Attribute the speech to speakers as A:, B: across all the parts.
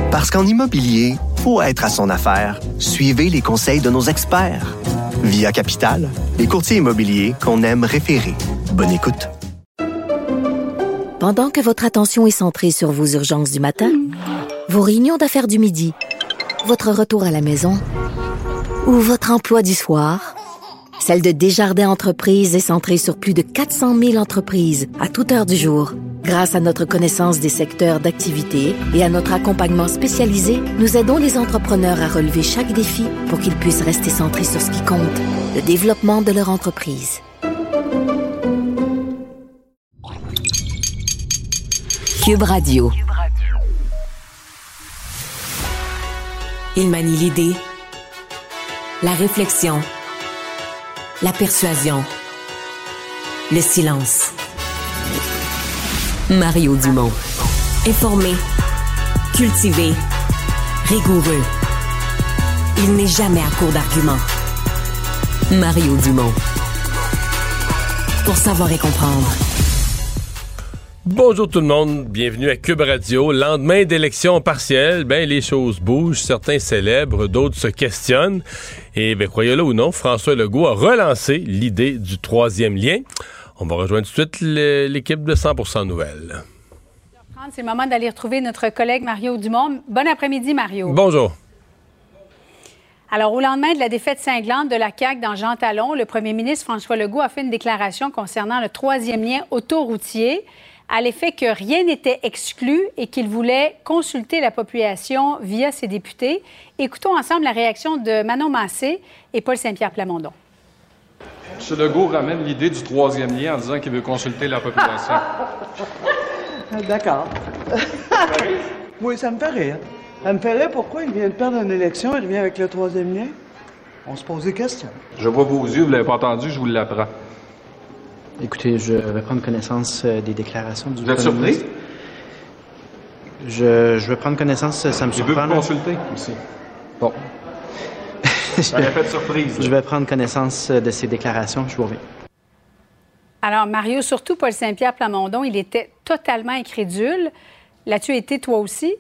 A: Parce qu'en immobilier, faut être à son affaire. Suivez les conseils de nos experts. Via Capital, les courtiers immobiliers qu'on aime référer. Bonne écoute.
B: Pendant que votre attention est centrée sur vos urgences du matin, vos réunions d'affaires du midi, votre retour à la maison ou votre emploi du soir, celle de Desjardins Entreprises est centrée sur plus de 400 000 entreprises à toute heure du jour. Grâce à notre connaissance des secteurs d'activité et à notre accompagnement spécialisé, nous aidons les entrepreneurs à relever chaque défi pour qu'ils puissent rester centrés sur ce qui compte, le développement de leur entreprise. Cube Radio.
C: Il manie l'idée, la réflexion, la persuasion, le silence. Mario Dumont. Informé, cultivé, rigoureux. Il n'est jamais à court d'arguments. Mario Dumont. Pour savoir et comprendre.
D: Bonjour tout le monde, bienvenue à Cube Radio. Lendemain d'élections partielles, les choses bougent, certains célèbrent, d'autres se questionnent. Et croyez-le ou non, François Legault a relancé l'idée du troisième lien. On va rejoindre tout de suite l'équipe de 100% Nouvelles.
E: C'est le moment d'aller retrouver notre collègue Mario Dumont. Bon après-midi, Mario.
D: Bonjour.
E: Alors, au lendemain de la défaite cinglante de la CAQ dans Jean Talon, le premier ministre François Legault a fait une déclaration concernant le troisième lien autoroutier, à l'effet que rien n'était exclu et qu'il voulait consulter la population via ses députés. Écoutons ensemble la réaction de Manon Massé et Paul Saint-Pierre Plamondon.
F: M. Legault ramène l'idée du troisième lien en disant qu'il veut consulter la population.
G: D'accord. Oui, ça me fait rire. Ça me fait rire pourquoi il vient de perdre une élection, il revient avec le troisième lien. On se pose des questions.
F: Je vois vos yeux, vous ne l'avez pas entendu, je vous l'apprends.
H: Écoutez, je vais prendre connaissance des déclarations du
F: Vous êtes surpris?
H: Je vais prendre connaissance, ça me surprend.
F: Il veut vous consulter aussi.
H: Bon.
F: Ça a fait de surprise.
H: Je vais prendre connaissance de ces déclarations, je vous reviens.
E: Alors, Mario, surtout Paul Saint-Pierre Plamondon, il était totalement incrédule. L'as-tu été toi aussi?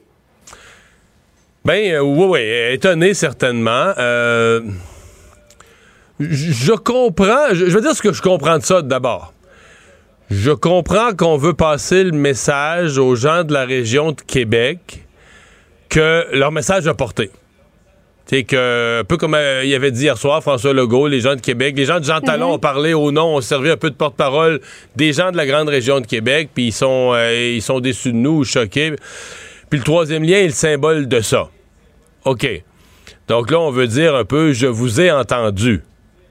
D: Oui, étonné certainement. Je comprends, je veux dire ce que je comprends de ça d'abord. Je comprends qu'on veut passer le message aux gens de la région de Québec que leur message a porté. C'est que, un peu comme il avait dit hier soir, François Legault, les gens de Québec, les gens de Jean Talon ont parlé au nom, ont servi un peu de porte-parole des gens de la grande région de Québec, puis ils sont déçus de nous, choqués. Puis le troisième lien est le symbole de ça. OK. Donc là, on veut dire un peu, je vous ai entendu.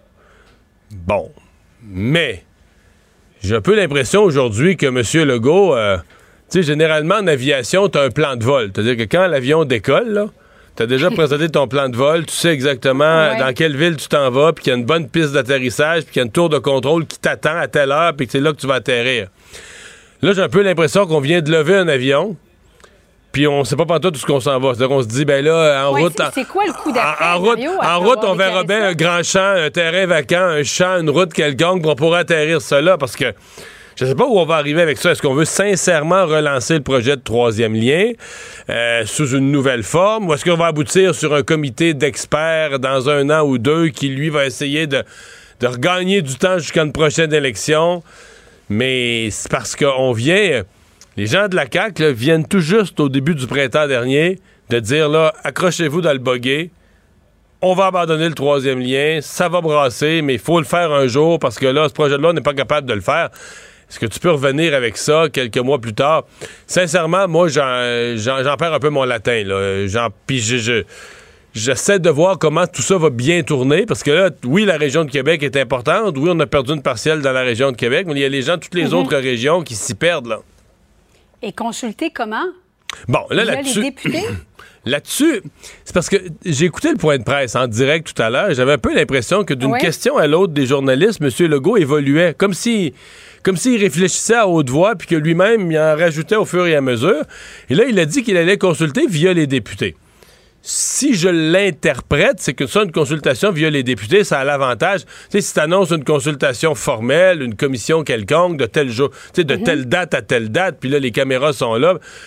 D: Bon. Mais, j'ai un peu l'impression aujourd'hui que M. Legault, tu sais, généralement en aviation, t'as un plan de vol. C'est-à-dire que quand l'avion décolle, là, t'as déjà présenté ton plan de vol, tu sais exactement dans quelle ville tu t'en vas, puis qu'il y a une bonne piste d'atterrissage, puis qu'il y a une tour de contrôle qui t'attend à telle heure, puis que c'est là que tu vas atterrir. Là, j'ai un peu l'impression qu'on vient de lever un avion, puis on sait pas pantoute tout ce qu'on s'en va. C'est-à-dire qu'on se dit, en route...
E: C'est quoi le coup d'après,
D: en route, on verra bien un grand champ, un terrain vacant, un champ, une route quelconque, pour on pourra atterrir ça là, parce que je sais pas où on va arriver avec ça. Est-ce qu'on veut sincèrement relancer le projet de troisième lien sous une nouvelle forme, ou est-ce qu'on va aboutir sur un comité d'experts dans 1 an ou 2 qui, lui, va essayer de regagner du temps jusqu'à une prochaine élection? Mais c'est parce qu'on vient... Les gens de la CAQ là, viennent tout juste au début du printemps dernier de dire, là, accrochez-vous dans le buggy, on va abandonner le troisième lien, ça va brasser, mais il faut le faire un jour parce que là, ce projet-là, on n'est pas capable de le faire. Est-ce que tu peux revenir avec ça quelques mois plus tard? Sincèrement, moi, j'en perds un peu mon latin, là. Puis j'essaie de voir comment tout ça va bien tourner, parce que là, oui, la région de Québec est importante, oui, on a perdu une partielle dans la région de Québec, mais il y a les gens de toutes les autres régions qui s'y perdent, là.
E: Et consulter comment?
D: Bon, là-dessus...
E: les députés?
D: Là-dessus, c'est parce que j'ai écouté le point de presse en direct tout à l'heure, j'avais un peu l'impression que d'une question à l'autre des journalistes, M. Legault évoluait, comme s'il réfléchissait à haute voix, puis que lui-même, il en rajoutait au fur et à mesure. Et là, il a dit qu'il allait consulter via les députés. Si je l'interprète, c'est que ça, une consultation via les députés, ça a l'avantage. Tu sais, si tu annonces une consultation formelle, une commission quelconque, de tel jour, tu sais, de telle date à telle date, puis là, les caméras sont là.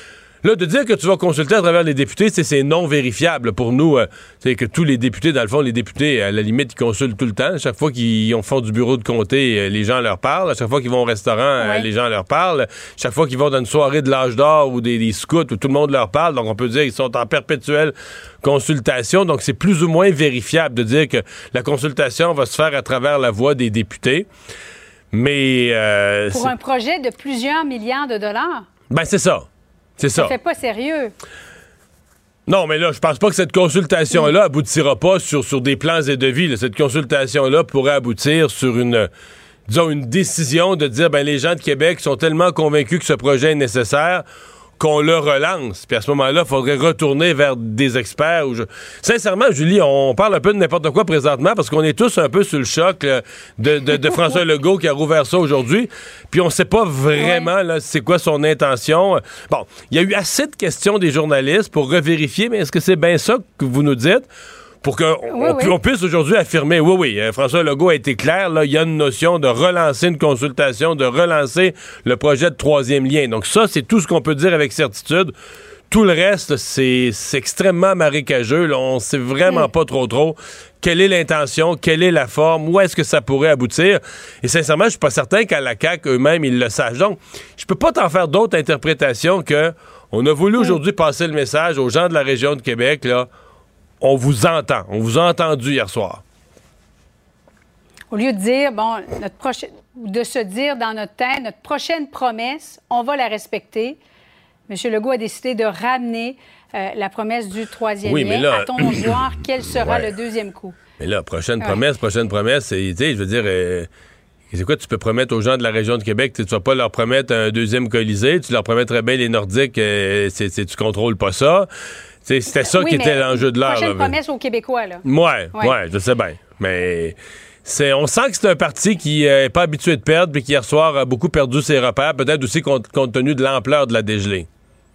D: Là, de dire que tu vas consulter à travers les députés, c'est non vérifiable pour nous. C'est que tous les députés, dans le fond, les députés, à la limite, ils consultent tout le temps. Chaque fois qu'ils font du bureau de comté, les gens leur parlent. À chaque fois qu'ils vont au restaurant, les gens leur parlent. Chaque fois qu'ils vont dans une soirée de l'âge d'or ou des scouts où tout le monde leur parle, donc on peut dire qu'ils sont en perpétuelle consultation. Donc c'est plus ou moins vérifiable de dire que la consultation va se faire à travers la voix des députés. Mais...
E: pour un projet de plusieurs milliards de dollars.
D: Ben c'est ça. C'est ça.
E: Ça fait pas sérieux.
D: Non, mais là, je pense pas que cette consultation-là aboutira pas sur des plans et devis. Là. Cette consultation-là pourrait aboutir sur une décision de dire, ben les gens de Québec sont tellement convaincus que ce projet est nécessaire qu'on le relance. Puis à ce moment-là, il faudrait retourner vers des experts. Sincèrement, Julie, on parle un peu de n'importe quoi présentement parce qu'on est tous un peu sur le choc là, de François Legault qui a rouvert ça aujourd'hui. Puis on sait pas vraiment là, c'est quoi son intention. Bon, il y a eu assez de questions des journalistes pour revérifier, mais est-ce que c'est bien ça que vous nous dites? Pour qu'on puisse aujourd'hui affirmer, François Legault a été clair, là, il y a une notion de relancer une consultation, de relancer le projet de troisième lien. Donc ça, c'est tout ce qu'on peut dire avec certitude. Tout le reste, c'est extrêmement marécageux. Là. On sait vraiment pas trop quelle est l'intention, quelle est la forme, où est-ce que ça pourrait aboutir. Et sincèrement, je suis pas certain qu'à la CAQ, eux-mêmes, ils le sachent. Donc, je peux pas t'en faire d'autres interprétations que on a voulu aujourd'hui passer le message aux gens de la région de Québec, là. On vous entend. On vous a entendu hier soir.
E: Au lieu de dire, de se dire dans notre tête, notre prochaine promesse, on va la respecter. M. Legault a décidé de ramener la promesse du troisième lien.
D: Là,
E: attendons de voir quel sera le deuxième coup.
D: Mais là, prochaine promesse, je veux dire... c'est quoi, tu peux promettre aux gens de la région de Québec, tu vas pas leur promettre un deuxième Colisée, tu leur promets très bien les Nordiques, tu contrôles pas ça. C'était ça qui était l'enjeu de l'heure.
E: Prochaine promesse aux Québécois, là.
D: Ouais, je sais bien. Mais on sent que c'est un parti qui n'est pas habitué de perdre, puis qui hier soir a beaucoup perdu ses repères, peut-être aussi compte tenu de l'ampleur de la dégelée.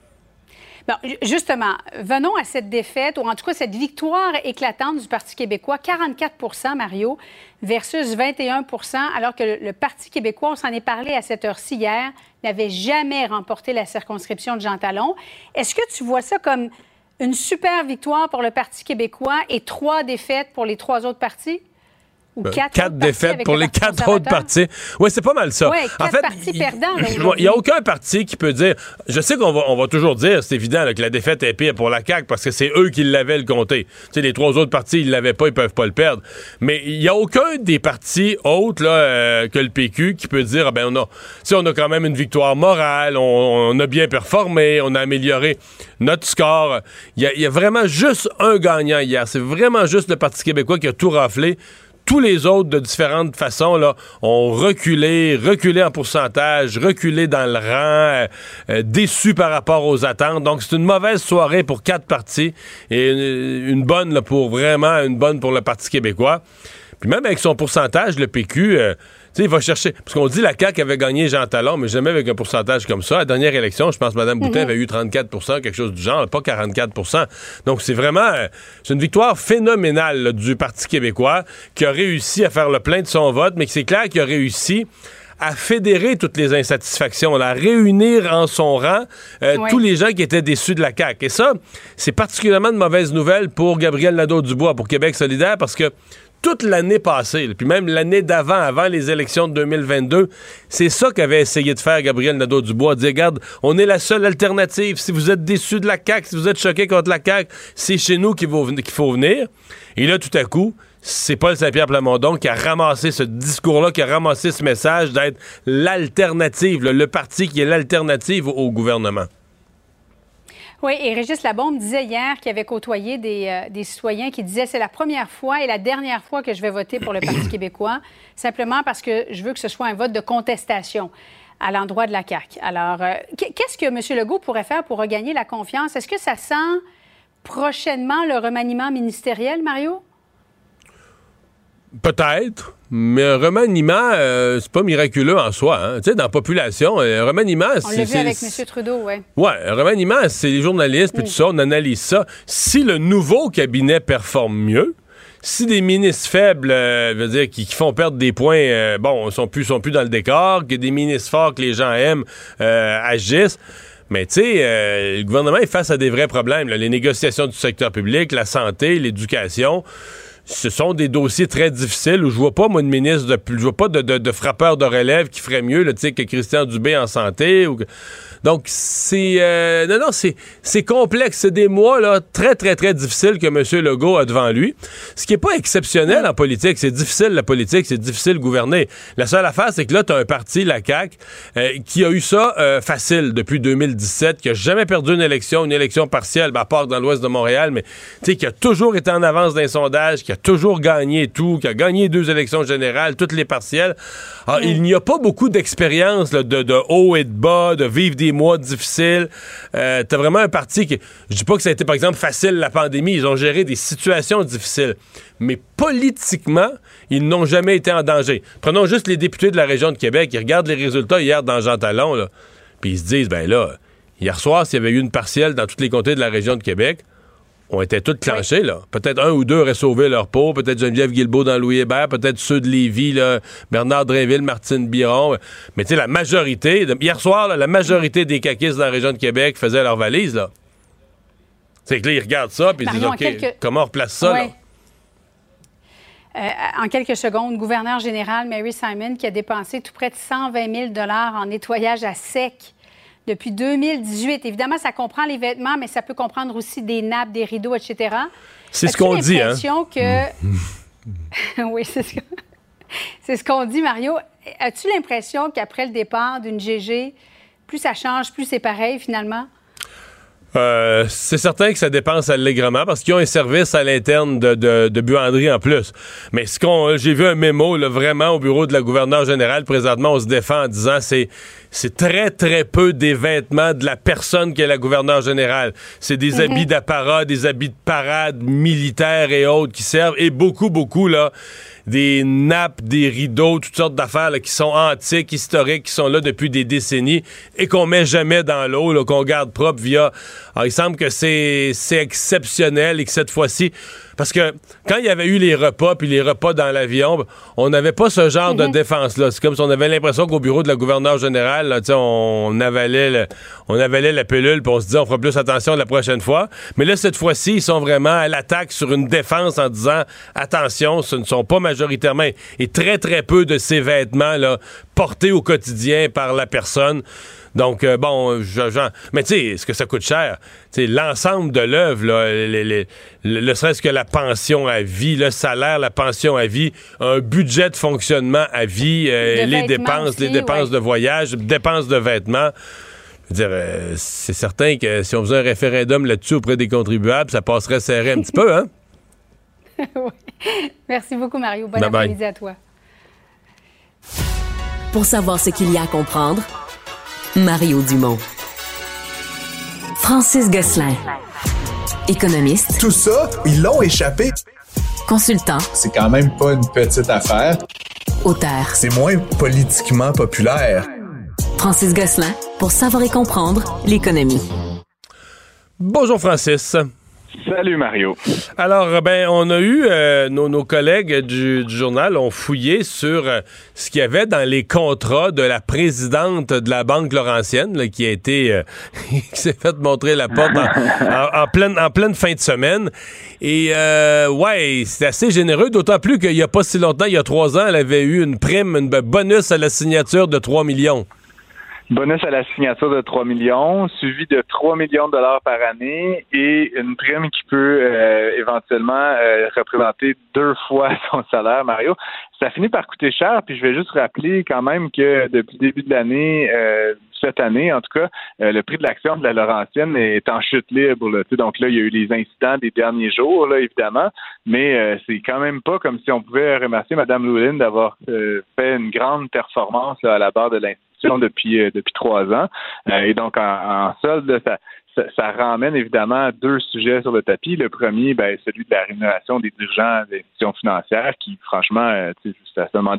E: Bon, justement, venons à cette défaite, ou en tout cas cette victoire éclatante du Parti québécois, 44 Mario, versus 21 alors que le Parti québécois, on s'en est parlé à cette heure-ci hier, n'avait jamais remporté la circonscription de Jean Talon. Est-ce que tu vois ça comme une super victoire pour le Parti québécois et 3 défaites pour les 3 autres partis? Ou 4
D: défaites pour les 4 autres partis. Oui, c'est pas mal ça.
E: Oui, 4 partis perdants.
D: Il n'y a aucun parti qui peut dire... Je sais qu'on va toujours dire, c'est évident, là, que la défaite est pire pour la CAQ parce que c'est eux qui l'avaient le comté. Tu sais, les 3 autres partis, ils l'avaient pas, ils peuvent pas le perdre. Mais il n'y a aucun des partis autres là, que le PQ qui peut dire, on a quand même une victoire morale, on a bien performé, on a amélioré notre score. Il y a vraiment juste un gagnant hier. C'est vraiment juste le Parti québécois qui a tout raflé. Tous les autres, de différentes façons, là, ont reculé en pourcentage, reculé dans le rang, déçus par rapport aux attentes. Donc, c'est une mauvaise soirée pour 4 partis et une bonne pour le Parti québécois. Puis même avec son pourcentage, le PQ... il va chercher... Parce qu'on dit la CAQ avait gagné Jean Talon, mais jamais avec un pourcentage comme ça. À la dernière élection, je pense que Mme Boutin avait eu 34 quelque chose du genre, pas 44 Donc, c'est vraiment... c'est une victoire phénoménale là, du Parti québécois qui a réussi à faire le plein de son vote, mais c'est clair qu'il a réussi à fédérer toutes les insatisfactions, à réunir en son rang tous les gens qui étaient déçus de la CAQ. Et ça, c'est particulièrement de mauvaise nouvelle pour Gabriel Nadeau-Dubois, pour Québec solidaire, parce que toute l'année passée, puis même l'année d'avant, avant les élections de 2022, c'est ça qu'avait essayé de faire Gabriel Nadeau-Dubois, dire, regarde, on est la seule alternative. Si vous êtes déçus de la CAQ, si vous êtes choqués contre la CAQ, c'est chez nous qu'il faut venir. Et là, tout à coup, c'est Paul Saint-Pierre Plamondon qui a ramassé ce discours-là, qui a ramassé ce message d'être l'alternative, le parti qui est l'alternative au gouvernement.
E: Oui, et Régis Labombe disait hier qu'il avait côtoyé des citoyens qui disaient « c'est la première fois et la dernière fois que je vais voter pour le Parti québécois, simplement parce que je veux que ce soit un vote de contestation à l'endroit de la CAQ ». Alors, qu'est-ce que M. Legault pourrait faire pour regagner la confiance? Est-ce que ça sent prochainement le remaniement ministériel, Mario?
D: Peut-être, mais un remaniement, c'est pas miraculeux en soi. Hein. Tu sais, dans la population, un remaniement...
E: On l'a vu avec M. Trudeau, oui.
D: Oui, un remaniement, c'est les journalistes, puis tout ça, on analyse ça. Si le nouveau cabinet performe mieux, si des ministres faibles, qui font perdre des points, sont plus dans le décor, que des ministres forts que les gens aiment agissent, Mais tu sais, le gouvernement est face à des vrais problèmes. Là. Les négociations du secteur public, la santé, l'éducation, ce sont des dossiers très difficiles où je vois pas, moi, une ministre je vois pas de frappeur de relève qui ferait mieux, tu sais, que Christian Dubé en santé. Donc, c'est c'est complexe. C'est des mois là, très, très, très difficiles que M. Legault a devant lui. Ce qui n'est pas exceptionnel en politique. C'est difficile, la politique. C'est difficile de gouverner. La seule affaire, c'est que là, tu as un parti, la CAQ, qui a eu ça facile depuis 2017, qui a jamais perdu une élection partielle, à part dans l'ouest de Montréal, mais qui a toujours été en avance dans les sondages, qui a toujours gagné tout, qui a gagné 2 élections générales, toutes les partielles. Alors, il n'y a pas beaucoup d'expérience là, de haut et de bas, de vivre des mois difficiles. T'as vraiment un parti qui... Je dis pas que ça a été, par exemple, facile, la pandémie. Ils ont géré des situations difficiles. Mais politiquement, ils n'ont jamais été en danger. Prenons juste les députés de la région de Québec. Ils regardent les résultats hier dans Jean Talon, là, puis ils se disent, ben là, hier soir, s'il y avait eu une partielle dans tous les comtés de la région de Québec, on était tous clenchés, là. Peut-être un ou deux auraient sauvé leur peau, peut-être Geneviève Guilbeault dans Louis-Hébert, peut-être ceux de Lévis, là, Bernard Drinville, Martine Biron. Mais tu sais, la majorité, hier soir, là, la majorité des caquistes dans la région de Québec faisaient leur valise, là. C'est que là, ils regardent ça, puis ils disent, OK, comment on replace ça, là?
E: En quelques secondes, le gouverneur général Mary Simon qui a dépensé tout près de 120 000 $ en nettoyage à sec depuis 2018. Évidemment, ça comprend les vêtements, mais ça peut comprendre aussi des nappes, des rideaux, etc.
D: C'est ce qu'on dit, hein?
E: Oui, c'est ce qu'on dit, Mario. As-tu l'impression qu'après le départ d'une GG, plus ça change, plus c'est pareil, finalement?
D: C'est certain que ça dépense allègrement parce qu'ils ont un service à l'interne de buanderie en plus. Mais j'ai vu un mémo là, vraiment au bureau de la gouverneure générale. Présentement, on se défend en disant c'est très, très peu des vêtements de la personne qui est la gouverneure générale. C'est des habits d'apparat, des habits de parade militaires et autres qui servent. Et beaucoup, beaucoup, là, des nappes, des rideaux, toutes sortes d'affaires là, qui sont antiques, historiques, qui sont là depuis des décennies et qu'on met jamais dans l'eau, là, qu'on garde propre via... Alors, il semble que c'est exceptionnel et que cette fois-ci... Parce que quand il y avait eu les repas puis les repas dans l'avion, on n'avait pas ce genre de défense-là. C'est comme si on avait l'impression qu'au bureau de la gouverneure générale, là, on avalait la pilule puis on se dit on fera plus attention la prochaine fois. Mais là, cette fois-ci, ils sont vraiment à l'attaque sur une défense en disant attention, ce ne sont pas majoritairement et très, très peu de ces vêtements là, portés au quotidien par la personne. Donc, mais tu sais, est-ce que ça coûte cher? Tu sais, l'ensemble de l'œuvre, le serait-ce que la pension à vie, le salaire, la pension à vie, un budget de fonctionnement à vie, les dépenses de voyage, dépenses de vêtements. Je veux dire, c'est certain que si on faisait un référendum là-dessus auprès des contribuables, ça passerait serré un petit peu, hein?
E: Oui. Merci beaucoup, Mario. Bon après-midi à toi.
C: Pour savoir ce qu'il y a à comprendre, Mario Dumont. Francis Gosselin. Économiste.
I: Tout ça, ils l'ont échappé.
C: Consultant.
I: C'est quand même pas une petite affaire.
C: Auteur.
I: C'est moins politiquement populaire.
C: Francis Gosselin, pour savoir et comprendre l'économie.
D: Bonjour Francis.
J: Salut Mario.
D: Alors, on a eu, nos collègues du journal ont fouillé sur ce qu'il y avait dans les contrats de la présidente de la Banque Laurentienne, là, qui a été, qui s'est fait montrer la porte en pleine fin de semaine. Et, c'est assez généreux, d'autant plus qu'il n'y a pas si longtemps, il y a 3 ans, elle avait eu une prime, un bonus à la signature de 3 millions.
J: Bonus à la signature de 3 millions, suivi de 3 millions de dollars par année et une prime qui peut éventuellement représenter 2 fois son salaire, Mario. Ça finit par coûter cher, puis je vais juste rappeler quand même que depuis le début de l'année, cette année en tout cas, le prix de l'action de la Laurentienne est en chute libre. Là, donc là, il y a eu les incidents des derniers jours, là, évidemment, mais c'est quand même pas comme si on pouvait remercier Mme Loulin d'avoir fait une grande performance là, à la barre de l'institution depuis 3 ans. Et donc, en solde, ça ramène évidemment 2 sujets sur le tapis. Le premier, celui de la rémunération des dirigeants des institutions financières qui, franchement, ça se demandait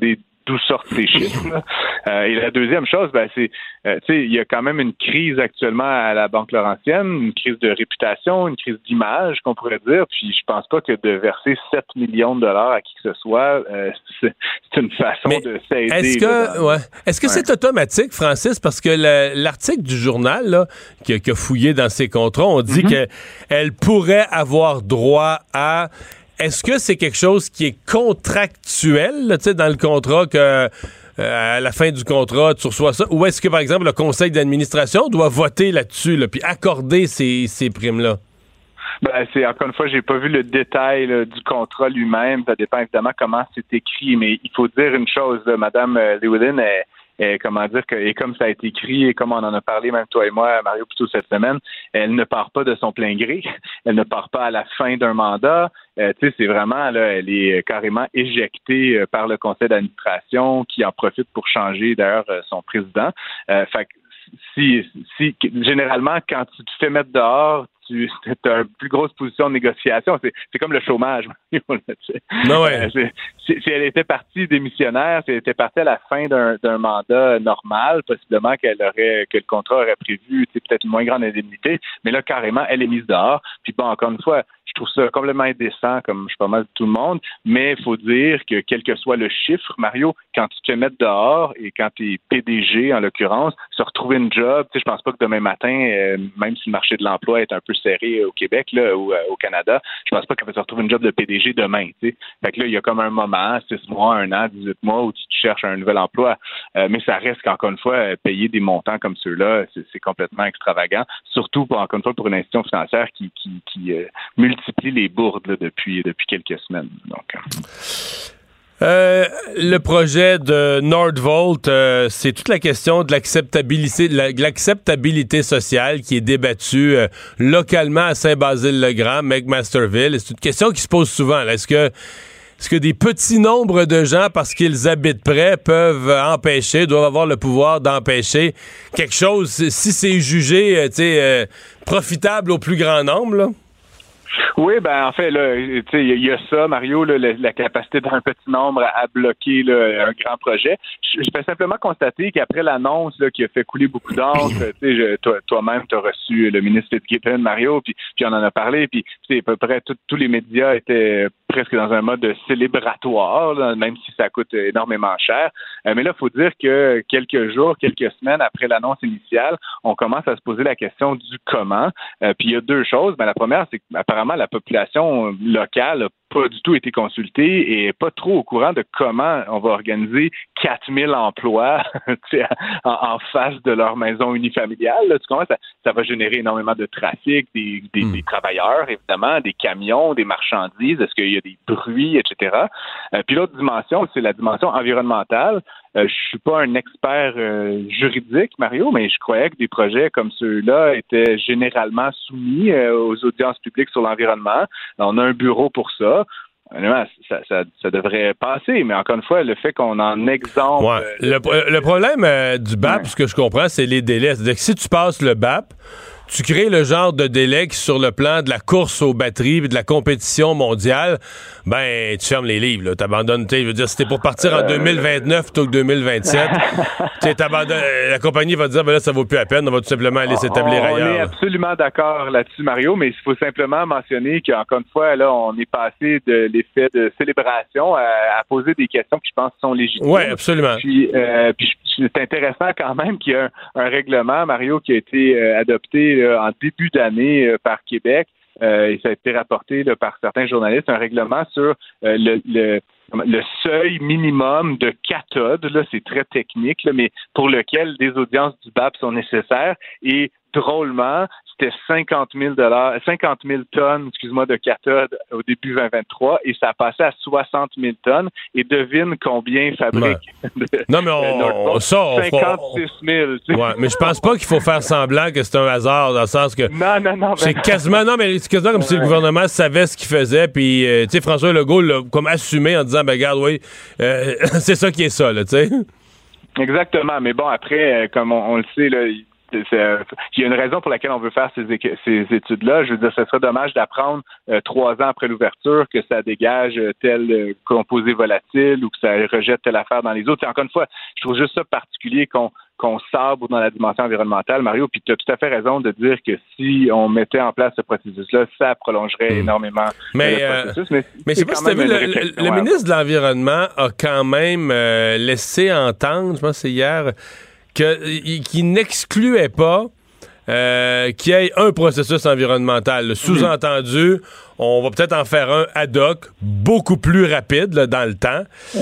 J: d'où sortent ces chiffres. Et la deuxième chose, c'est, il y a quand même une crise actuellement à la Banque Laurentienne, une crise de réputation, une crise d'image, qu'on pourrait dire. Puis je pense pas que de verser 7 millions de dollars à qui que ce soit, c'est une façon de s'aider.
D: Est-ce que c'est automatique, Francis? Parce que l'article du journal là, qui a fouillé dans ses contrats, on dit qu'elle pourrait avoir droit à... Est-ce que c'est quelque chose qui est contractuel, là, dans le contrat, que à la fin du contrat, tu reçois ça? Ou est-ce que, par exemple, le conseil d'administration doit voter là-dessus, là, puis accorder ces primes-là?
J: C'est encore une fois, j'ai pas vu le détail du contrat lui-même. Ça dépend évidemment comment c'est écrit, mais il faut dire une chose, là, Mme Llewellyn comment dire que, et comme ça a été écrit et comme on en a parlé même toi et moi, Mario, plus tôt cette semaine, elle ne part pas de son plein gré, elle ne part pas à la fin d'un mandat. C'est vraiment là, elle est carrément éjectée par le conseil d'administration qui en profite pour changer d'ailleurs son président. Fait que si généralement quand tu te fais mettre dehors, tu as une plus grosse position de négociation. C'est comme le chômage.
D: Non, ouais.
J: Si elle était partie démissionnaire, si elle était partie à la fin d'un mandat normal, possiblement que le contrat aurait prévu peut-être une moins grande indemnité, mais là, carrément, elle est mise dehors. Puis bon, encore une fois, je trouve ça complètement indécent, comme je suis pas mal de tout le monde, mais il faut dire que quel que soit le chiffre, Mario, quand tu te fais mettre dehors et quand tu es PDG, en l'occurrence, se retrouver une job, je pense pas que demain matin, même si le marché de l'emploi est un peu serré au Québec là, ou au Canada, je pense pas qu'elle va se retrouver une job de PDG demain. T'sais. Fait que là, il y a comme un moment, 6 mois, 1 an, 18 mois, où tu cherches un nouvel emploi. Mais ça reste qu'encore une fois, payer des montants comme ceux-là, c'est complètement extravagant. Surtout, encore une fois, pour une institution financière qui multiplie les bourdes là, depuis quelques semaines. Donc,
D: le projet de Nordvolt, c'est toute la question de l'acceptabilité sociale qui est débattue localement à Saint-Basile-le-Grand, McMasterville. C'est une question qui se pose souvent. Là. Est-ce que des petits nombres de gens, parce qu'ils habitent près, doivent avoir le pouvoir d'empêcher quelque chose si c'est jugé profitable au plus grand nombre, là?
J: Oui, en fait, là, il y a ça, Mario, là, la capacité d'un petit nombre à bloquer là, un grand projet. Je peux simplement constater qu'après l'annonce là, qui a fait couler beaucoup d'encre, toi-même, tu as reçu le ministre Fitzgibbon, Mario, puis on en a parlé, puis à peu près tous les médias étaient presque dans un mode célébratoire, là, même si ça coûte énormément cher. Mais là, il faut dire que quelques semaines après l'annonce initiale, on commence à se poser la question du comment. Puis il y a deux choses. La première, c'est qu'apparemment, la population locale n'a pas du tout été consultée et pas trop au courant de comment on va organiser 4000 emplois en face de leur maison unifamiliale. Là, tu comprends? Ça va générer énormément de trafic, des travailleurs, évidemment, des camions, des marchandises. Est-ce qu'il y a des bruits, etc. Puis l'autre dimension, c'est la dimension environnementale. Je suis pas un expert juridique, Mario, mais je croyais que des projets comme ceux-là étaient généralement soumis aux audiences publiques sur l'environnement. On a un bureau pour ça. Ça devrait passer, mais encore une fois, le fait qu'on en exempte...
D: Ouais. Le problème du BAP, ce que je comprends, c'est les délais. C'est-à-dire que si tu passes le BAP, tu crées le genre de délai qui, sur le plan de la course aux batteries et de la compétition mondiale, tu fermes les livres, là. T'abandonnes, je veux dire, si t'es pour partir en 2029 plutôt que 2027, t'abandonnes, la compagnie va te dire, là, ça vaut plus la peine, on va tout simplement aller s'établir ailleurs.
J: On est absolument d'accord là-dessus, Mario, mais il faut simplement mentionner qu'encore une fois, là, on est passé de l'effet de célébration à poser des questions qui, je pense, sont légitimes.
D: Oui, absolument.
J: Puis c'est intéressant quand même qu'il y a un règlement, Mario, qui a été adopté en début d'année par Québec, et ça a été rapporté là, par certains journalistes, un règlement sur le seuil minimum de cathodes, là, c'est très technique, là, mais pour lequel des audiences du BAP sont nécessaires. Et drôlement, c'était 50 000 tonnes, de cathodes au début 2023, et ça a passé à 60 000 tonnes. Et devine combien fabrique.
D: Non, mais
J: 56 000.
D: Ouais, mais je pense pas qu'il faut faire semblant que c'est un hasard, dans le sens que...
J: Non.
D: C'est quasiment comme si le gouvernement savait ce qu'il faisait, puis, François Legault l'a comme assumé en disant, regarde, oui, c'est ça qui est ça, là, tu sais.
J: Exactement, mais bon, après, comme on le sait, là, il y a une raison pour laquelle on veut faire ces études-là. Je veux dire, ce serait dommage d'apprendre 3 ans après l'ouverture que ça dégage tel composé volatile ou que ça rejette telle affaire dans les autres. Encore une fois, je trouve juste ça particulier qu'on sabre dans la dimension environnementale, Mario, puis tu as tout à fait raison de dire que si on mettait en place ce processus-là, ça prolongerait énormément le processus.
D: Mais je sais pas si tu as vu, le ministre de l'Environnement a quand même laissé entendre, je pense que c'est hier, qu'il n'excluait pas qu'il y ait un processus environnemental. Le sous-entendu, on va peut-être en faire un ad hoc, beaucoup plus rapide là, dans le temps,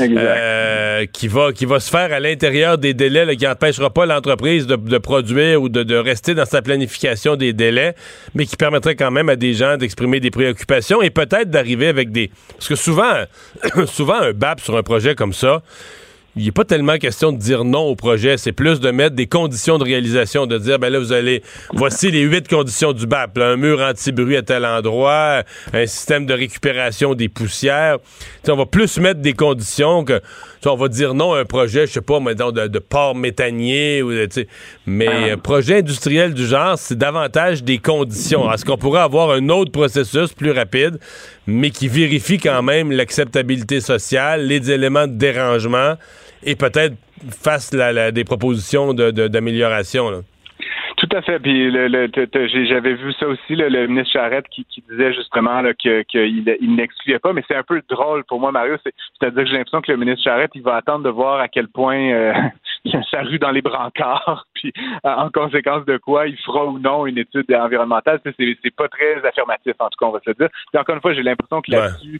D: qui va se faire à l'intérieur des délais, là, qui n'empêchera pas l'entreprise de produire ou de rester dans sa planification des délais, mais qui permettrait quand même à des gens d'exprimer des préoccupations et peut-être d'arriver avec des... Parce que souvent un BAP sur un projet comme ça, il n'est pas tellement question de dire non au projet, c'est plus de mettre des conditions de réalisation, de dire, ben là, voici les 8 conditions du BAP, là, un mur anti-bruit à tel endroit, un système de récupération des poussières. T'sais, on va plus mettre des conditions que, on va dire non à un projet, je sais pas, mettons, de port méthanier, mais projet industriel du genre, c'est davantage des conditions. Est-ce qu'on pourrait avoir un autre processus plus rapide, mais qui vérifie quand même l'acceptabilité sociale, les éléments de dérangement, et peut-être fasse des propositions d'amélioration, là.
J: Tout à fait. Puis j'avais vu ça aussi, le ministre Charette qui disait justement là, qu'il n'excluait pas, mais c'est un peu drôle pour moi, Mario. C'est-à-dire que j'ai l'impression que le ministre Charette, il va attendre de voir à quel point ça rue dans les brancards, puis en conséquence de quoi il fera ou non une étude environnementale. C'est pas très affirmatif, en tout cas, on va se le dire. Puis encore une fois, j'ai l'impression que là-dessus,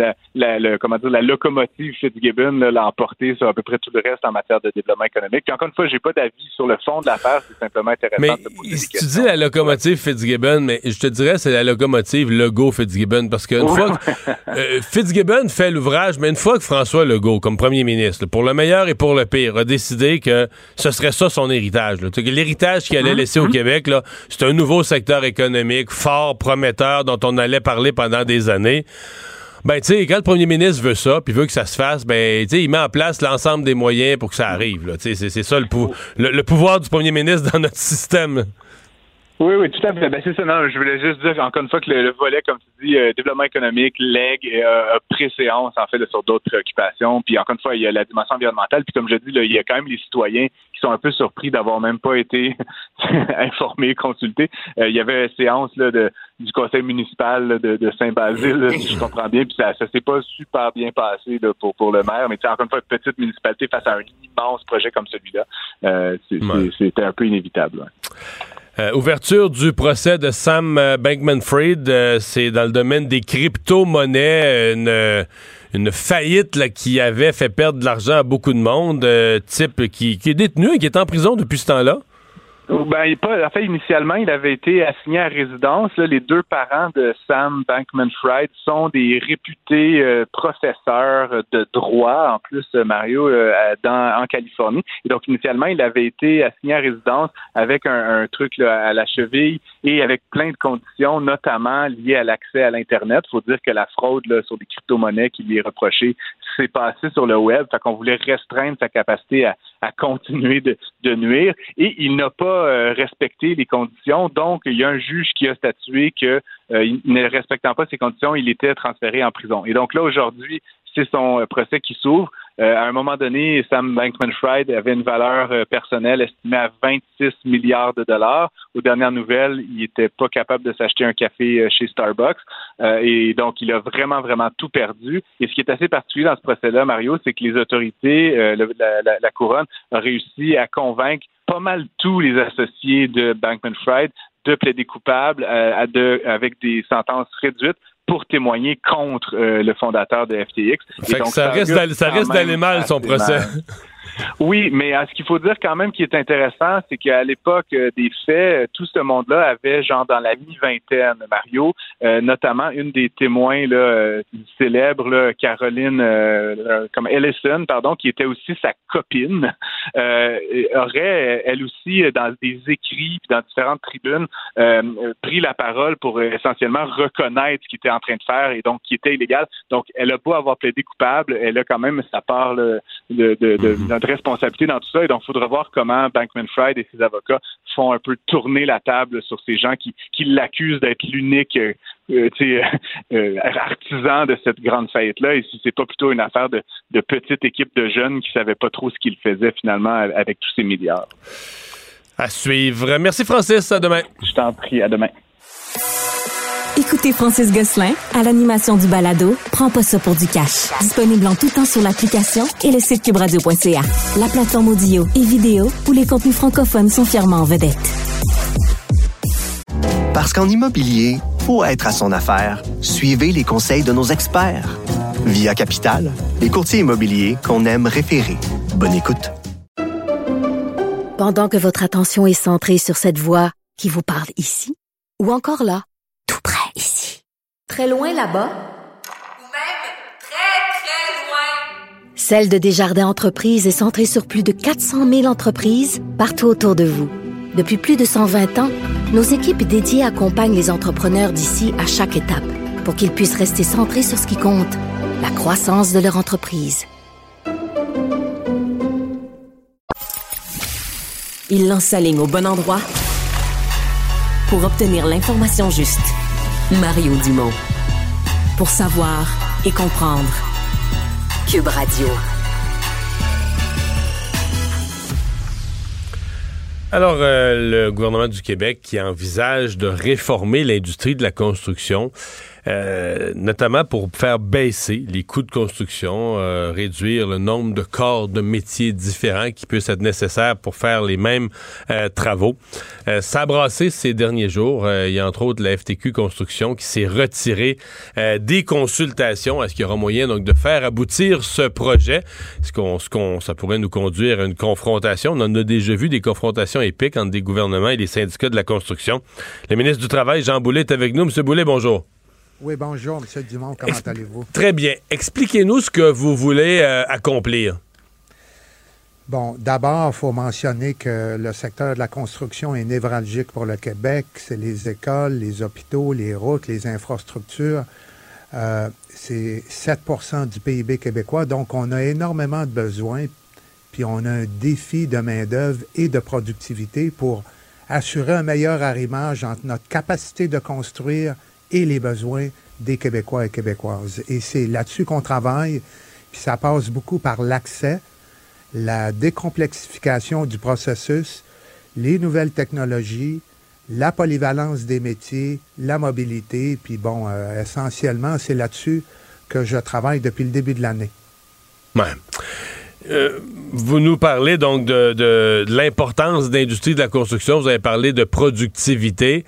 J: la locomotive Fitzgibbon l'a emporté sur à peu près tout le reste en matière de développement économique. Puis encore une fois, j'ai pas d'avis sur le fond de l'affaire, c'est simplement intéressant.
D: Mais si tu dis la locomotive Fitzgibbon, mais je te dirais c'est la locomotive Legault Fitzgibbon, parce qu'une fois que Fitzgibbon fait l'ouvrage, mais une fois que François Legault, comme premier ministre, pour le meilleur et pour le pire, a décidé que ce serait ça son héritage. Là. Que l'héritage qu'il allait laisser au Québec, là, c'est un nouveau secteur économique fort, prometteur, dont on allait parler pendant des années. Ben, tu sais, quand le premier ministre veut ça, puis veut que ça se fasse, ben, tu sais, il met en place l'ensemble des moyens pour que ça arrive, là. Tu sais, c'est ça le pouvoir du premier ministre dans notre système.
J: Oui, tout à fait. Ben, c'est ça. Non, je voulais juste dire, encore une fois, que le volet, comme tu dis, développement économique, lègue, préséance, en fait, sur d'autres préoccupations. Puis, encore une fois, il y a la dimension environnementale. Puis, comme je dis, là, il y a quand même les citoyens qui sont un peu surpris d'avoir même pas été informés, consultés. Il y avait une séance là, du conseil municipal là, de Saint-Basile, là, si je comprends bien. Puis, ça s'est pas super bien passé là, pour le maire. Mais, encore une fois, une petite municipalité face à un immense projet comme celui-là, c'était un peu inévitable. Ouais.
D: Ouverture du procès de Sam Bankman-Fried, c'est dans le domaine des crypto-monnaies, une faillite là, qui avait fait perdre de l'argent à beaucoup de monde, type qui est détenu et qui est en prison depuis ce temps-là.
J: Ben, en fait, initialement, il avait été assigné à résidence. Là, les 2 parents de Sam Bankman-Fried sont des réputés professeurs de droit, en plus, Mario, en Californie. Et donc, initialement, il avait été assigné à résidence avec un truc là, à la cheville et avec plein de conditions, notamment liées à l'accès à l'Internet. Il faut dire que la fraude là, sur des crypto-monnaies qui lui est reprochée s'est passée sur le web. Fait qu'on voulait restreindre sa capacité à continuer de nuire. Et il n'a pas respecté les conditions. Donc, il y a un juge qui a statué que, ne respectant pas ces conditions, il était transféré en prison. Et donc là, aujourd'hui, c'est son procès qui s'ouvre. À un moment donné, Sam Bankman-Fried avait une valeur personnelle estimée à 26 milliards de dollars. Aux dernières nouvelles, il n'était pas capable de s'acheter un café chez Starbucks. Et donc, il a vraiment, vraiment tout perdu. Et ce qui est assez particulier dans ce procès-là, Mario, c'est que les autorités, la couronne, a réussi à convaincre pas mal tous les associés de Bankman-Fried de plaider coupable avec des sentences réduites pour témoigner contre le fondateur de FTX.
D: Et donc, ça risque d'aller mal, son procès.
J: Oui, mais ce qu'il faut dire quand même qui est intéressant, c'est qu'à l'époque des faits, tout ce monde-là avait genre dans la mi-vingtaine, Mario, notamment une des témoins là, célèbres, là, Caroline comme Ellison, qui était aussi sa copine, aurait elle aussi dans des écrits dans différentes tribunes pris la parole pour essentiellement reconnaître ce qu'il était en train de faire et donc qui était illégal. Donc elle a beau avoir plaidé coupable, elle a quand même sa part là, notre responsabilité dans tout ça. Et donc, il faudra voir comment Bankman-Fried et ses avocats font un peu tourner la table sur ces gens qui l'accusent d'être l'unique artisan de cette grande faillite-là. Et si c'est pas plutôt une affaire de petite équipe de jeunes qui savaient pas trop ce qu'ils faisaient finalement avec tous ces milliards.
D: À suivre. Merci Francis, à demain.
J: Je t'en prie, à demain.
C: Écoutez Francis Gosselin à l'animation du balado Prends pas ça pour du cash. Disponible en tout temps sur l'application et le site cubradio.ca. La plateforme audio et vidéo où les contenus francophones sont fièrement en vedette.
A: Parce qu'en immobilier, faut être à son affaire. Suivez les conseils de nos experts. Via Capital, les courtiers immobiliers qu'on aime référer. Bonne écoute.
B: Pendant que votre attention est centrée sur cette voix qui vous parle ici, ou encore là, tout près ici, très loin là-bas,
K: ou même très, très loin,
B: Celle de Desjardins Entreprises est centrée sur plus de 400 000 entreprises partout autour de vous. Depuis plus de 120 ans, nos équipes dédiées accompagnent les entrepreneurs d'ici à chaque étape pour qu'ils puissent rester centrés sur ce qui compte, la croissance de leur entreprise.
C: Il lance sa ligne au bon endroit pour obtenir l'information juste. Mario Dumont. Pour savoir et comprendre. Cube Radio.
D: Alors, le gouvernement du Québec qui envisage de réformer l'industrie de la construction, notamment pour faire baisser les coûts de construction, réduire le nombre de corps de métiers différents qui puissent être nécessaires pour faire les mêmes travaux. Ça a brassé ces derniers jours. Il y a entre autres la FTQ Construction qui s'est retirée des consultations. Est-ce qu'il y aura moyen donc de faire aboutir ce projet? Ça pourrait nous conduire à une confrontation? On en a déjà vu des confrontations épiques entre des gouvernements et les syndicats de la construction. Le ministre du Travail, Jean Boulet, est avec nous. Monsieur Boulet, bonjour.
L: Oui, bonjour, M. Dumont. Comment allez-vous?
D: Très bien. Expliquez-nous ce que vous voulez accomplir.
L: Bon, d'abord, il faut mentionner que le secteur de la construction est névralgique pour le Québec. C'est les écoles, les hôpitaux, les routes, les infrastructures. C'est 7% du PIB québécois. Donc, on a énormément de besoins. Puis, on a un défi de main-d'œuvre et de productivité pour assurer un meilleur arrimage entre notre capacité de construire et les besoins des Québécois et Québécoises. Et c'est là-dessus qu'on travaille, puis ça passe beaucoup par l'accès, la décomplexification du processus, les nouvelles technologies, la polyvalence des métiers, la mobilité, puis bon, essentiellement, c'est là-dessus que je travaille depuis le début de l'année.
D: Ouais. Vous nous parlez donc de l'importance de l'industrie de la construction, vous avez parlé de productivité.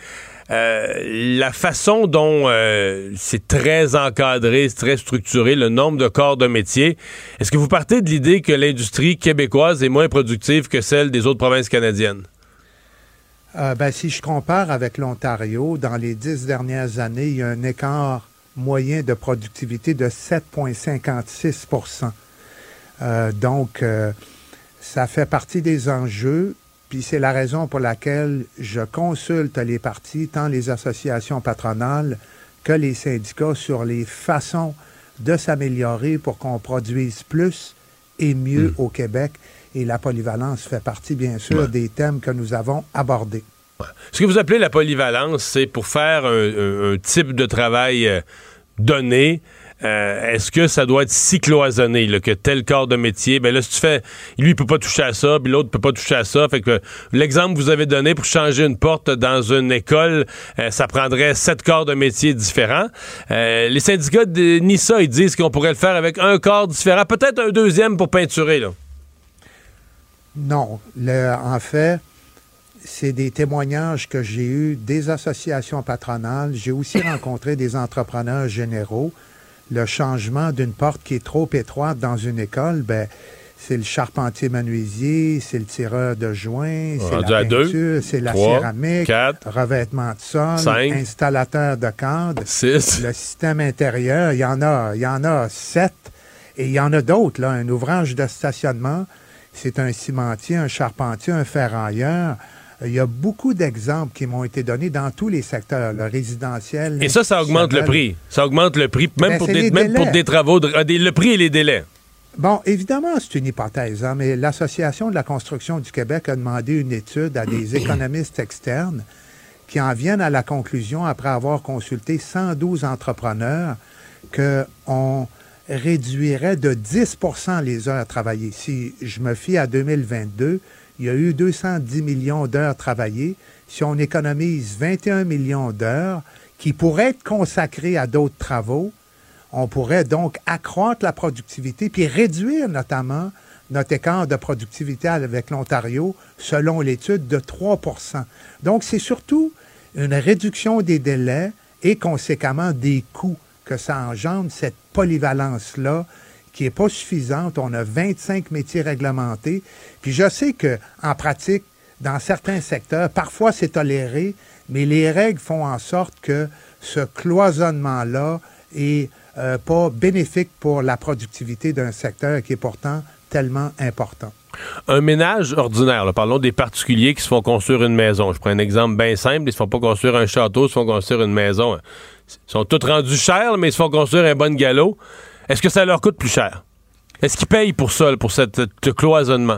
D: La façon dont c'est très encadré, c'est très structuré, le nombre de corps de métier, est-ce que vous partez de l'idée que l'industrie québécoise est moins productive que celle des autres provinces canadiennes?
L: Si je compare avec l'Ontario, dans les 10 dernières années, il y a un écart moyen de productivité de 7,56 %. Donc, ça fait partie des enjeux. Puis c'est la raison pour laquelle je consulte les partis, tant les associations patronales que les syndicats, sur les façons de s'améliorer pour qu'on produise plus et mieux au Québec. Et la polyvalence fait partie, bien sûr, des thèmes que nous avons abordés.
D: Ouais. Ce que vous appelez la polyvalence, c'est pour faire un type de travail donné. Est-ce que ça doit être si cloisonné, là, que tel corps de métier, ben là, si tu fais, lui, il peut pas toucher à ça, puis l'autre peut pas toucher à ça. Fait que l'exemple que vous avez donné pour changer une porte dans une école, ça prendrait 7 corps de métier différents. Les syndicats nient ça, ils disent qu'on pourrait le faire avec un corps différent, peut-être un deuxième pour peinturer, là.
L: Non. En fait, c'est des témoignages que j'ai eus des associations patronales. J'ai aussi rencontré des entrepreneurs généraux. Le changement d'une porte qui est trop étroite dans une école, ben, c'est le charpentier menuisier, c'est le tireur de joints, c'est la peinture, c'est la céramique,
D: 4,
L: revêtement de sol,
D: 5,
L: installateur de cadre,
D: 6.
L: Le système intérieur, il y en a 7. Et il y en a d'autres, là. Un ouvrage de stationnement, c'est un cimentier, un charpentier, un ferrailleur. Il y a beaucoup d'exemples qui m'ont été donnés dans tous les secteurs, le résidentiel.
D: Et ça augmente le prix. Ça augmente le prix, même pour des travaux, le prix et les délais.
L: Bon, évidemment, c'est une hypothèse, hein, mais l'Association de la construction du Québec a demandé une étude à des économistes externes qui en viennent à la conclusion, après avoir consulté 112 entrepreneurs, qu'on réduirait de 10 % les heures travaillées. Si je me fie à 2022, il y a eu 210 millions d'heures travaillées. Si on économise 21 millions d'heures qui pourraient être consacrées à d'autres travaux, on pourrait donc accroître la productivité puis réduire notamment notre écart de productivité avec l'Ontario, selon l'étude, de 3 %. Donc, c'est surtout une réduction des délais et conséquemment des coûts que ça engendre, cette polyvalence-là, qui n'est pas suffisante. On a 25 métiers réglementés. Puis je sais qu'en pratique, dans certains secteurs, parfois c'est toléré, mais les règles font en sorte que ce cloisonnement-là est pas bénéfique pour la productivité d'un secteur qui est pourtant tellement important.
D: Un ménage ordinaire, là, parlons des particuliers qui se font construire une maison. Je prends un exemple bien simple, ils ne se font pas construire un château, ils se font construire une maison. Ils sont tous rendus chers, mais ils se font construire un bon galop. Est-ce que ça leur coûte plus cher? Est-ce qu'ils payent pour ça, pour ce cloisonnement?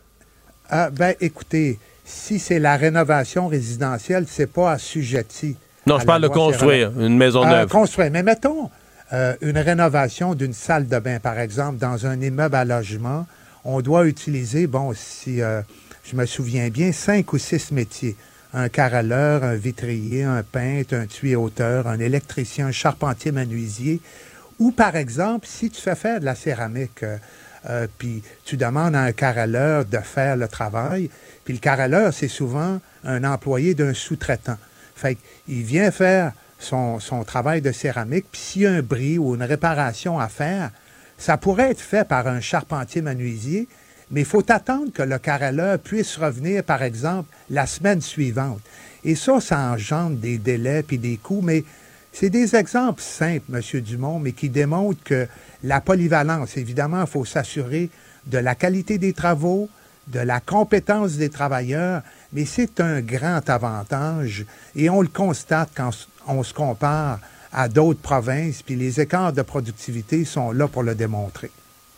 L: Écoutez, si c'est la rénovation résidentielle, c'est pas assujetti.
D: Non, je parle de construire une maison neuve.
L: Construire, mais mettons une rénovation d'une salle de bain, par exemple, dans un immeuble à logement, on doit utiliser, si je me souviens bien, 5 ou 6 métiers. Un carreleur, un vitrier, un peintre, un tuyauteur, un électricien, un charpentier menuisier. Ou, par exemple, si tu fais faire de la céramique, puis tu demandes à un carreleur de faire le travail, puis le carreleur, c'est souvent un employé d'un sous-traitant. Fait qu'il vient faire son travail de céramique, puis s'il y a un bris ou une réparation à faire, ça pourrait être fait par un charpentier menuisier, mais il faut attendre que le carreleur puisse revenir, par exemple, la semaine suivante. Et ça engendre des délais puis des coûts, mais c'est des exemples simples, M. Dumont, mais qui démontrent que la polyvalence, évidemment, il faut s'assurer de la qualité des travaux, de la compétence des travailleurs, mais c'est un grand avantage et on le constate quand on se compare à d'autres provinces, puis les écarts de productivité sont là pour le démontrer.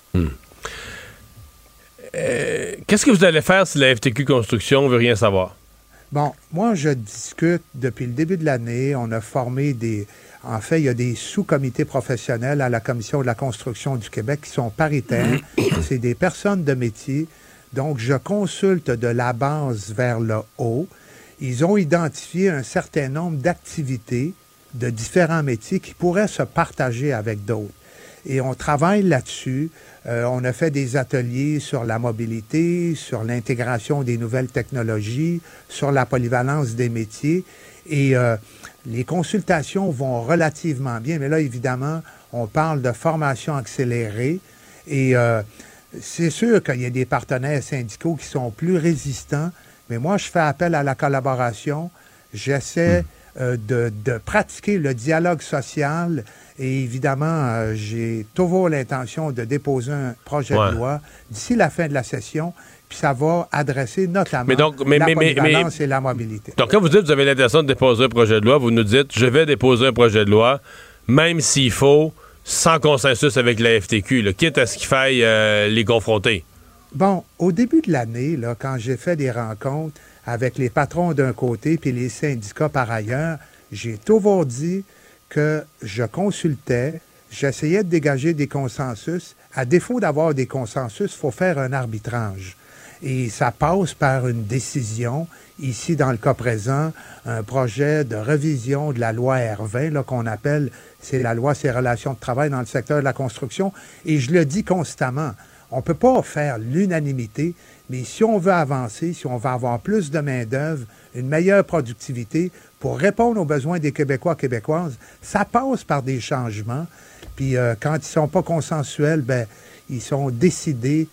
D: Qu'est-ce que vous allez faire si la FTQ Construction veut rien savoir?
L: Bon, moi, je discute depuis le début de l'année. On a formé En fait, il y a des sous-comités professionnels à la Commission de la construction du Québec qui sont paritaires. C'est des personnes de métier. Donc, je consulte de la base vers le haut. Ils ont identifié un certain nombre d'activités de différents métiers qui pourraient se partager avec d'autres. Et on travaille là-dessus. On a fait des ateliers sur la mobilité, sur l'intégration des nouvelles technologies, sur la polyvalence des métiers. Et les consultations vont relativement bien. Mais là, évidemment, on parle de formation accélérée. Et c'est sûr qu'il y a des partenaires syndicaux qui sont plus résistants. Mais moi, je fais appel à la collaboration. J'essaie de pratiquer le dialogue social. Et évidemment, j'ai toujours l'intention de déposer un projet de loi d'ici la fin de la session, puis ça va adresser notamment la polyvalence et la mobilité.
D: Donc, quand vous dites que vous avez l'intention de déposer un projet de loi, vous nous dites « je vais déposer un projet de loi, même s'il faut, sans consensus avec la FTQ, là, quitte à ce qu'il faille les confronter ».
L: Bon, au début de l'année, là, quand j'ai fait des rencontres avec les patrons d'un côté puis les syndicats par ailleurs, j'ai toujours dit que je consultais, j'essayais de dégager des consensus. À défaut d'avoir des consensus, il faut faire un arbitrage. Et ça passe par une décision, ici dans le cas présent, un projet de révision de la loi R20, là, qu'on appelle, c'est la loi sur les relations de travail dans le secteur de la construction. Et je le dis constamment, on ne peut pas faire l'unanimité, mais si on veut avancer, si on veut avoir plus de main-d'œuvre, une meilleure productivité pour répondre aux besoins des Québécois, Québécoises, ça passe par des changements. Puis quand ils ne sont pas consensuels, ben, ils sont décidés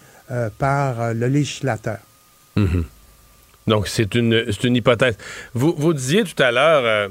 L: par le législateur.
D: Mm-hmm. Donc, c'est une hypothèse. Vous disiez tout à l'heure,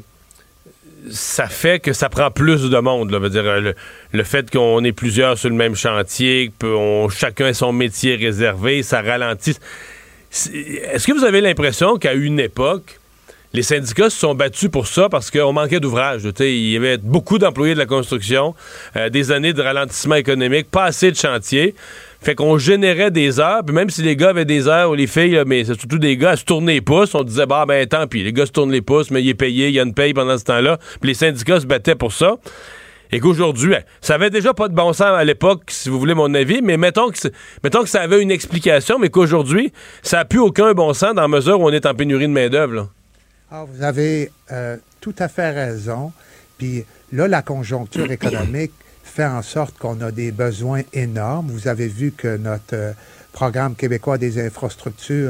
D: ça fait que ça prend plus de monde. Là. Veut dire, le fait qu'on ait plusieurs sur le même chantier, que chacun ait son métier réservé, ça ralentit. Est-ce que vous avez l'impression qu'à une époque, les syndicats se sont battus pour ça parce qu'on manquait d'ouvrage. Il y avait beaucoup d'employés de la construction, des années de ralentissement économique, pas assez de chantier. Fait qu'on générait des heures, puis même si les gars avaient des heures ou les filles, là, mais c'est surtout des gars à se tourner les pouces, on disait, tant pis, les gars se tournent les pouces, mais il est payé, il y a une paye pendant ce temps-là. Puis les syndicats se battaient pour ça. Et qu'aujourd'hui, ça avait déjà pas de bon sens à l'époque, si vous voulez mon avis, mais mettons que ça avait une explication, mais qu'aujourd'hui, ça n'a plus aucun bon sens dans la mesure où on est en pénurie de main-d'œuvre, là.
L: Ah, vous avez tout à fait raison. Puis là, la conjoncture économique fait en sorte qu'on a des besoins énormes. Vous avez vu que notre programme québécois des infrastructures,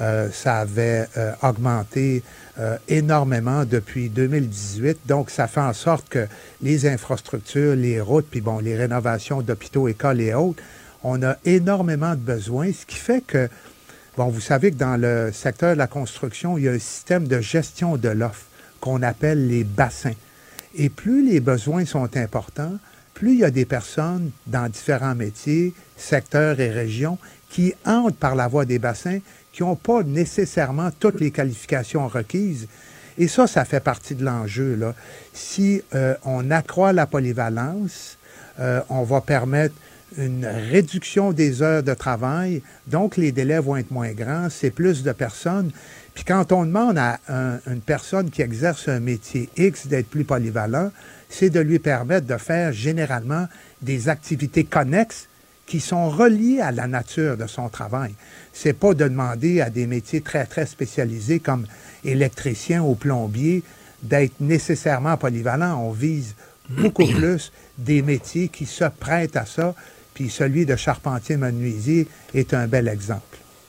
L: ça avait augmenté énormément depuis 2018. Donc, ça fait en sorte que les infrastructures, les routes, puis bon, les rénovations d'hôpitaux, écoles et autres, on a énormément de besoins, ce qui fait que, bon, vous savez que dans le secteur de la construction, il y a un système de gestion de l'offre qu'on appelle les bassins. Et plus les besoins sont importants, plus il y a des personnes dans différents métiers, secteurs et régions qui entrent par la voie des bassins, qui n'ont pas nécessairement toutes les qualifications requises. Et ça fait partie de l'enjeu, là. Si on accroît la polyvalence, on va permettre une réduction des heures de travail, donc les délais vont être moins grands, c'est plus de personnes. Puis quand on demande à une personne qui exerce un métier X d'être plus polyvalent, c'est de lui permettre de faire généralement des activités connexes qui sont reliées à la nature de son travail. C'est pas de demander à des métiers très, très spécialisés comme électricien ou plombier d'être nécessairement polyvalents. On vise beaucoup plus des métiers qui se prêtent à ça, puis celui de charpentier-menuisier est un bel exemple.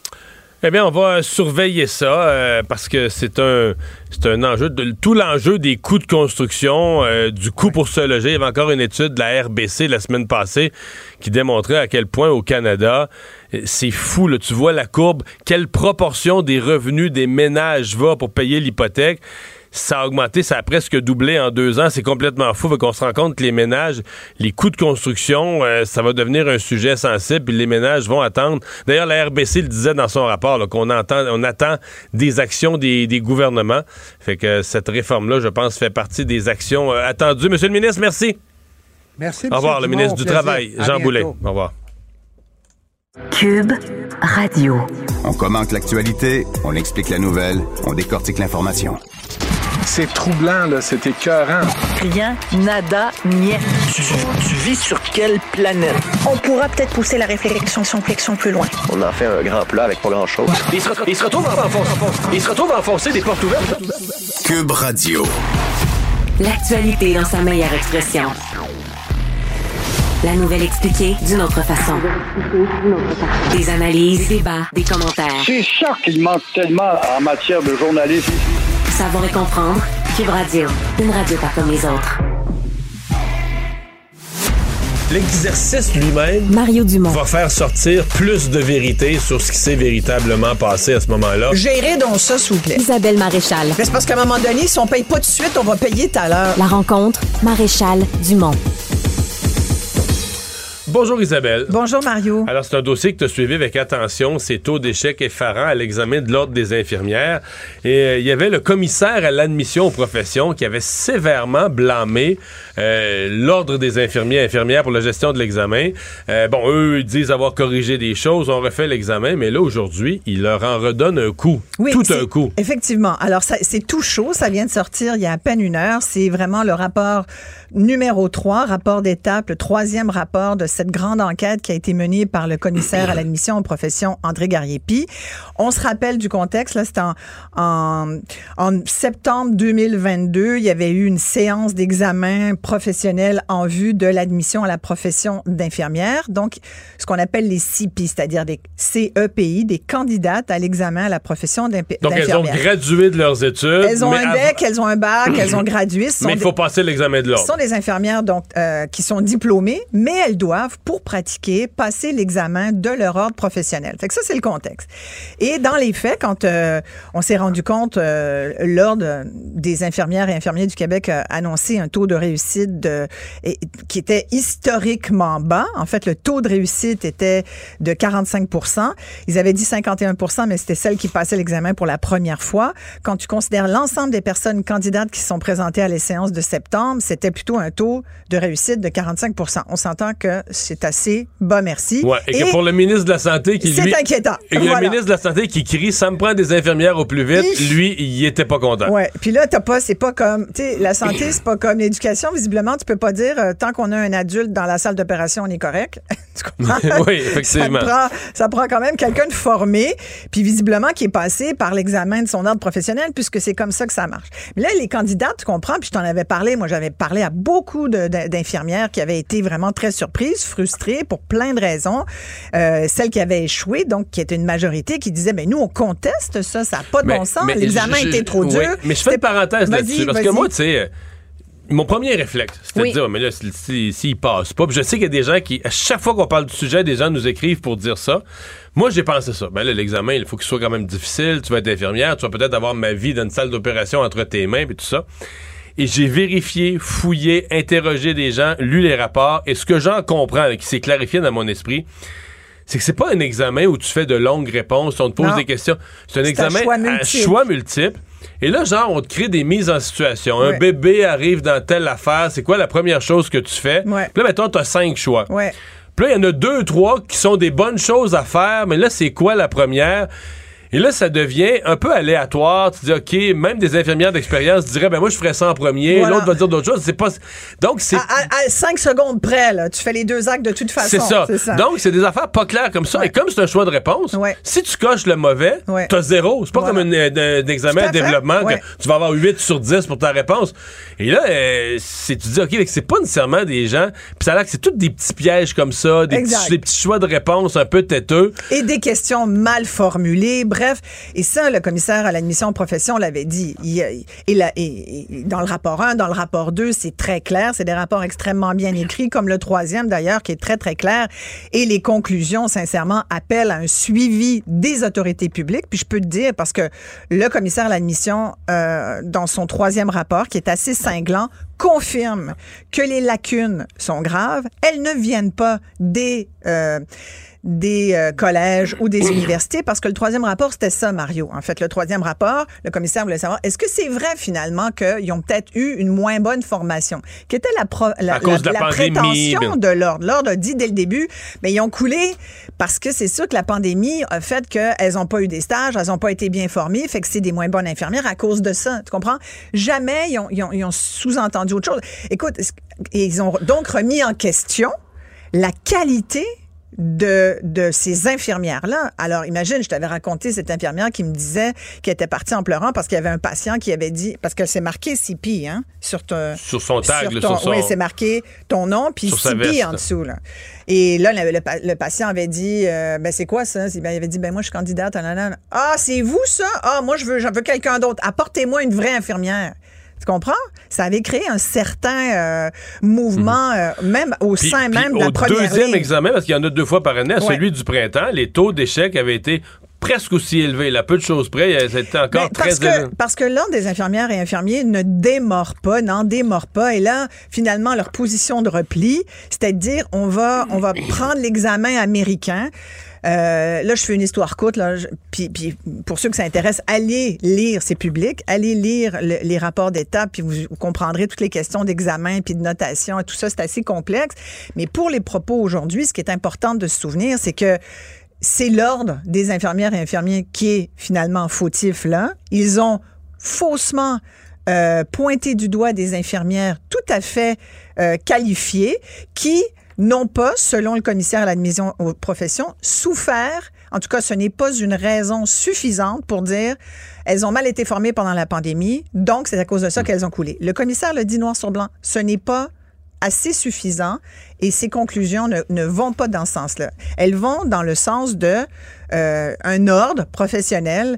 D: Eh bien, on va surveiller ça parce que c'est un enjeu, tout l'enjeu des coûts de construction, du coût pour se loger. Il y avait encore une étude de la RBC la semaine passée qui démontrait à quel point au Canada, c'est fou, là, tu vois la courbe, quelle proportion des revenus des ménages va pour payer l'hypothèque. Ça a augmenté, ça a presque doublé en 2 ans. C'est complètement fou. Fait qu'on se rend compte que les ménages, les coûts de construction, ça va devenir un sujet sensible. Puis les ménages vont attendre. D'ailleurs, la RBC le disait dans son rapport, là, on attend des actions des gouvernements. Fait que cette réforme-là, je pense, fait partie des actions attendues. Monsieur le ministre, merci.
L: Merci.
D: Au revoir, le ministre du Travail, Jean Boulet. Au revoir.
M: Cube Radio.
N: On commente l'actualité, on explique la nouvelle, on décortique l'information.
O: C'est troublant, là, c'est écœurant.
P: Rien, nada, niet.
Q: Tu vis sur quelle planète?
P: On pourra peut-être pousser la réflexion plus loin.
Q: On en fait un grand plat avec pas grand-chose.
R: Il se retrouve à enfoncer des portes ouvertes.
N: Cube Radio.
C: L'actualité dans sa meilleure expression. La nouvelle expliquée d'une autre façon. Des analyses, des débats, des commentaires.
S: C'est ça qu'il manque tellement en matière de journalisme.
C: Savoir et comprendre. Cube Radio. Une radio pas comme les autres.
D: L'exercice lui-même
B: Mario Dumont
D: va faire sortir plus de vérité sur ce qui s'est véritablement passé à ce moment-là.
T: Gérez donc ça, s'il vous plaît.
B: Isabelle Maréchal.
T: Mais c'est parce qu'à un moment donné, si on paye pas tout de suite, on va payer tout à l'heure.
B: La rencontre, Maréchal Dumont.
D: Bonjour Isabelle.
T: Bonjour Mario.
D: Alors c'est un dossier que tu as suivi avec attention, ces taux d'échec effarants à l'examen de l'Ordre des infirmières. Et il y avait le commissaire à l'admission aux professions qui avait sévèrement blâmé l'Ordre des infirmiers et infirmières pour la gestion de l'examen. Eux, ils disent avoir corrigé des choses, on refait l'examen, mais là aujourd'hui, il leur en redonne un coup.
T: Oui,
D: tout un coup.
T: Effectivement. Alors c'est tout chaud, ça vient de sortir il y a à peine 1 heure. C'est vraiment le rapport numéro 3, rapport d'étape, le 3e rapport de cette grande enquête qui a été menée par le commissaire à l'admission aux professions, André Gariepi. On se rappelle du contexte, là, c'était en septembre 2022, il y avait eu une séance d'examen professionnel en vue de l'admission à la profession d'infirmière, donc ce qu'on appelle les CEPI, c'est-à-dire des CEPI, des candidates à l'examen à la profession d'infirmière.
D: Donc elles ont gradué de leurs études.
T: Elles ont un DEC, elles ont un bac, elles ont gradué.
D: Mais il faut passer l'examen de l'Ordre.
T: Ce sont des infirmières donc qui sont diplômées, mais elles doivent doivent, pour pratiquer, passer l'examen de leur ordre professionnel. Fait que ça, c'est le contexte. Et dans les faits, quand on s'est rendu compte, l'Ordre des infirmières et infirmiers du Québec a annoncé un taux de réussite qui était historiquement bas. En fait, le taux de réussite était de 45 %. Ils avaient dit 51 %, mais c'était celle qui passait l'examen pour la première fois. Quand tu considères l'ensemble des personnes candidates qui se sont présentées à les séances de septembre, c'était plutôt un taux de réussite de 45 %. On s'entend que c'est assez bas, merci.
D: Ouais, et que pour le ministre de la Santé qui
T: c'est inquiétant.
D: Et le ministre de la Santé qui crie « ça me prend des infirmières au plus vite », lui, il était pas content.
T: Ouais, puis là, c'est pas comme, tu sais, la santé, c'est pas comme l'éducation. Visiblement, tu peux pas dire tant qu'on a un adulte dans la salle d'opération, on est correct. Tu comprends?
D: Oui, effectivement.
T: Ça prend quand même quelqu'un de formé, puis visiblement qui est passé par l'examen de son ordre professionnel, puisque c'est comme ça que ça marche. Mais là, les candidats, tu comprends, puis je t'en avais parlé, moi j'avais parlé à beaucoup d'infirmières qui avaient été vraiment très surprises, frustrées pour plein de raisons. Celles qui avaient échoué, donc qui était une majorité, qui disaient, nous, on conteste ça, ça n'a pas de bon sens, l'examen était trop dur.
D: Oui, mais je fais une parenthèse là-dessus, parce que moi, tu sais... Mon premier réflexe, c'était de dire, mais là, s'il passe pas, puis je sais qu'il y a des gens qui, à chaque fois qu'on parle du sujet, des gens nous écrivent pour dire ça. Moi, j'ai pensé ça. Ben là, l'examen, il faut qu'il soit quand même difficile. Tu vas être infirmière, tu vas peut-être avoir ma vie dans une salle d'opération entre tes mains, et tout ça. Et j'ai vérifié, fouillé, interrogé des gens, lu les rapports, et ce que j'en comprends, qui s'est clarifié dans mon esprit, c'est que c'est pas un examen où tu fais de longues réponses, on te pose des questions. C'est un examen à choix multiples. Et là, genre, on te crée des mises en situation. Un bébé arrive dans telle affaire, c'est quoi la première chose que tu fais? Puis là, mettons, t'as 5 choix. Puis là, il y en a 2, 3 qui sont des bonnes choses à faire, mais là, c'est quoi la première? Et là, ça devient un peu aléatoire. Tu dis, OK, même des infirmières d'expérience diraient, moi, je ferais ça en premier. Voilà. L'autre va dire d'autres choses. C'est pas... Donc, c'est...
T: À 5 secondes près, là, tu fais les 2 actes de toute façon.
D: C'est ça. Donc, c'est des affaires pas claires comme ça. Et comme c'est un choix de réponse, si tu coches le mauvais, t'as 0. C'est pas comme un examen de développement que tu vas avoir 8 sur 10 pour ta réponse. Et là, tu dis, OK, c'est pas nécessairement des gens... Puis ça a l'air que c'est tous des petits pièges comme ça, des petits choix de réponse un peu têteux.
T: Et des questions mal formulées. Bref, et ça, le commissaire à l'admission aux professions l'avait dit. Et dans le rapport 1, dans le rapport 2, c'est très clair. C'est des rapports extrêmement bien écrits, comme le 3e d'ailleurs, qui est très, très clair. Et les conclusions, sincèrement, appellent à un suivi des autorités publiques. Puis je peux te dire, parce que le commissaire à l'admission, dans son 3e rapport, qui est assez cinglant, confirme que les lacunes sont graves. Elles ne viennent pas des collèges ou des universités, parce que le 3e rapport, c'était ça, Mario. En fait, le 3e rapport, le commissaire voulait savoir, est-ce que c'est vrai, finalement, qu'ils ont peut-être eu une moins bonne formation? Qui était la prétention de l'Ordre. L'Ordre a dit dès le début, mais ils ont coulé parce que c'est sûr que la pandémie a fait qu'elles n'ont pas eu des stages, elles n'ont pas été bien formées, fait que c'est des moins bonnes infirmières à cause de ça. Tu comprends? Jamais ils ont sous-entendu autre chose. Écoute, ils ont donc remis en question la qualité de ces infirmières-là. Alors, imagine, je t'avais raconté cette infirmière qui me disait qu'elle était partie en pleurant parce qu'il y avait un patient qui avait dit, parce qu'elle s'est marqué CP, sur
D: son tag,
T: oui, c'est marqué ton nom, puis CP en dessous, là. Et là, le patient avait dit, c'est quoi ça? Il avait dit, moi, je suis candidate. Ah, c'est vous, ça? Ah, moi, j'en veux quelqu'un d'autre. Apportez-moi une vraie infirmière. Tu comprends? Ça avait créé un certain mouvement, même au sein même de la première ligne. Au
D: deuxième examen, parce qu'il y en a 2 fois par année, à celui du printemps, les taux d'échec avaient été presque aussi élevés. Là, peu de choses près, c'était encore très élevé.
T: Parce que l'Ordre des infirmières et infirmiers n'en démord pas. Et là, finalement, leur position de repli, c'était de dire, on va prendre l'examen américain. Là, je fais une histoire courte, là. Puis pour ceux que ça intéresse, allez lire, c'est public, allez lire les rapports d'étape, puis vous comprendrez toutes les questions d'examen, puis de notation, et tout ça, c'est assez complexe. Mais pour les propos aujourd'hui, ce qui est important de se souvenir, c'est que c'est l'Ordre des infirmières et infirmiers qui est finalement fautif là. Ils ont faussement pointé du doigt des infirmières tout à fait qualifiées qui n'ont pas, selon le commissaire à l'admission aux professions, souffert. En tout cas, ce n'est pas une raison suffisante pour dire elles ont mal été formées pendant la pandémie, donc c'est à cause de ça qu'elles ont coulé. Le commissaire le dit noir sur blanc. Ce n'est pas assez suffisant et ces conclusions ne vont pas dans ce sens-là. Elles vont dans le sens de un ordre professionnel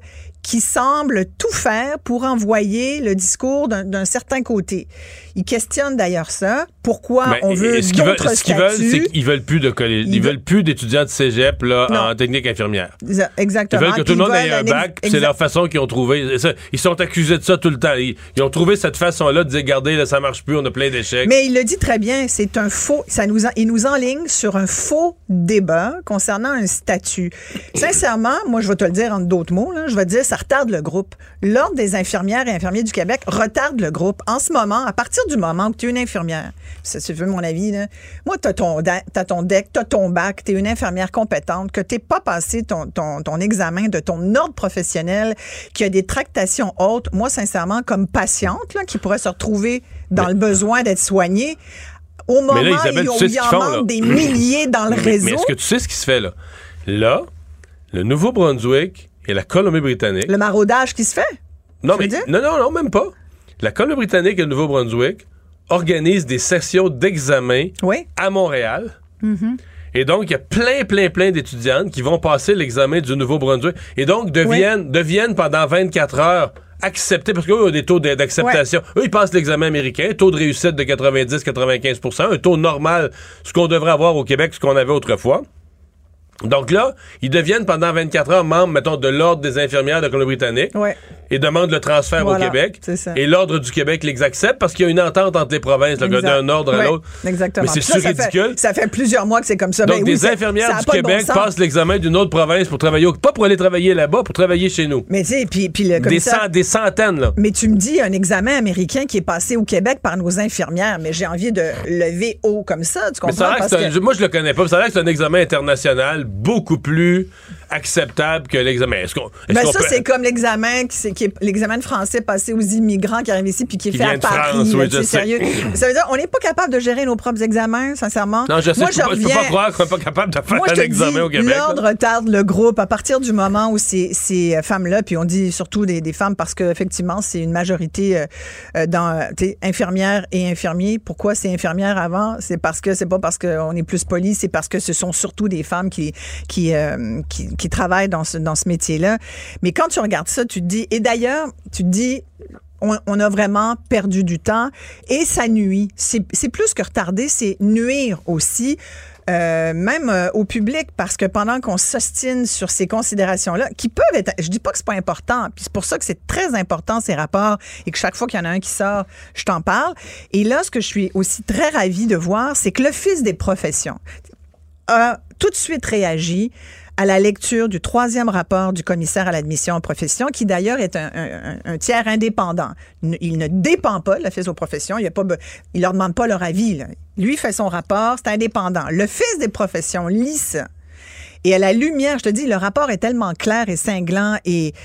T: qui semble tout faire pour envoyer le discours d'un certain côté. Ils questionnent d'ailleurs ça. Pourquoi on veut d'autres statuts?
D: Ce qu'ils veulent, c'est qu'ils veulent plus de collège. Ils veulent plus d'étudiants de cégep là, en technique infirmière.
T: Exactement.
D: Ils veulent que tout le monde ait un bac, c'est leur façon qu'ils ont trouvé. Ils sont accusés de ça tout le temps. Ils ont trouvé cette façon-là de dire, regardez, là, ça marche plus, on a plein d'échecs.
T: Mais il le dit très bien, c'est un faux... il nous enligne sur un faux débat concernant un statut. Sincèrement, moi, je vais te le dire en d'autres mots, là, je vais te dire, ça retarde le groupe. L'Ordre des infirmières et infirmiers du Québec retarde le groupe. En ce moment, à partir du moment où tu es une infirmière, si tu veux mon avis, là, moi, t'as ton DEC, t'as ton bac, t'es une infirmière compétente, que t'es pas passé ton examen de ton ordre professionnel, qui a des tractations hautes. Moi, sincèrement, comme patiente, là, qui pourrait se retrouver dans le besoin d'être soignée, au moment
D: là, Isabelle,
T: où il y en manque des milliers dans le réseau.
D: Mais est-ce que tu sais ce qui se fait là? Là, le Nouveau-Brunswick et la Colombie-Britannique...
T: Le maraudage qui se fait?
D: Non, même pas. La Colombie-Britannique et le Nouveau-Brunswick organisent des sessions d'examen à Montréal.
T: Mm-hmm.
D: Et donc, il y a plein d'étudiantes qui vont passer l'examen du Nouveau-Brunswick et donc deviennent pendant 24 heures acceptés, parce qu'eux ont des taux d'acceptation. Eux, ils passent l'examen américain, taux de réussite de 90-95%, un taux normal, ce qu'on devrait avoir au Québec, ce qu'on avait autrefois. Donc là, ils deviennent pendant 24 heures membres, mettons, de l'Ordre des infirmières de Colombie-Britannique et demandent le transfert au Québec. Et l'Ordre du Québec les accepte parce qu'il y a une entente entre les provinces, d'un ordre à l'autre.
T: Exactement.
D: Mais c'est ridicule.
T: Ça fait plusieurs mois que c'est comme ça.
D: Donc, des infirmières du Québec passent l'examen d'une autre province pour travailler, pas pour aller travailler là-bas, pour travailler chez nous.
T: Mais tu sais, puis le commissaire...
D: Des centaines, là.
T: Mais tu me dis un examen américain qui est passé au Québec par nos infirmières, mais j'ai envie de lever haut comme ça, tu comprends?
D: Moi, je le connais pas. Ça a l'air que c'est un examen international beaucoup plus acceptable que l'examen.
T: C'est comme l'examen qui est l'examen de français passé aux immigrants qui arrivent ici puis qui est fait à Paris. C'est sérieux. Ça veut dire on n'est pas capable de gérer nos propres examens, sincèrement.
D: Non, je peux pas croire qu'on n'est pas capable de faire un examen au Québec.
T: L'ordre retarde le groupe à partir du moment où ces femmes-là, puis on dit surtout des femmes parce qu'effectivement, c'est une majorité infirmières et infirmiers. Pourquoi c'est infirmières avant? C'est pas parce qu'on est plus poli, c'est parce que ce sont surtout des femmes qui travaillent dans ce métier-là. Mais quand tu regardes ça, tu te dis, et d'ailleurs, on a vraiment perdu du temps et ça nuit. C'est plus que retarder, c'est nuire aussi. Même au public, parce que pendant qu'on s'ostine sur ces considérations-là, qui peuvent être... Je dis pas que c'est pas important, puis c'est pour ça que c'est très important, ces rapports, et que chaque fois qu'il y en a un qui sort, je t'en parle. Et là, ce que je suis aussi très ravie de voir, c'est que l'Office des professions a tout de suite réagi à la lecture du 3e rapport du commissaire à l'admission en profession, qui d'ailleurs est un tiers indépendant. Il ne dépend pas de l'Office aux professions, il leur demande pas leur avis, là. Lui fait son rapport, c'est indépendant. L'Office des professions lit ça. Et à la lumière, je te dis, le rapport est tellement clair et cinglant et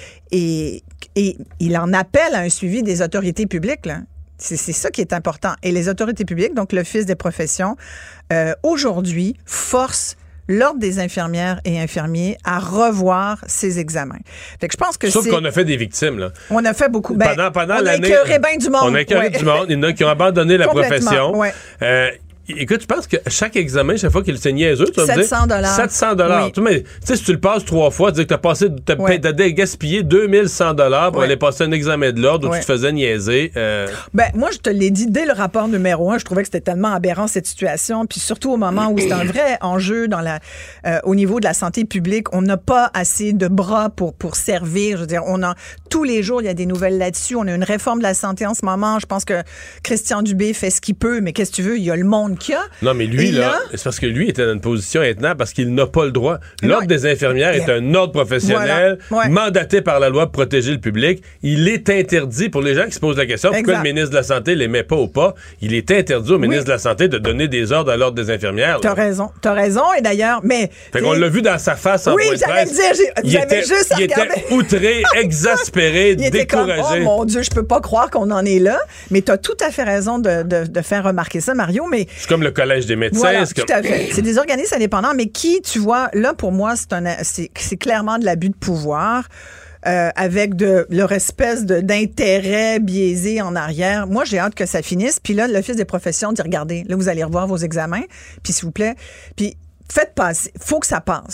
T: il en appelle à un suivi des autorités publiques, là. C'est ça qui est important. Et les autorités publiques, donc l'Office des professions, aujourd'hui, force l'Ordre des infirmières et infirmiers à revoir ces examens. Fait que je pense que
D: sauf qu'on a fait des victimes, là.
T: On a fait beaucoup.
D: Pendant
T: on
D: l'année,
T: a écœuré bien du monde.
D: On a écœuré du monde. Il y en a qui ont abandonné la profession.
T: Ouais.
D: Écoute, je pense que chaque examen, chaque fois qu'il c'est niaiseux, tu vas me dire... $700.
T: Oui.
D: Tu sais, si tu le passes 3 fois, tu dis que t'as gaspillé $2100 pour aller passer un examen de l'ordre où tu te faisais niaiser.
T: Moi, je te l'ai dit dès le rapport numéro 1, je trouvais que c'était tellement aberrant cette situation, puis surtout au moment où c'est un vrai enjeu au niveau de la santé publique, on n'a pas assez de bras pour servir. Je veux dire, tous les jours, il y a des nouvelles là-dessus. On a une réforme de la santé en ce moment. Je pense que Christian Dubé fait ce qu'il peut, mais qu'est-ce que tu veux? Il y a le monde qu'il y a.
D: Non, mais lui, c'est parce que lui était dans une position intenable parce qu'il n'a pas le droit. L'Ordre des infirmières est un ordre professionnel mandaté par la loi pour protéger le public. Il est interdit, pour les gens qui se posent la question, pourquoi le ministre de la Santé les met pas au pas, il est interdit au ministre de la Santé de donner des ordres à l'Ordre des infirmières.
T: T'as raison, et d'ailleurs, mais...
D: Fait qu'on l'a vu dans sa face en point de presse.
T: Il
D: était outré, exaspéré, découragé.
T: Comme, oh mon Dieu, je peux pas croire qu'on en est là, mais t'as tout à fait raison de faire remarquer ça, Mario, mais...
D: C'est comme le Collège des médecins.
T: Voilà, tout à fait. C'est des organismes indépendants, mais qui, tu vois, là, pour moi, c'est clairement de l'abus de pouvoir. Avec leur espèce d'intérêt biaisé en arrière. Moi, j'ai hâte que ça finisse. Puis là, l'Office des professions dit, regardez, là, vous allez revoir vos examens, puis s'il vous plaît, puis faites passer. Faut que ça passe.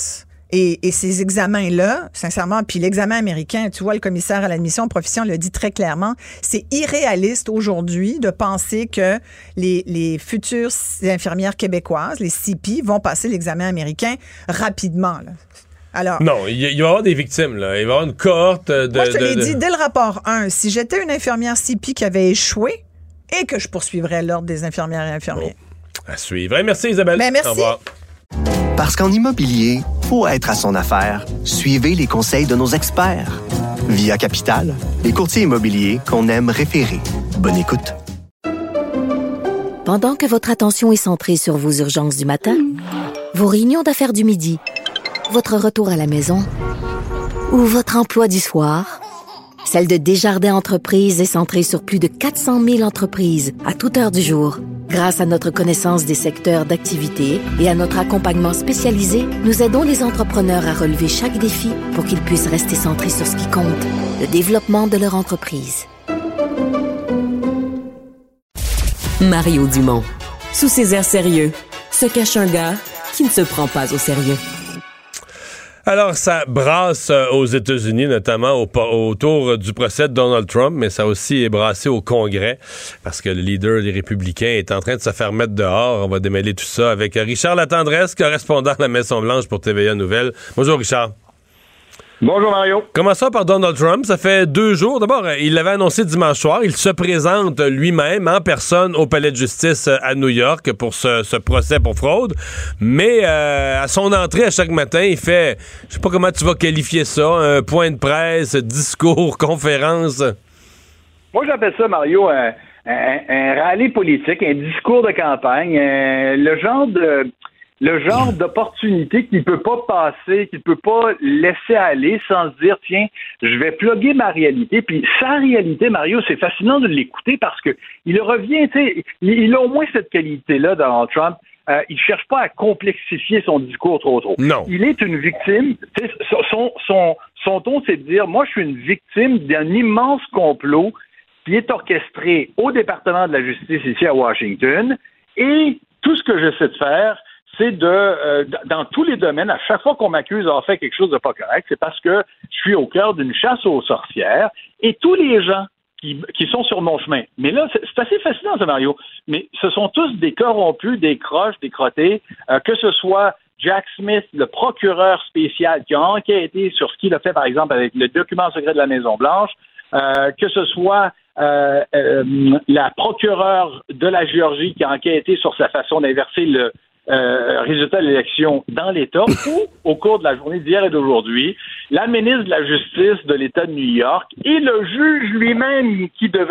T: Et ces examens-là, sincèrement, puis l'examen américain, tu vois, le commissaire à l'admission profession le dit très clairement, c'est irréaliste aujourd'hui de penser que les futures infirmières québécoises, les CP, vont passer l'examen américain rapidement, là. Alors,
D: non, il va y avoir des victimes, là. Il va y avoir une cohorte de...
T: Moi, je te l'ai dit dès le rapport 1, si j'étais une infirmière CP qui avait échoué et que je poursuivrais l'ordre des infirmières et infirmiers.
D: Bon, à suivre. Merci, Isabelle.
T: Ben, merci.
D: Au revoir.
A: Parce qu'en immobilier, faut être à son affaire. Suivez les conseils de nos experts. Via Capital, les courtiers immobiliers qu'on aime référer. Bonne écoute.
B: Pendant que votre attention est centrée sur vos urgences du matin, vos réunions d'affaires du midi, votre retour à la maison ou votre emploi du soir, celle de Desjardins Entreprises est centrée sur plus de 400 000 entreprises à toute heure du jour. Grâce à notre connaissance des secteurs d'activité et à notre accompagnement spécialisé, nous aidons les entrepreneurs à relever chaque défi pour qu'ils puissent rester centrés sur ce qui compte, le développement de leur entreprise.
C: Mario Dumont. Sous ses airs sérieux, se cache un gars qui ne se prend pas au sérieux.
D: Alors, ça brasse aux États-Unis, notamment autour du procès de Donald Trump, mais ça a aussi brassé au Congrès, parce que le leader des Républicains est en train de se faire mettre dehors. On va démêler tout ça avec Richard Latendresse, correspondant à la Maison-Blanche pour TVA Nouvelles. Bonjour, Richard.
U: Bonjour, Mario.
D: Commençons par Donald Trump. Ça fait 2 jours. D'abord, il l'avait annoncé dimanche soir. Il se présente lui-même en personne au palais de justice à New York pour ce procès pour fraude. Mais à son entrée à chaque matin, il fait, je sais pas comment tu vas qualifier ça, un point de presse, discours, conférence.
U: Moi, j'appelle ça, Mario, un rallye politique, un discours de campagne, le genre d'opportunité qu'il peut pas passer, qu'il peut pas laisser aller sans se dire, tiens, je vais plugger ma réalité. Puis sa réalité, Mario, c'est fascinant de l'écouter parce que il revient, tu sais, il a au moins cette qualité-là, Donald Trump. Il cherche pas à complexifier son discours trop.
D: Non.
U: Il est une victime. Son ton, c'est de dire, moi, je suis une victime d'un immense complot qui est orchestré au département de la justice ici à Washington. Et tout ce que j'essaie de faire, c'est dans tous les domaines, à chaque fois qu'on m'accuse d'avoir fait quelque chose de pas correct, c'est parce que je suis au cœur d'une chasse aux sorcières et tous les gens qui sont sur mon chemin. Mais là, c'est assez fascinant, ça, Mario. Mais ce sont tous des corrompus, des croches, des crottés, que ce soit Jack Smith, le procureur spécial qui a enquêté sur ce qu'il a fait, par exemple, avec le document secret de la Maison-Blanche, que ce soit la procureure de la Géorgie qui a enquêté sur sa façon d'inverser le résultat de l'élection dans l'État, ou au cours de la journée d'hier et d'aujourd'hui, la ministre de la Justice de l'État de New York et le juge lui-même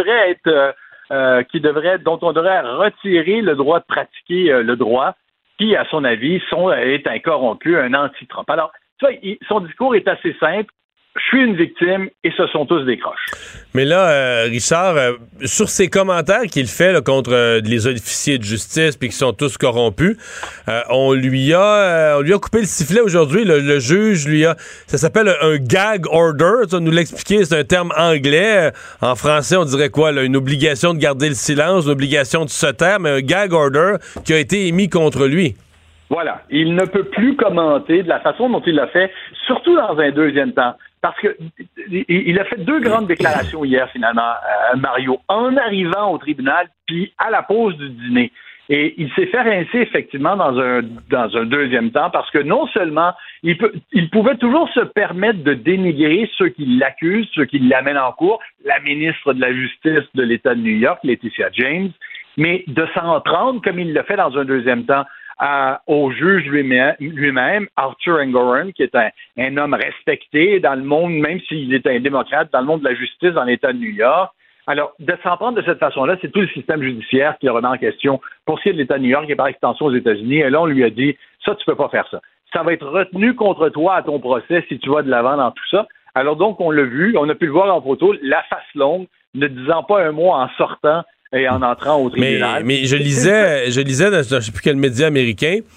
U: dont on devrait retirer le droit de pratiquer le droit, qui, à son avis, est un corrompu, un anti-Trump. Alors, tu vois, son discours est assez simple. Je suis une victime et ce sont tous des croches.
D: Mais là, Richard, sur ces commentaires qu'il fait là, contre les officiers de justice puis qui sont tous corrompus, on lui a coupé le sifflet aujourd'hui. Le juge ça s'appelle un gag order. Tu vas nous l'expliquer, c'est un terme anglais. En français, on dirait quoi? Là, une obligation de garder le silence, une obligation de se taire, mais un gag order qui a été émis contre lui.
U: Voilà. Il ne peut plus commenter de la façon dont il l'a fait, surtout dans un deuxième temps. Parce que il a fait 2 grandes déclarations hier, finalement, Mario, en arrivant au tribunal, puis à la pause du dîner. Et il s'est fait rincer, effectivement, dans un deuxième temps, parce que non seulement il pouvait toujours se permettre de dénigrer ceux qui l'accusent, ceux qui l'amènent en cours, la ministre de la Justice de l'État de New York, Laetitia James, mais de s'en prendre, comme il l'a fait dans un deuxième temps, au juge lui-même, Arthur Engoron, qui est un homme respecté dans le monde, même s'il est un démocrate, dans le monde de la justice dans l'État de New York. Alors, de s'en prendre de cette façon-là, c'est tout le système judiciaire qui le remet en question pour ce qui est de l'État de New York et par extension aux États-Unis. Et là, on lui a dit, ça, tu peux pas faire ça. Ça va être retenu contre toi à ton procès si tu vas de l'avant dans tout ça. Alors donc, on l'a vu, on a pu le voir en photo, la face longue, ne disant pas un mot en sortant et en entrant au tribunal.
D: Mais je lisais dans je ne sais plus quel média américain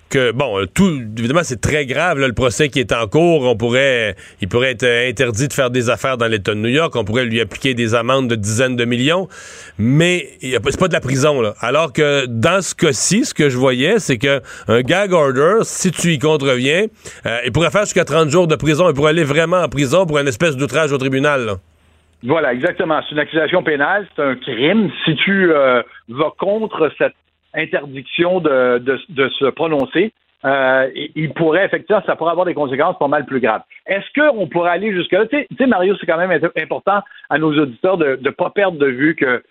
D: que, bon, évidemment, c'est très grave, là, le procès qui est en cours. Il pourrait être interdit de faire des affaires dans l'État de New York. On pourrait lui appliquer des amendes de dizaines de millions. Mais c'est pas de la prison, là. Alors que dans ce cas-ci, ce que je voyais, c'est que un gag order, si tu y contreviens, il pourrait faire jusqu'à 30 jours de prison. Il pourrait aller vraiment en prison pour une espèce d'outrage au tribunal, là.
U: Voilà, exactement. C'est une accusation pénale, c'est un crime. Si tu vas contre cette interdiction de se prononcer, il pourrait, effectivement, ça pourrait avoir des conséquences pas mal plus graves. Est-ce qu'on pourrait aller jusque-là? Tu sais, Mario, c'est quand même important à nos auditeurs de ne pas perdre de vue que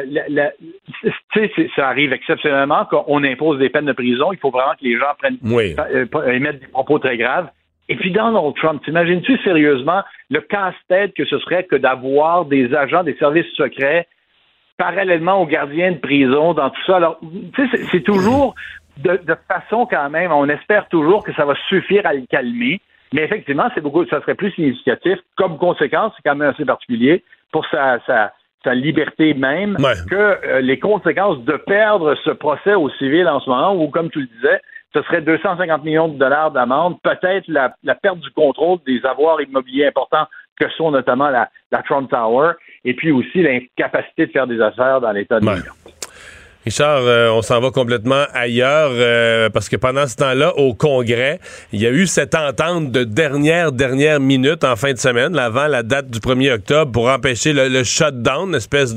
U: ça arrive exceptionnellement qu'on impose des peines de prison. Il faut vraiment que les gens émettent des propos très graves. Et puis Donald Trump, t'imagines-tu sérieusement le casse-tête que ce serait que d'avoir des agents des services secrets parallèlement aux gardiens de prison dans tout ça? Alors, tu sais, c'est toujours de façon quand même, on espère toujours que ça va suffire à le calmer, mais effectivement, ça serait plus significatif. Comme conséquence, c'est quand même assez particulier pour sa liberté même que les conséquences de perdre ce procès au civil en ce moment, où, comme tu le disais, ce serait 250 millions de dollars d'amende, peut-être la perte du contrôle des avoirs immobiliers importants que sont notamment la Trump Tower, et puis aussi l'incapacité de faire des affaires dans l'État de New York.
D: Richard, on s'en va complètement ailleurs parce que pendant ce temps-là, au Congrès, il y a eu cette entente de dernière minute en fin de semaine, avant la date du 1er octobre, pour empêcher le shutdown, une espèce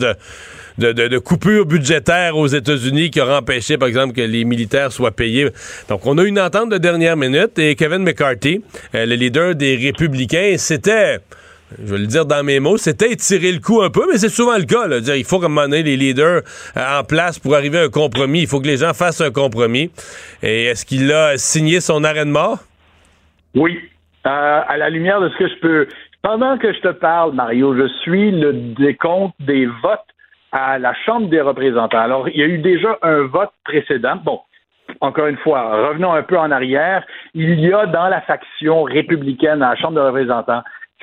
D: de coupure budgétaire aux États-Unis qui aura empêché, par exemple, que les militaires soient payés. Donc, on a une entente de dernière minute et Kevin McCarthy, le leader des Républicains, c'était... Je vais le dire dans mes mots, c'était étirer le coup un peu, mais c'est souvent le cas. Là, dire, il faut comme mener les leaders en place pour arriver à un compromis. Il faut que les gens fassent un compromis. Et est-ce qu'il a signé son arrêt de mort?
U: Oui. À la lumière de ce que je peux... Pendant que je te parle, Mario, je suis le décompte des votes à la Chambre des représentants. Alors, il y a eu déjà un vote précédent. Bon, encore une fois, revenons un peu en arrière. Il y a dans la faction républicaine à la Chambre des représentants,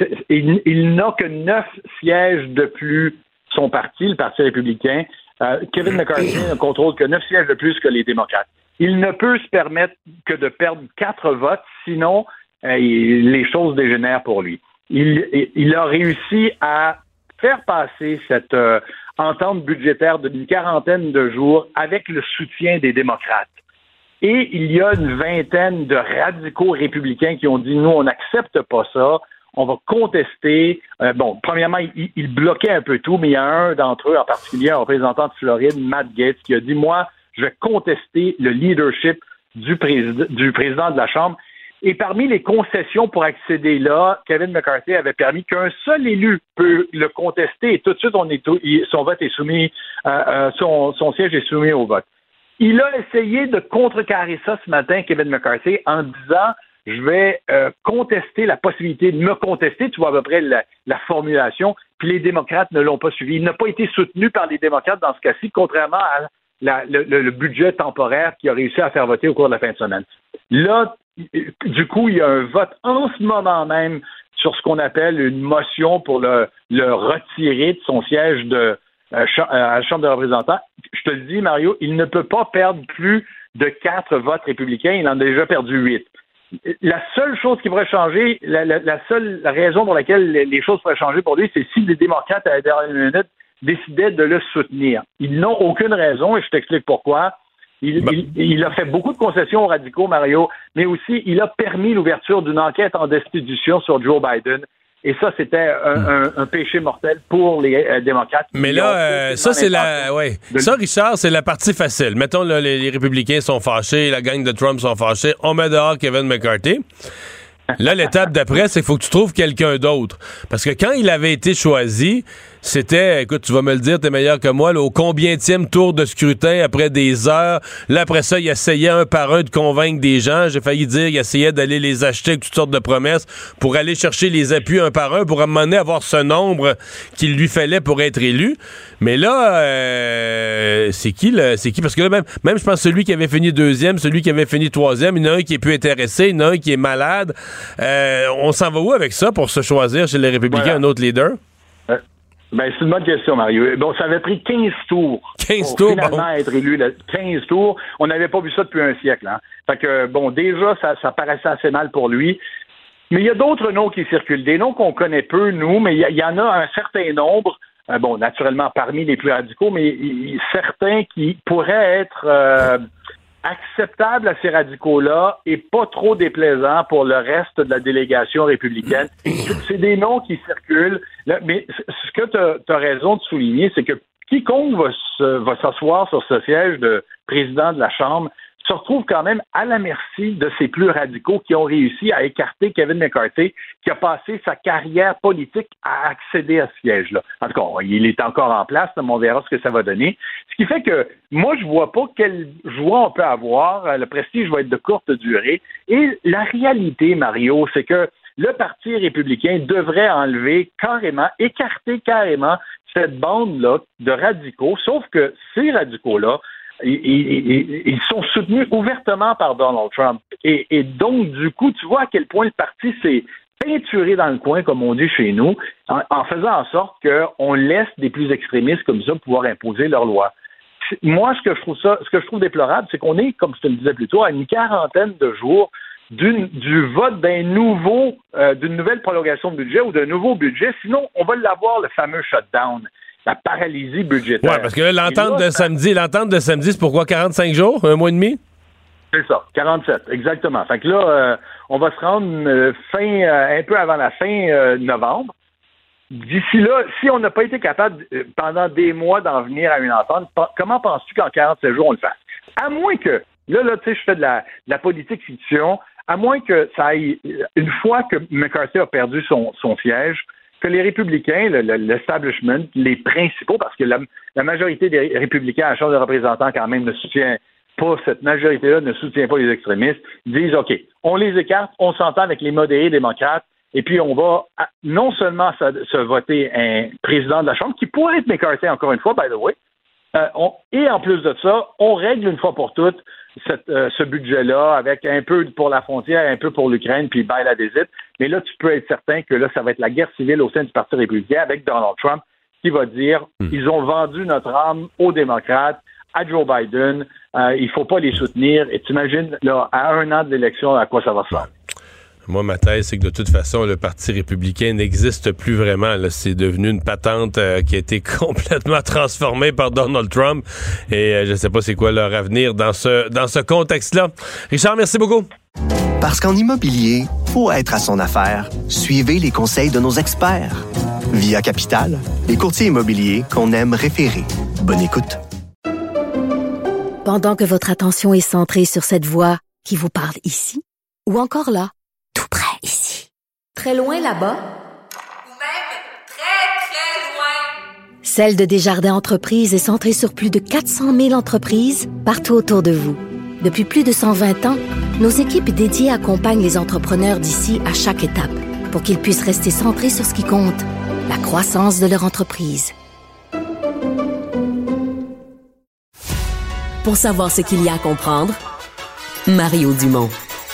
U: il n'a que 9 sièges de plus son parti, le Parti républicain. Kevin McCarthy ne contrôle que 9 sièges de plus que les démocrates. Il ne peut se permettre que de perdre 4 votes, sinon les choses dégénèrent pour lui. Il a réussi à faire passer cette entente budgétaire d'une quarantaine de jours avec le soutien des démocrates. Et il y a une vingtaine de radicaux républicains qui ont dit « Nous, on n'accepte pas ça. On va contester. » Premièrement, il bloquait un peu tout, mais il y a un d'entre eux, en particulier un représentant de Floride, Matt Gaetz, qui a dit « Moi, je vais contester le leadership du président de la Chambre. » Et parmi les concessions pour accéder là, Kevin McCarthy avait permis qu'un seul élu peut le contester et tout de suite, son vote est soumis, son siège est soumis au vote. Il a essayé de contrecarrer ça ce matin, Kevin McCarthy, en disant « Je vais contester la possibilité de me contester », tu vois à peu près la formulation, puis les démocrates ne l'ont pas suivi. Il n'a pas été soutenu par les démocrates dans ce cas-ci, contrairement à le budget temporaire qu'il a réussi à faire voter au cours de la fin de semaine. Là, du coup, il y a un vote en ce moment même sur ce qu'on appelle une motion pour le retirer de son siège à la Chambre des représentants. Je te le dis, Mario, il ne peut pas perdre plus de 4 votes républicains. Il en a déjà perdu 8. La seule chose qui pourrait changer, la seule raison pour laquelle les choses pourraient changer pour lui, c'est si les démocrates, à la dernière minute, décidaient de le soutenir. Ils n'ont aucune raison, et je t'explique pourquoi. Il a fait beaucoup de concessions aux radicaux, Mario, mais aussi il a permis l'ouverture d'une enquête en destitution sur Joe Biden. Et ça, c'était un péché mortel pour les démocrates.
D: Mais là, ça, c'est ça, Richard, c'est la partie facile. Mettons, là, les républicains sont fâchés, la gang de Trump sont fâchés, on met dehors Kevin McCarthy. Là, l'étape d'après, c'est qu'il faut que tu trouves quelqu'un d'autre. Parce que quand il avait été choisi, c'était, écoute, tu vas me le dire, t'es meilleur que moi, là, au combientième tour de scrutin, après des heures. Là, après ça, il essayait un par un de convaincre des gens. J'ai failli dire, il essayait d'aller les acheter avec toutes sortes de promesses pour aller chercher les appuis un par un pour amener à avoir ce nombre qu'il lui fallait pour être élu. Mais là, c'est qui? Parce que là, même je pense celui qui avait fini deuxième, celui qui avait fini troisième, il y en a un qui est plus intéressé, il y en a un qui est malade. On s'en va où avec ça pour se choisir chez les Républicains un autre leader?
U: Ben, c'est une bonne question, Mario. Bon, ça avait pris 15 tours.
D: 15 tours,
U: finalement être élu. 15 tours. On n'avait pas vu ça depuis un siècle, hein. Fait que, bon, déjà, ça paraissait assez mal pour lui. Mais il y a d'autres noms qui circulent. Des noms qu'on connaît peu, nous, mais il y en a un certain nombre. Bon, naturellement, parmi les plus radicaux, mais certains qui pourraient être acceptables à ces radicaux-là et pas trop déplaisants pour le reste de la délégation républicaine. C'est des noms qui circulent. Mais ce que tu as raison de souligner, c'est que quiconque va s'asseoir sur ce siège de président de la Chambre se retrouve quand même à la merci de ces plus radicaux qui ont réussi à écarter Kevin McCarthy, qui a passé sa carrière politique à accéder à ce siège-là. En tout cas, il est encore en place, mais on verra ce que ça va donner. Ce qui fait que moi, je vois pas quelle joie on peut avoir. Le prestige va être de courte durée. Et la réalité, Mario, c'est que le Parti républicain devrait enlever carrément, écarter carrément cette bande-là de radicaux, sauf que ces radicaux-là, ils sont soutenus ouvertement par Donald Trump. Et donc, du coup, tu vois à quel point le parti s'est peinturé dans le coin, comme on dit chez nous, en faisant en sorte qu'on laisse des plus extrémistes comme ça pouvoir imposer leurs lois. Moi, ce que je trouve déplorable, c'est qu'on est, comme je te le disais plus tôt, à une quarantaine de jours du vote d'une nouvelle prolongation de budget ou d'un nouveau budget. Sinon, on va l'avoir, le fameux shutdown. La paralysie budgétaire.
D: Oui, parce que là, l'entente de samedi, c'est pourquoi 45 jours? Un mois et demi?
U: C'est ça, 47, exactement. Fait que là, on va se rendre un peu avant la fin novembre. D'ici là, si on n'a pas été capable pendant des mois d'en venir à une entente, comment penses-tu qu'en 47 jours on le fasse? À moins que, là, tu sais, je fais de la politique fiction, à moins que ça aille, une fois que McCarthy a perdu son siège, que les républicains, l'establishment, les principaux, parce que la majorité des républicains à la Chambre des représentants quand même ne soutient pas, cette majorité-là ne soutient pas les extrémistes, disent OK, on les écarte, on s'entend avec les modérés démocrates, et puis on va non seulement se voter un président de la Chambre, qui pourrait être McCarthy encore une fois, by the way, et en plus de ça, on règle une fois pour toutes ce budget-là avec un peu pour la frontière, un peu pour l'Ukraine, puis bye la visite. Mais là, tu peux être certain que là, ça va être la guerre civile au sein du Parti républicain avec Donald Trump qui va dire ils ont vendu notre âme aux démocrates, à Joe Biden, il faut pas les soutenir. Et tu imagines, là, à 1 an de l'élection, à quoi ça va se faire?
D: Moi, ma thèse, c'est que de toute façon, le Parti républicain n'existe plus vraiment. Là, c'est devenu une patente qui a été complètement transformée par Donald Trump. Et je ne sais pas c'est quoi leur avenir dans ce contexte-là. Richard, merci beaucoup.
A: Parce qu'en immobilier, faut être à son affaire. Suivez les conseils de nos experts. Via Capital, les courtiers immobiliers qu'on aime référer. Bonne écoute.
B: Pendant que votre attention est centrée sur cette voix qui vous parle ici, ou encore là, tout près ici, très loin là-bas,
K: ou même très, très loin.
B: Celle de Desjardins Entreprises est centrée sur plus de 400 000 entreprises partout autour de vous. Depuis plus de 120 ans, nos équipes dédiées accompagnent les entrepreneurs d'ici à chaque étape pour qu'ils puissent rester centrés sur ce qui compte, la croissance de leur entreprise.
C: Pour savoir ce qu'il y a à comprendre, Mario Dumont.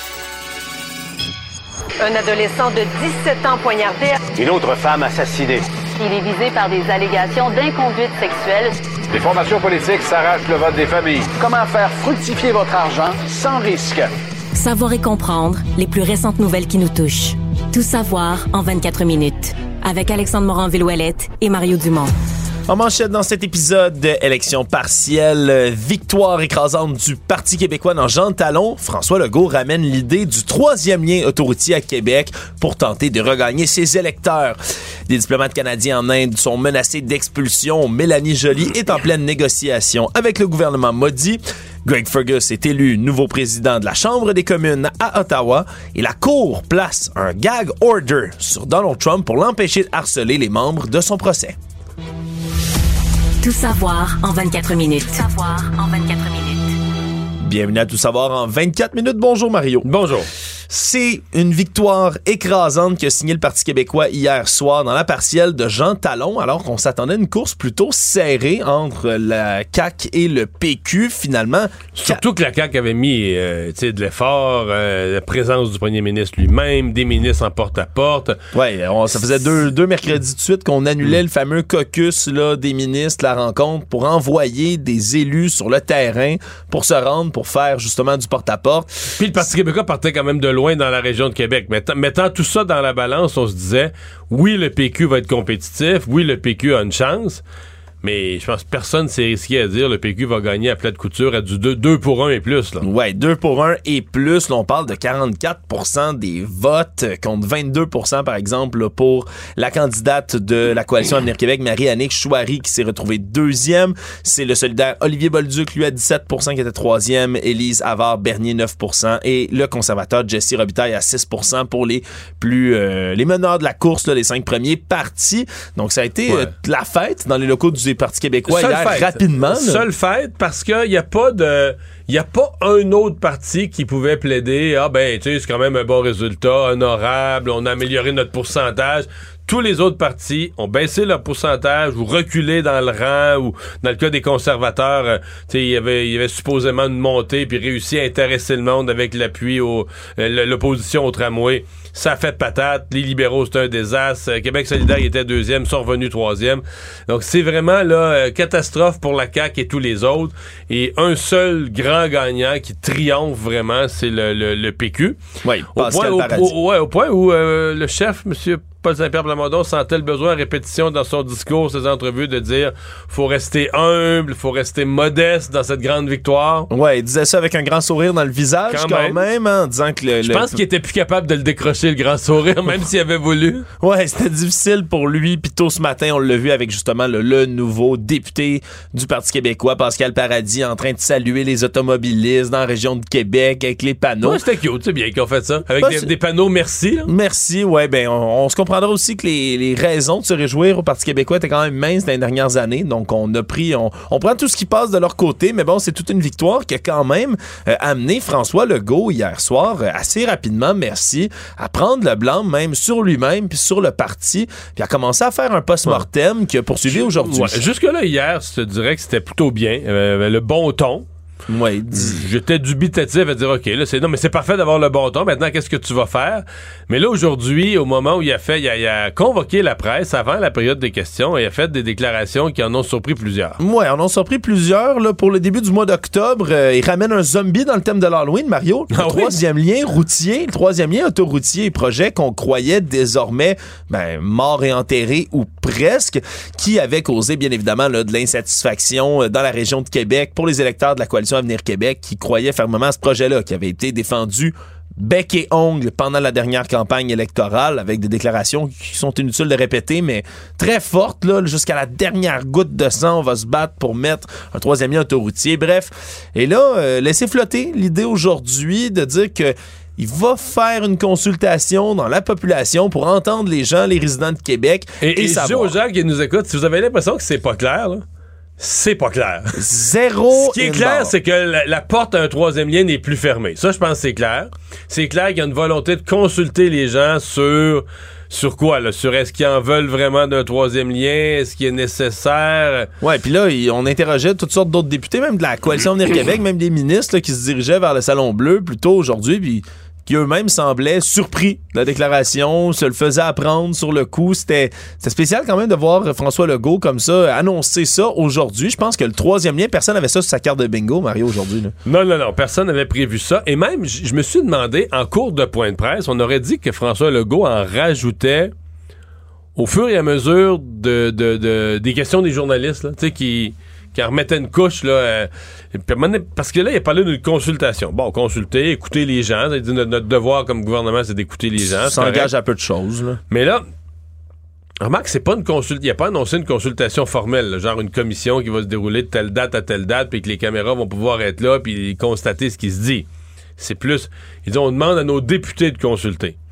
G: Un adolescent de 17 ans poignardé.
V: Une autre femme assassinée.
G: Il est visé par des allégations d'inconduite sexuelle.
V: Les formations politiques s'arrachent le vote des familles.
O: Comment faire fructifier votre argent sans risque?
C: Savoir et comprendre les plus récentes nouvelles qui nous touchent. Tout savoir en 24 minutes. Avec Alexandre Morin-Villouellette et Mario Dumont.
W: En manchette dans cet épisode, élection partielle, victoire écrasante du Parti québécois dans Jean Talon. François Legault ramène l'idée du 3e lien autoroutier à Québec pour tenter de regagner ses électeurs. Des diplomates canadiens en Inde sont menacés d'expulsion. Mélanie Joly est en pleine négociation avec le gouvernement maudit. Greg Fergus est élu nouveau président de la Chambre des communes à Ottawa et la Cour place un gag order sur Donald Trump pour l'empêcher de harceler les membres de son procès.
C: Tout savoir en 24 minutes. Tout savoir en 24 minutes.
W: Bienvenue à Tout savoir en 24 minutes. Bonjour Mario.
D: Bonjour.
W: C'est une victoire écrasante qu'a signé le Parti québécois hier soir dans la partielle de Jean Talon, alors qu'on s'attendait à une course plutôt serrée entre la CAQ et le PQ. Finalement,
D: surtout que la CAQ avait mis de l'effort, la présence du premier ministre lui-même, des ministres en porte-à-porte.
W: Ouais, ça faisait deux mercredis de suite qu'on annulait le fameux caucus là, des ministres, la rencontre, pour envoyer des élus sur le terrain pour se rendre, pour faire justement du porte-à-porte.
D: Puis le Parti québécois partait quand même de loin dans la région de Québec. Mettant tout ça dans la balance, on se disait, oui, le PQ va être compétitif, oui, le PQ a une chance, mais je pense que personne ne s'est risqué à dire le PQ va gagner à plat de couture à du 2 pour 1 et plus. Là.
W: Ouais, 2 pour 1 et plus. Là, on parle de 44% des votes contre 22% par exemple là, pour la candidate de la coalition Avenir Québec, Marie-Annick Chouari, qui s'est retrouvée deuxième. C'est le solidaire Olivier Bolduc, lui à 17% qui était troisième. Élise Havard-Bernier 9% et le conservateur Jesse Robitaille à 6% pour les meneurs de la course, là, les 5 premiers partis. Donc ça a été la fête dans les locaux du Parti québécois hier, rapidement.
D: Seule fête, parce qu'il n'y a pas un autre parti qui pouvait plaider c'est quand même un bon résultat, honorable, on a amélioré notre pourcentage. Tous les autres partis ont baissé leur pourcentage ou reculé dans le rang, ou dans le cas des conservateurs, il y avait supposément une montée puis réussi à intéresser le monde avec l'appui l'opposition au tramway. Ça a fait patate. Les libéraux, c'était un désastre. Québec solidaire, il était deuxième, sont revenus troisième. Donc, c'est vraiment là catastrophe pour la CAQ et tous les autres. Et un seul grand gagnant qui triomphe vraiment, c'est le PQ.
W: Oui, Pascal Paradis.
D: Au point où le chef, M. Paul Saint-Pierre Plamondon sentait le besoin à répétition dans son discours, ses entrevues, de dire faut rester humble, faut rester modeste dans cette grande victoire.
W: Ouais, il disait ça avec un grand sourire dans le visage quand même en disant que
D: je pense qu'il était plus capable de le décrocher, le grand sourire, même s'il avait voulu.
W: Ouais, c'était difficile pour lui. Puis tôt ce matin, on l'a vu avec justement le nouveau député du Parti québécois, Pascal Paradis, en train de saluer les automobilistes dans la région de Québec avec les panneaux.
D: Ouais, c'était cute, c'est bien qu'ils ont fait ça. Avec des panneaux merci. Là.
W: Merci, ouais, on se comprendra aussi que les raisons de se réjouir au Parti québécois étaient quand même minces dans les dernières années. Donc, on prend tout ce qui passe de leur côté, mais bon, c'est toute une victoire qui a quand même amené François Legault hier soir, assez rapidement, merci, à prendre le blanc même sur lui-même puis sur le parti, puis à commencer à faire un post-mortem qui a poursuivi aujourd'hui.
D: Ouais, jusque-là, hier, je te dirais que c'était plutôt bien. Le bon ton.
W: Ouais,
D: j'étais dubitatif à dire OK, là mais c'est parfait d'avoir le bon ton. Maintenant, qu'est-ce que tu vas faire? Mais là, aujourd'hui, au moment où il a convoqué la presse avant la période des questions, il a fait des déclarations qui en ont surpris plusieurs.
W: Ouais, en ont surpris plusieurs. Là, pour le début du mois d'octobre, il ramène un zombie dans le thème de l'Halloween, Mario. Le troisième lien routier, le troisième lien autoroutier et projet qu'on croyait désormais mort et enterré ou presque, qui avait causé bien évidemment là, de l'insatisfaction dans la région de Québec pour les électeurs de la coalition Avenir Québec qui croyaient fermement à ce projet-là, qui avait été défendu bec et ongle pendant la dernière campagne électorale avec des déclarations qui sont inutiles de répéter, mais très fortes, là, jusqu'à la dernière goutte de sang, on va se battre pour mettre un troisième lien autoroutier. Bref, et là, laissez flotter l'idée aujourd'hui de dire que il va faire une consultation dans la population pour entendre les gens, les résidents de Québec et savoir.
D: Je dis aux gens qui nous écoutent, si vous avez l'impression que c'est pas clair, là, c'est pas clair.
W: Zéro.
D: Ce qui est clair, c'est que la porte à un troisième lien n'est plus fermée. Ça, je pense que c'est clair. C'est clair qu'il y a une volonté de consulter les gens sur quoi, là? Sur est-ce qu'ils en veulent vraiment d'un troisième lien? Est-ce qu'il est nécessaire?
W: Ouais, puis là, on interrogeait toutes sortes d'autres députés, même de la Coalition Avenir Québec, même des ministres là, qui se dirigeaient vers le Salon Bleu plus tôt aujourd'hui, puis qui eux-mêmes semblaient surpris de la déclaration, se le faisaient apprendre sur le coup. C'était spécial quand même de voir François Legault comme ça, annoncer ça aujourd'hui. Je pense que le troisième lien, personne n'avait ça sur sa carte de bingo, Mario, aujourd'hui. Là.
D: Non, personne n'avait prévu ça. Et même, je me suis demandé, en cours de point de presse, on aurait dit que François Legault en rajoutait au fur et à mesure des questions des journalistes, là, tu sais, qui remettait une couche, là, parce que là, il a parlé d'une consultation. Bon, consulter, écouter les gens. Notre devoir comme gouvernement, c'est d'écouter les gens.
W: Ça s'engage à peu de choses, là.
D: Mais là, remarque, c'est pas une consultation. Il a pas annoncé une consultation formelle, là, genre une commission qui va se dérouler de telle date à telle date, puis que les caméras vont pouvoir être là, puis constater ce qui se dit. C'est plus, ils disent, on demande à nos députés de consulter.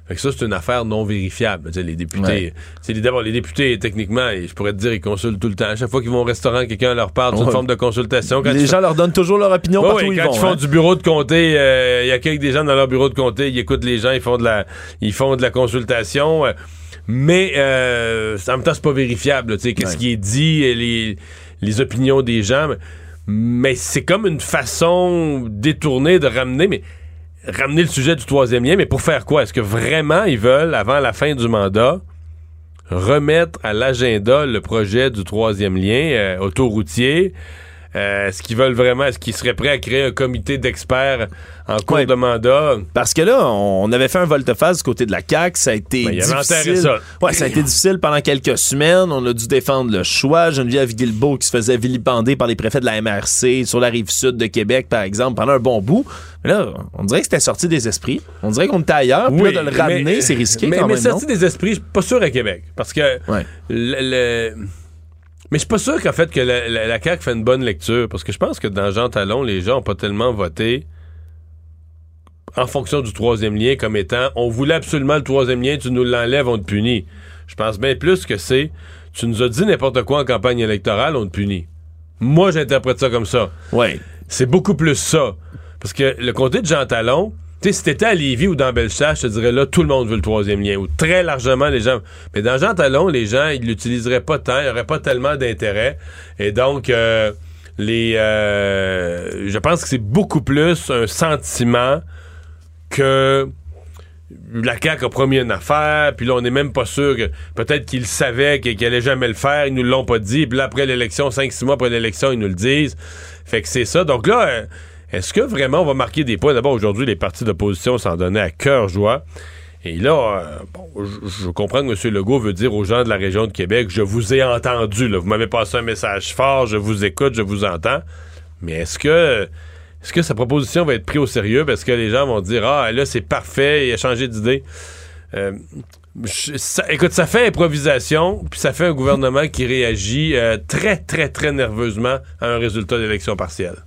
D: Fait que ça, c'est une affaire non vérifiable. T'sais, les députés, d'abord, les députés, techniquement, je pourrais te dire, ils consultent tout le temps. À chaque fois qu'ils vont au restaurant, quelqu'un leur parle, c'est une forme de consultation. Quand
W: les gens leur donnent toujours leur opinion partout où ils vont.
D: Quand ils font du bureau de comté, il y a quelques des gens dans leur bureau de comté, ils écoutent les gens, ils font de la consultation. Mais en même temps, c'est pas vérifiable. Qu'est-ce qui est dit, les opinions des gens. Mais c'est comme une façon détournée de ramener le sujet du troisième lien, mais pour faire quoi? Est-ce que vraiment ils veulent, avant la fin du mandat, remettre à l'agenda le projet du troisième lien autoroutier? Est-ce qu'ils veulent vraiment, est-ce qu'ils seraient prêts à créer un comité d'experts en cours de mandat?
W: Parce que là, on avait fait un volte-face du côté de la CAQ, ça a été difficile. Ça a été difficile pendant quelques semaines. On a dû défendre le choix. Geneviève Guilbeault qui se faisait vilipender par les préfets de la MRC sur la Rive-Sud de Québec, par exemple, pendant un bon bout. Mais là, on dirait que c'était sorti des esprits. On dirait qu'on était ailleurs. Puis là, de le ramener, c'est risqué quand même.
D: Mais sorti des esprits, je suis pas sûr à Québec. Parce que mais je suis pas sûr qu'en fait que la CAQ fait une bonne lecture, parce que je pense que dans Jean Talon, les gens ont pas tellement voté en fonction du troisième lien comme étant on voulait absolument le troisième lien, tu nous l'enlèves, on te punit. Je pense bien plus que tu nous as dit n'importe quoi en campagne électorale, on te punit. Moi, j'interprète ça comme ça.
W: Ouais.
D: C'est beaucoup plus ça. Parce que le comté de Jean Talon, tu sais, si t'étais à Lévis ou dans Bellechasse, je te dirais là, tout le monde veut le troisième lien, ou très largement les gens. Mais dans Jean Talon, les gens, ils l'utiliseraient pas tant, il n'y aurait pas tellement d'intérêt. Et donc, je pense que c'est beaucoup plus un sentiment que la CAQ a promis une affaire, puis là, on n'est même pas sûr que peut-être qu'ils savaient qu'ils allaient jamais le faire, ils nous l'ont pas dit, puis là, après l'élection, 5-6 mois après l'élection, ils nous le disent. Fait que c'est ça. Donc là, est-ce que vraiment on va marquer des points? D'abord, aujourd'hui, les partis d'opposition s'en donnaient à cœur joie. Et là, je comprends que M. Legault veut dire aux gens de la région de Québec, je vous ai entendu, là. Vous m'avez passé un message fort, je vous écoute, je vous entends. Mais est-ce que sa proposition va être prise au sérieux? Parce que les gens vont dire, là, c'est parfait, il a changé d'idée. Écoute, ça fait improvisation, puis ça fait un gouvernement qui réagit très, très, très nerveusement à un résultat d'élection partielle.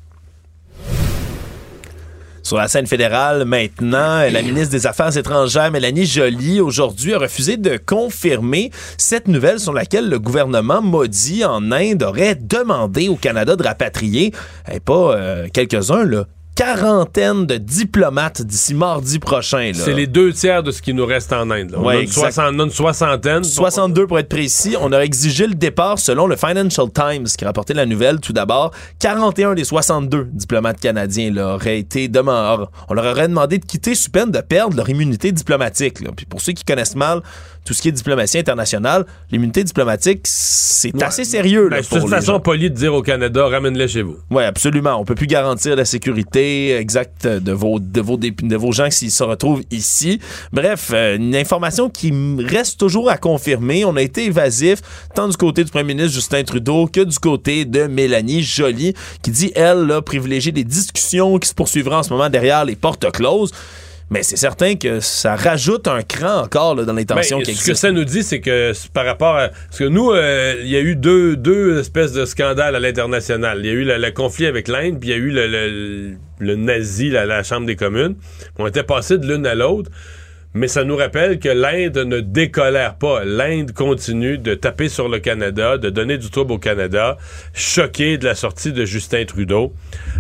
W: Sur la scène fédérale, maintenant, la ministre des Affaires étrangères, Mélanie Joly, aujourd'hui, a refusé de confirmer cette nouvelle sur laquelle le gouvernement maudit en Inde aurait demandé au Canada de rapatrier, et pas quelques-uns, là, quarantaine de diplomates d'ici mardi prochain. Là.
D: C'est les 2/3 de ce qui nous reste en Inde. On a une soixantaine.
W: 62 pour être précis. On a exigé le départ selon le Financial Times qui rapportait la nouvelle tout d'abord. 41 des 62 diplomates canadiens là, auraient été demandés. On leur aurait demandé de quitter sous peine de perdre leur immunité diplomatique. Là. Puis pour ceux qui connaissent mal tout ce qui est diplomatie internationale, l'immunité diplomatique, c'est assez sérieux. Là,
D: c'est une façon polie de dire au Canada, ramène-les chez vous.
W: Oui, absolument. On peut plus garantir la sécurité exacte de vos gens s'ils se retrouvent ici. Bref, une information qui reste toujours à confirmer. On a été évasif, tant du côté du premier ministre Justin Trudeau que du côté de Mélanie Joly, qui dit, elle, là, privilégier des discussions qui se poursuivront en ce moment derrière les portes closes. Mais c'est certain que ça rajoute un cran encore là, dans les tensions qui existent.
D: Ce que ça nous dit, c'est que par rapport à... Parce que nous, il y a eu deux espèces de scandales à l'international. Il y a eu le conflit avec l'Inde, puis il y a eu le nazi, la Chambre des communes. On était passés de l'une à l'autre. Mais ça nous rappelle que l'Inde ne décolère pas. L'Inde continue de taper sur le Canada, de donner du trouble au Canada, choqué de la sortie de Justin Trudeau.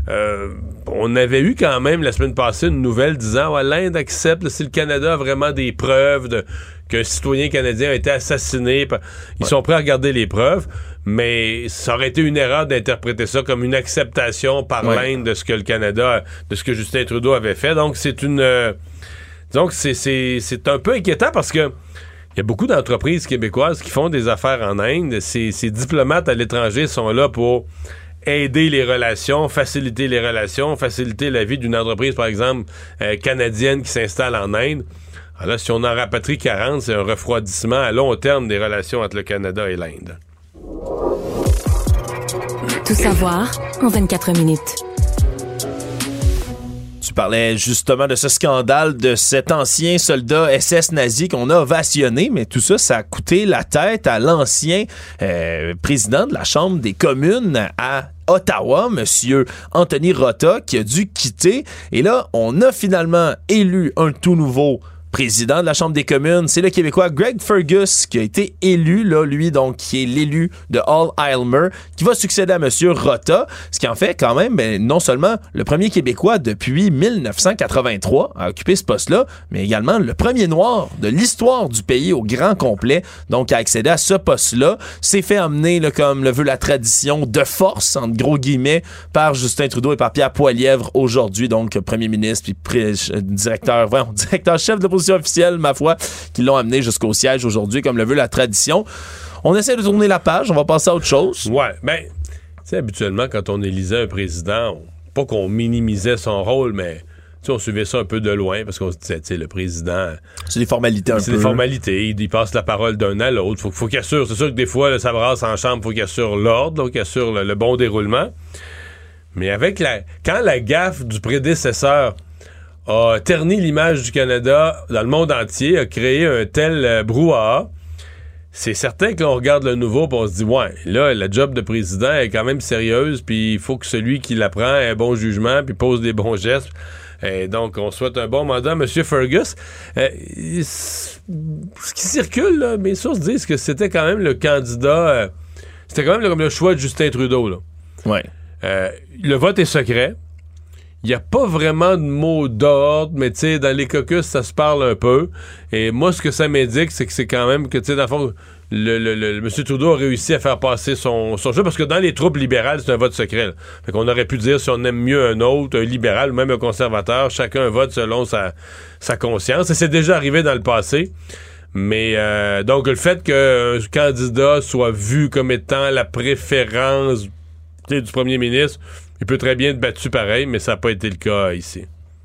D: On avait eu quand même la semaine passée une nouvelle disant l'Inde accepte si le Canada a vraiment des preuves qu'un citoyen canadien a été assassiné. Ils sont prêts à regarder les preuves, mais ça aurait été une erreur d'interpréter ça comme une acceptation par l'Inde de ce que le Canada, de ce que Justin Trudeau avait fait. Donc c'est une... Donc, c'est un peu inquiétant parce que il y a beaucoup d'entreprises québécoises qui font des affaires en Inde. Ces diplomates à l'étranger sont là pour aider les relations, faciliter les relations, faciliter la vie d'une entreprise, par exemple, canadienne qui s'installe en Inde. Alors là, si on en rapatrie 40, c'est un refroidissement à long terme des relations entre le Canada et l'Inde.
C: Tout savoir en 24 minutes.
W: Tu parlais justement de ce scandale de cet ancien soldat SS nazi qu'on a ovationné, mais tout ça, ça a coûté la tête à l'ancien président de la Chambre des communes à Ottawa, M. Anthony Rota, qui a dû quitter. Et là, on a finalement élu un tout nouveau président de la Chambre des communes, c'est le Québécois Greg Fergus qui a été élu, là, lui, donc, qui est l'élu de Hull-Aylmer, qui va succéder à M. Rota, ce qui en fait quand même, non seulement le premier Québécois depuis 1983 à occuper ce poste-là, mais également le premier noir de l'histoire du pays au grand complet, donc à accéder à ce poste-là. C'est fait emmener, là, comme le veut la tradition, de force, entre gros guillemets, par Justin Trudeau et par Pierre Poilievre aujourd'hui, donc premier ministre puis directeur-chef de l'opposition officielle, ma foi, qui l'ont amené jusqu'au siège aujourd'hui, comme le veut la tradition. On essaie de tourner la page, on va passer à autre chose.
D: Ouais, ben, tu sais, habituellement, quand on élisait un président, pas qu'on minimisait son rôle, mais on suivait ça un peu de loin, parce qu'on se disait, tu sais, le président...
W: C'est des formalités un peu.
D: C'est des formalités, il passe la parole d'un à l'autre, faut qu'il assure, c'est sûr que des fois, là, ça brasse en chambre, faut qu'il assure l'ordre, faut qu'il assure le bon déroulement. Mais avec quand la gaffe du prédécesseur a terni l'image du Canada dans le monde entier, a créé un tel brouhaha, c'est certain que là, on regarde le nouveau et on se dit, ouais, là, la job de président est quand même sérieuse, puis il faut que celui qui la prend ait un bon jugement, puis pose des bons gestes. Et donc, on souhaite un bon mandat à M. Fergus. Ce qui circule, là, mes sources disent que c'était quand même le candidat... c'était quand même comme le choix de Justin Trudeau, là.
W: Ouais.
D: Le vote est secret. Il n'y a pas vraiment de mots d'ordre, mais tu sais, dans les caucus, ça se parle un peu. Et moi, ce que ça m'indique, c'est que c'est quand même que, tu sais, dans le fond, le M. Trudeau a réussi à faire passer son choix, parce que dans les troupes libérales, c'est un vote secret, là. Fait qu'on aurait pu dire si on aime mieux un autre, un libéral ou même un conservateur, chacun vote selon sa conscience. Et c'est déjà arrivé dans le passé. Mais donc, le fait qu'un candidat soit vu comme étant la préférence du premier ministre, il peut très bien être battu pareil, mais ça n'a pas été le cas ici.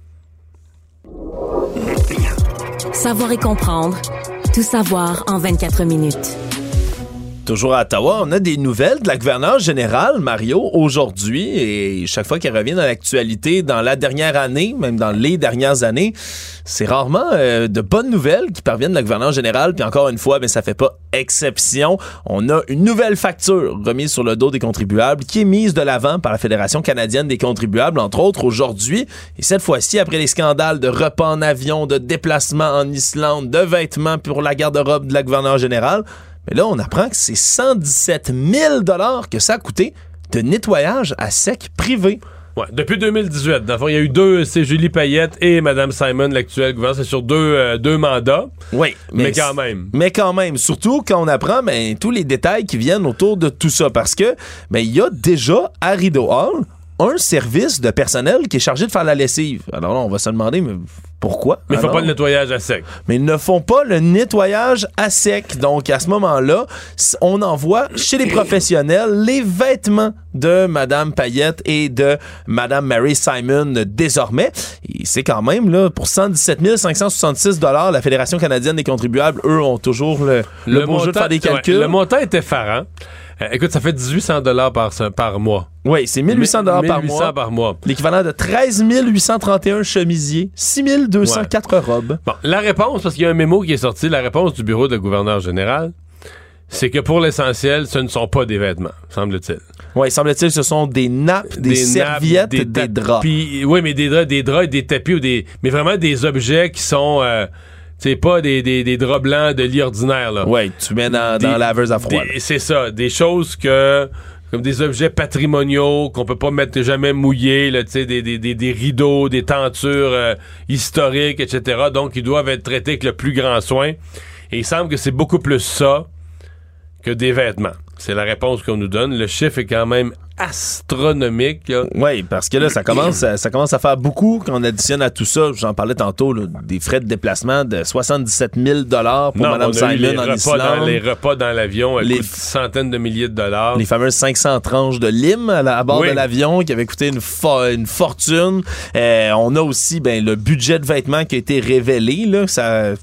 C: Savoir et comprendre. Tout savoir en 24 minutes.
W: Toujours à Ottawa, on a des nouvelles de la gouverneure générale, Mario, aujourd'hui, et chaque fois qu'elle revient dans l'actualité, dans la dernière année, même dans les dernières années, c'est rarement de bonnes nouvelles qui parviennent de la gouverneure générale, puis encore une fois, mais ça fait pas exception. On a une nouvelle facture remise sur le dos des contribuables qui est mise de l'avant par la Fédération canadienne des contribuables, entre autres, aujourd'hui, et cette fois-ci, après les scandales de repas en avion, de déplacements en Islande, de vêtements pour la garde-robe de la gouverneure générale. Mais là, on apprend que c'est 117 000 $ que ça a coûté de nettoyage à sec privé.
D: Ouais, depuis 2018. Dans le fond, il y a eu deux, c'est Julie Payette et Mme Simon, l'actuelle gouverneure. C'est sur deux mandats.
W: Oui.
D: Mais quand même.
W: Mais quand même. Surtout quand on apprend tous les détails qui viennent autour de tout ça. Parce que il y a déjà à Rideau Hall un service de personnel qui est chargé de faire la lessive. Alors là, on va se demander, mais pourquoi?
D: Mais ils font pas le nettoyage à sec.
W: Mais ils ne font pas le nettoyage à sec. Donc, à ce moment-là, on envoie chez les professionnels les vêtements de Mme Payette et de Mme Mary Simon désormais. Et c'est quand même, là, pour 117 566 $, la Fédération canadienne des contribuables, eux, ont toujours le bon jeu de faire des calculs.
D: Ouais, le montant est effarant. Écoute, ça fait 1800 $ par mois.
W: Oui, c'est 1800 $
D: par mois.
W: L'équivalent de 13 831 chemisiers, 6 204 robes.
D: Bon, la réponse, parce qu'il y a un mémo qui est sorti, la réponse du bureau de gouverneur général, c'est que pour l'essentiel, ce ne sont pas des vêtements, semble-t-il.
W: Oui, semble-t-il, ce sont des nappes, des serviettes, des draps.
D: Oui, mais des draps et des tapis, mais vraiment des objets qui sont... c'est pas des draps blancs de lit ordinaire, là.
W: Oui, tu mets dans la laveuse à froid.
D: C'est ça, des choses comme des objets patrimoniaux qu'on peut pas mettre jamais mouillés, là, tu sais, des rideaux, des tentures historiques, etc. Donc, ils doivent être traités avec le plus grand soin. Et il semble que c'est beaucoup plus ça que des vêtements. C'est la réponse qu'on nous donne. Le chiffre est quand même astronomique.
W: Oui, parce que là, ça commence à faire beaucoup quand on additionne à tout ça. J'en parlais tantôt, là, des frais de déplacement de 77 000 $ pour Mme Simon en Islande.
D: Les repas dans l'avion coûtent centaines de milliers de dollars.
W: Les fameuses 500 tranches de lime à bord de l'avion qui avaient coûté une fortune. On a aussi le budget de vêtements qui a été révélé. Là, ça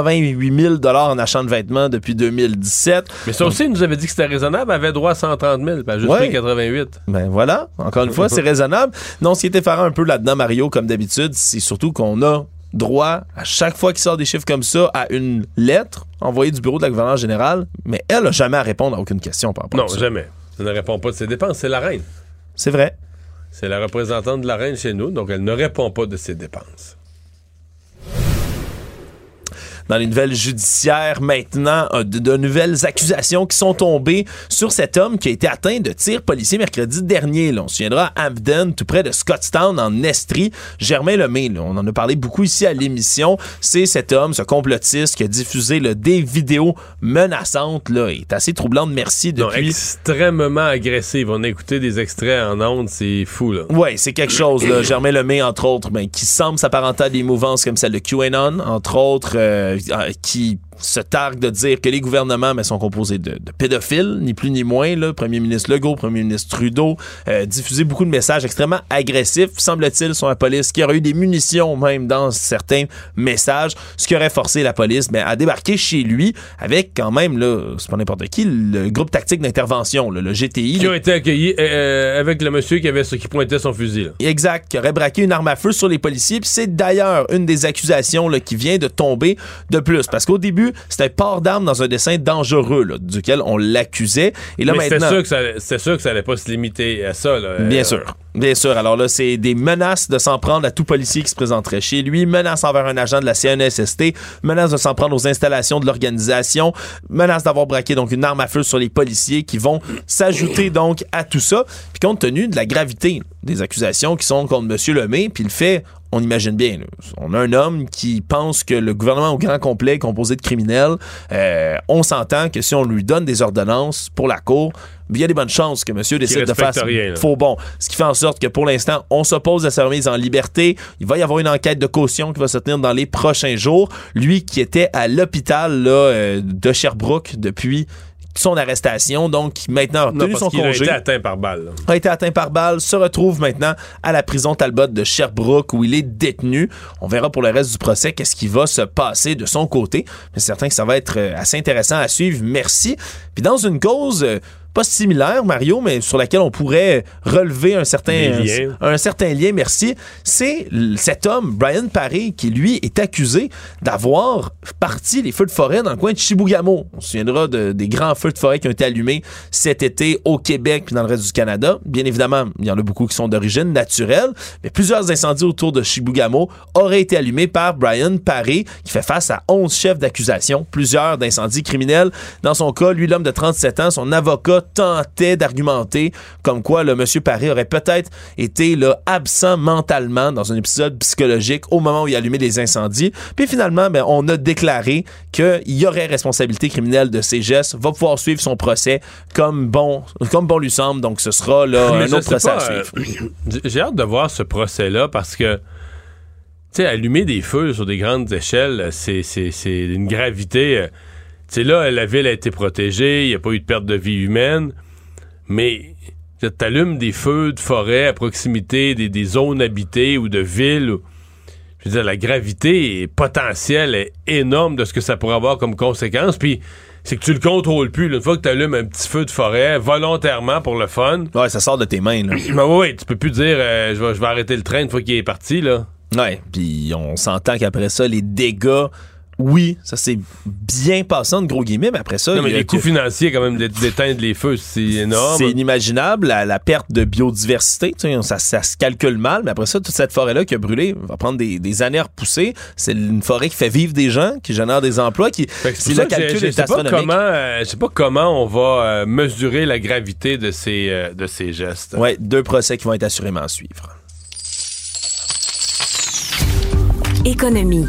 W: 88 000 $ en achat de vêtements depuis 2017.
D: Mais ça aussi, il nous avait dit que c'était raisonnable. Elle avait droit à 130 000, puis juste pris 88.
W: Ben voilà, encore une fois, c'est raisonnable. Non, ce qui est effarant un peu là-dedans, Mario, comme d'habitude, c'est surtout qu'on a droit, à chaque fois qu'il sort des chiffres comme ça, à une lettre envoyée du bureau de la gouverneure générale, mais elle n'a jamais à répondre à aucune question par rapport à ça.
D: Non, jamais. Elle ne répond pas de ses dépenses. C'est la reine.
W: C'est vrai.
D: C'est la représentante de la reine chez nous, donc elle ne répond pas de ses dépenses.
W: dans les nouvelles judiciaires maintenant, de nouvelles accusations qui sont tombées sur cet homme qui a été atteint de tirs policiers mercredi dernier. Là. On se souviendra à Hampden, tout près de Scottstown, en Estrie. Germain Lemay, là, on en a parlé beaucoup ici à l'émission. C'est cet homme, ce complotiste qui a diffusé là, des vidéos menaçantes. Là. Il est assez troublant, merci. Depuis...
D: Non, extrêmement agressif. On a écouté des extraits en ondes, c'est fou. Là.
W: Oui, c'est quelque chose. Là. Germain Lemay, entre autres, qui semble s'apparenter à des mouvances comme celle de QAnon, entre autres, qui se targue de dire que les gouvernements sont composés de pédophiles, ni plus ni moins. Le premier ministre Legault, premier ministre Trudeau, diffusaient beaucoup de messages extrêmement agressifs, semble-t-il, sur la police, qui aurait eu des munitions même dans certains messages, ce qui aurait forcé la police à débarquer chez lui avec quand même, là, c'est pas n'importe qui, le groupe tactique d'intervention, là, le GTI.
D: Qui ont été accueillis avec le monsieur qui pointait son fusil. Là.
W: Exact, qui aurait braqué une arme à feu sur les policiers. Puis c'est d'ailleurs une des accusations là, qui vient de tomber de plus. Parce qu'au début, c'était un port d'armes dans un dessin dangereux là, duquel on l'accusait. Et là,
D: mais
W: maintenant,
D: c'était sûr que ça allait pas se limiter à ça. Là.
W: Bien sûr. Bien sûr. Alors là, c'est des menaces de s'en prendre à tout policier qui se présenterait chez lui, menaces envers un agent de la CNSST, menaces de s'en prendre aux installations de l'organisation, menaces d'avoir braqué donc une arme à feu sur les policiers qui vont s'ajouter donc à tout ça. Puis compte tenu de la gravité des accusations qui sont contre M. Lemay, puis le fait, on imagine bien, là, on a un homme qui pense que le gouvernement au grand complet est composé de criminels. On s'entend que si on lui donne des ordonnances pour la cour, il y a des bonnes chances que monsieur décide de faire faux bon. Ce qui fait en sorte que pour l'instant, on s'oppose à sa remise en liberté. Il va y avoir une enquête de caution qui va se tenir dans les prochains jours. Lui qui était à l'hôpital là, de Sherbrooke depuis son arrestation, donc maintenant a obtenu son congé.
D: Il a été atteint par balle.
W: A été atteint par balle, se retrouve maintenant à la prison Talbot de Sherbrooke où il est détenu. On verra pour le reste du procès qu'est-ce qui va se passer de son côté. Mais c'est certain que ça va être assez intéressant à suivre. Merci. Puis dans une cause pas similaire, Mario, mais sur laquelle on pourrait relever un certain lien, merci, c'est cet homme, Brian Paré, qui, lui, est accusé d'avoir parti les feux de forêt dans le coin de Chibougamau. On se souviendra des grands feux de forêt qui ont été allumés cet été au Québec puis dans le reste du Canada. Bien évidemment, il y en a beaucoup qui sont d'origine naturelle, mais plusieurs incendies autour de Chibougamau auraient été allumés par Brian Paré, qui fait face à 11 chefs d'accusation, plusieurs d'incendies criminels. Dans son cas, lui, l'homme de 37 ans, son avocat tentait d'argumenter comme quoi le monsieur Paré aurait peut-être été là, absent mentalement dans un épisode psychologique au moment où il a allumé les incendies. Puis finalement, on a déclaré qu'il y aurait responsabilité criminelle de ses gestes, va pouvoir suivre son procès comme bon lui semble. Donc ce sera là, un autre procès à suivre.
D: J'ai hâte de voir ce procès-là parce que tu sais, allumer des feux sur des grandes échelles, c'est une gravité. Tu sais, là, la ville a été protégée, il n'y a pas eu de perte de vie humaine, mais tu allumes des feux de forêt à proximité des zones habitées ou de villes. Je veux dire, la gravité potentielle est énorme de ce que ça pourrait avoir comme conséquence, puis c'est que tu le contrôles plus. Là. Une fois que tu allumes un petit feu de forêt volontairement pour le fun...
W: Ouais, ça sort de tes mains. Là.
D: Ben oui, tu peux plus dire je vais arrêter le train une fois qu'il est parti, là.
W: Ouais, puis on s'entend qu'après ça, les dégâts... Oui, ça s'est bien passé entre gros guillemets, mais après ça...
D: Non, mais les coûts financiers, quand même, d'éteindre les feux, c'est énorme.
W: C'est inimaginable, la perte de biodiversité, ça se calcule mal, mais après ça, toute cette forêt-là qui a brûlé va prendre des années à repousser. C'est une forêt qui fait vivre des gens, qui génère des emplois,
D: c'est le calcul est astronomique. Je sais pas comment on va mesurer la gravité de ces gestes.
W: Oui, 2 procès qui vont être assurément à suivre.
C: Économie.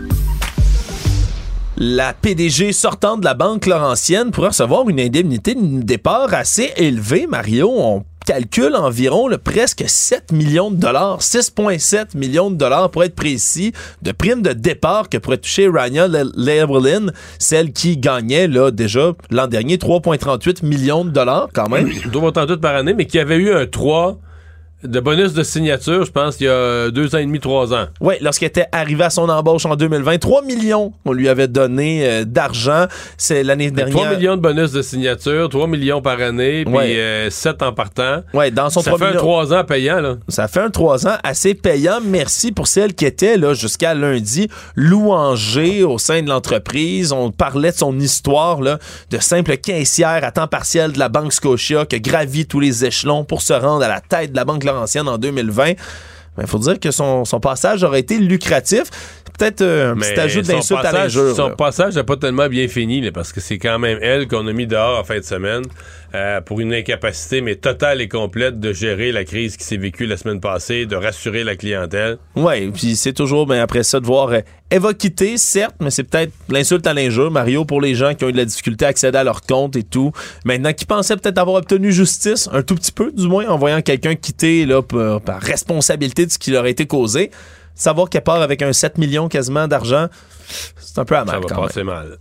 W: La PDG sortante de la Banque Laurentienne pourrait recevoir une indemnité de départ assez élevée, Mario. On calcule environ presque 7 millions de dollars, 6,7 millions de dollars pour être précis, de primes de départ que pourrait toucher Rania Llewellyn, celle qui gagnait là, déjà l'an dernier 3,38 millions de dollars quand même.
D: 3,38 par année, mais qui avait eu un 3 de bonus de signature, je pense, il y a 2 ans et demi, 3 ans.
W: Oui, lorsqu'il était arrivé à son embauche en 2020, 3 millions on lui avait donné d'argent. C'est l'année dernière.
D: 3 millions de bonus de signature, 3 millions par année, puis 7 en partant.
W: Oui, dans son
D: Ça fait un 3 ans payant, là.
W: Ça fait un 3 ans assez payant. Merci pour celle qui était, là, jusqu'à lundi, louangée au sein de l'entreprise. On parlait de son histoire, là, de simple caissière à temps partiel de la Banque Scotia qui a gravi tous les échelons pour se rendre à la tête de la Banque Laurentienne en 2020. il faut dire que son passage aurait été lucratif. Peut-être un petit ajout d'insulte à l'injure.
D: Son passage n'a pas tellement bien fini, là, parce que c'est quand même elle qu'on a mis dehors en fin de semaine pour une incapacité, mais totale et complète, de gérer la crise qui s'est vécue la semaine passée, de rassurer la clientèle.
W: Oui, puis c'est toujours, après ça, de voir... elle va quitter, certes, mais c'est peut-être l'insulte à l'injure, Mario, pour les gens qui ont eu de la difficulté à accéder à leur compte et tout. Maintenant, qui pensaient peut-être avoir obtenu justice, un tout petit peu, du moins, en voyant quelqu'un quitter là, par responsabilité de ce qui leur a été causé. Savoir qu'elle part avec un 7 millions quasiment d'argent, c'est un peu amer quand même. Ça va
D: passer mal.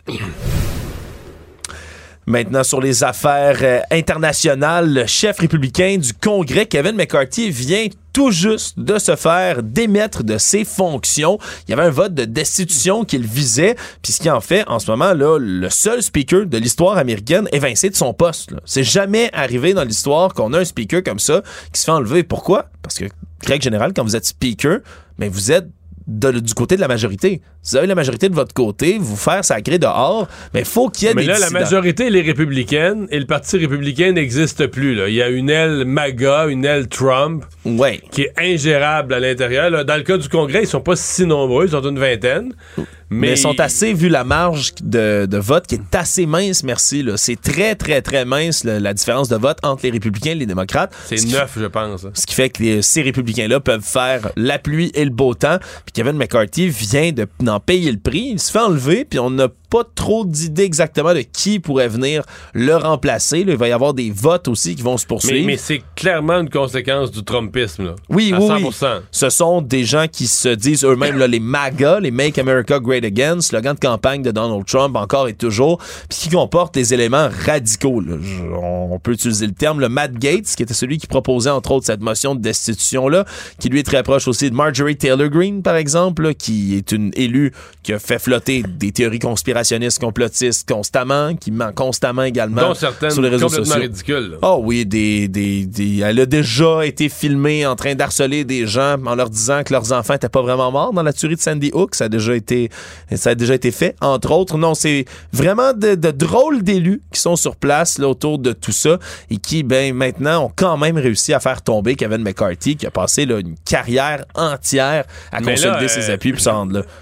W: Maintenant, sur les affaires internationales, le chef républicain du Congrès, Kevin McCarthy, vient tout juste de se faire démettre de ses fonctions. Il y avait un vote de destitution qu'il visait, puis ce qui en fait, en ce moment, là, le seul speaker de l'histoire américaine évincé de son poste. Là. C'est jamais arrivé dans l'histoire qu'on a un speaker comme ça qui se fait enlever. Pourquoi? Parce que, règle générale, quand vous êtes speaker, mais vous êtes du côté de la majorité. Vous avez la majorité de votre côté, vous faire sacrer dehors, mais il faut qu'il y ait des dissidents.
D: Mais là, la majorité, elle est républicaine, et le Parti républicain n'existe plus. Là. Il y a une aile MAGA, une aile Trump, qui est ingérable à l'intérieur. Là, dans le cas du Congrès, ils sont pas si nombreux, ils sont une vingtaine.
W: Mais ils sont assez, vu la marge de vote qui est assez mince, merci. Là. C'est très, très, très mince la différence de vote entre les républicains et les démocrates.
D: C'est 9, je pense.
W: Ce qui fait que ces républicains-là peuvent faire la pluie et le beau temps. Puis Kevin McCarthy vient d'en payer le prix. Il se fait enlever, puis on n'a pas trop d'idées exactement de qui pourrait venir le remplacer. Là, il va y avoir des votes aussi qui vont se poursuivre.
D: Mais c'est clairement une conséquence du Trumpisme. Là,
W: oui,
D: à 100%.
W: Oui. Ce sont des gens qui se disent eux-mêmes là, les MAGA, les Make America Great Again, slogan de campagne de Donald Trump encore et toujours, puis qui comporte des éléments radicaux. Là. On peut utiliser le terme. Le Matt Gaetz, qui était celui qui proposait entre autres cette motion de destitution-là, qui lui est très proche aussi de Marjorie Taylor Greene, par exemple, là, qui est une élue qui a fait flotter des théories conspirationnistes, complotistes constamment, qui ment constamment également
D: dont certaines
W: sur les réseaux sociaux.
D: Complètement ridicules.
W: Ah oui, elle a déjà été filmée en train d'harceler des gens en leur disant que leurs enfants n'étaient pas vraiment morts dans la tuerie de Sandy Hook. Ça a déjà été fait, entre autres. Non, c'est vraiment de drôles d'élus qui sont sur place là, autour de tout ça et qui, maintenant, ont quand même réussi à faire tomber Kevin McCarthy, qui a passé là, une carrière entière à consolider ses appuis puis s'en rendre là.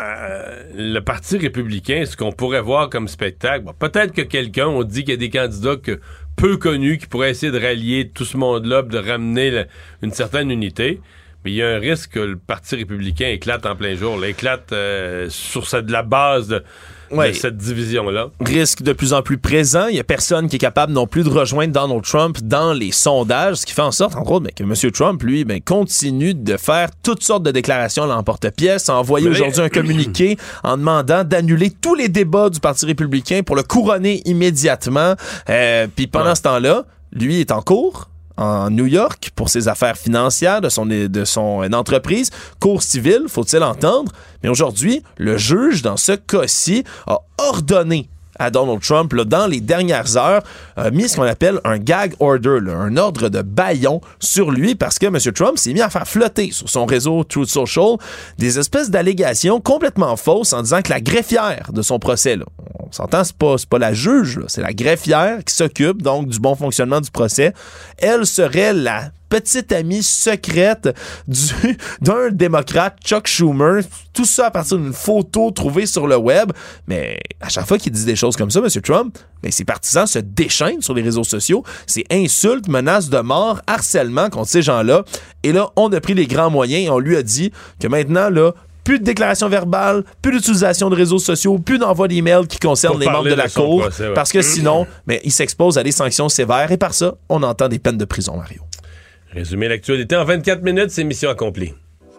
D: Le Parti républicain, ce qu'on pourrait voir comme spectacle, peut-être que on dit qu'il y a des candidats peu connus qui pourraient essayer de rallier tout ce monde-là, de ramener une certaine unité. Mais il y a un risque que le Parti républicain éclate en plein jour. Là, éclate sur la base de cette division-là.
W: Risque de plus en plus présent. Il n'y a personne qui est capable non plus de rejoindre Donald Trump dans les sondages, ce qui fait en sorte, entre autres, que M. Trump, lui, continue de faire toutes sortes de déclarations à l'emporte-pièce, a envoyé aujourd'hui un communiqué en demandant d'annuler tous les débats du Parti républicain pour le couronner immédiatement. Puis pendant ce temps-là, lui est en cours en New York pour ses affaires financières de son entreprise, cour civile, faut-il entendre. Mais aujourd'hui, le juge, dans ce cas-ci, a ordonné à Donald Trump, là, dans les dernières heures, a mis ce qu'on appelle un gag order, là, un ordre de bâillon sur lui, parce que M. Trump s'est mis à faire flotter sur son réseau Truth Social des espèces d'allégations complètement fausses en disant que la greffière de son procès, là, on s'entend, c'est pas la juge, là, c'est la greffière qui s'occupe donc du bon fonctionnement du procès. Elle serait la petite amie secrète d'un démocrate, Chuck Schumer. Tout ça à partir d'une photo trouvée sur le web. Mais à chaque fois qu'il dit des choses comme ça, M. Trump, ses partisans se déchaînent sur les réseaux sociaux. C'est insultes, menaces de mort, harcèlement contre ces gens-là. Et là, on a pris les grands moyens et on lui a dit que maintenant, là, plus de déclarations verbales, plus d'utilisation de réseaux sociaux, plus d'envoi d'emails qui concernent les membres de la Cour. Procès, parce que sinon, il s'expose à des sanctions sévères. Et par ça, on entend des peines de prison, Mario.
D: Résumer l'actualité en 24 minutes, c'est mission accomplie.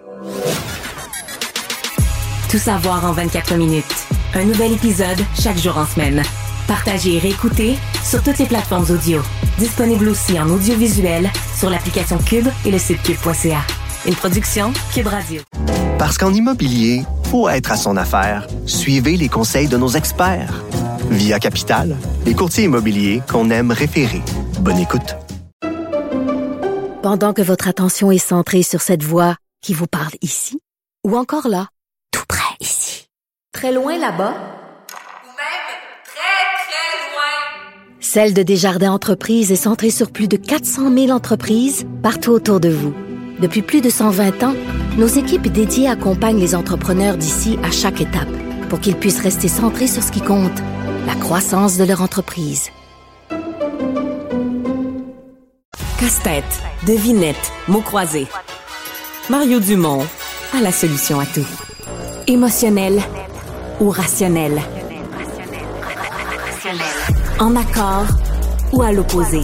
C: Tout savoir en 24 minutes. Un nouvel épisode chaque jour en semaine. Partagez et réécoutez sur toutes les plateformes audio. Disponible aussi en audiovisuel sur l'application Cube et le site cube.ca. Une production Cube Radio.
A: Parce qu'en immobilier, pour être à son affaire, suivez les conseils de nos experts. Via Capital, les courtiers immobiliers qu'on aime référer. Bonne écoute.
B: Pendant que votre attention est centrée sur cette voix qui vous parle ici, ou encore là, tout près ici, très loin là-bas,
K: ou même très, très loin,
B: Celle de Desjardins Entreprises est centrée sur plus de 400 000 entreprises partout autour de vous. Depuis plus de 120 ans, nos équipes dédiées accompagnent les entrepreneurs d'ici à chaque étape pour qu'ils puissent rester centrés sur ce qui compte, la croissance de leur entreprise.
C: Casse-tête, devinette, mots croisés. Mario Dumont a la solution à tout. Émotionnel ou rationnel. En accord ou à l'opposé.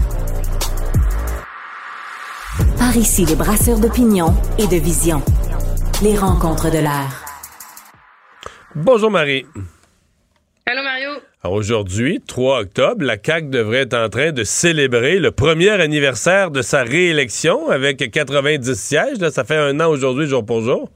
C: Par ici, les brasseurs d'opinion et de vision. Les rencontres de l'air.
D: Bonjour Marie.
E: Allô Mario.
D: Alors aujourd'hui, 3 octobre, la CAQ devrait être en train de célébrer le premier anniversaire de sa réélection avec 90 sièges. Là, ça fait 1 an aujourd'hui, jour pour jour.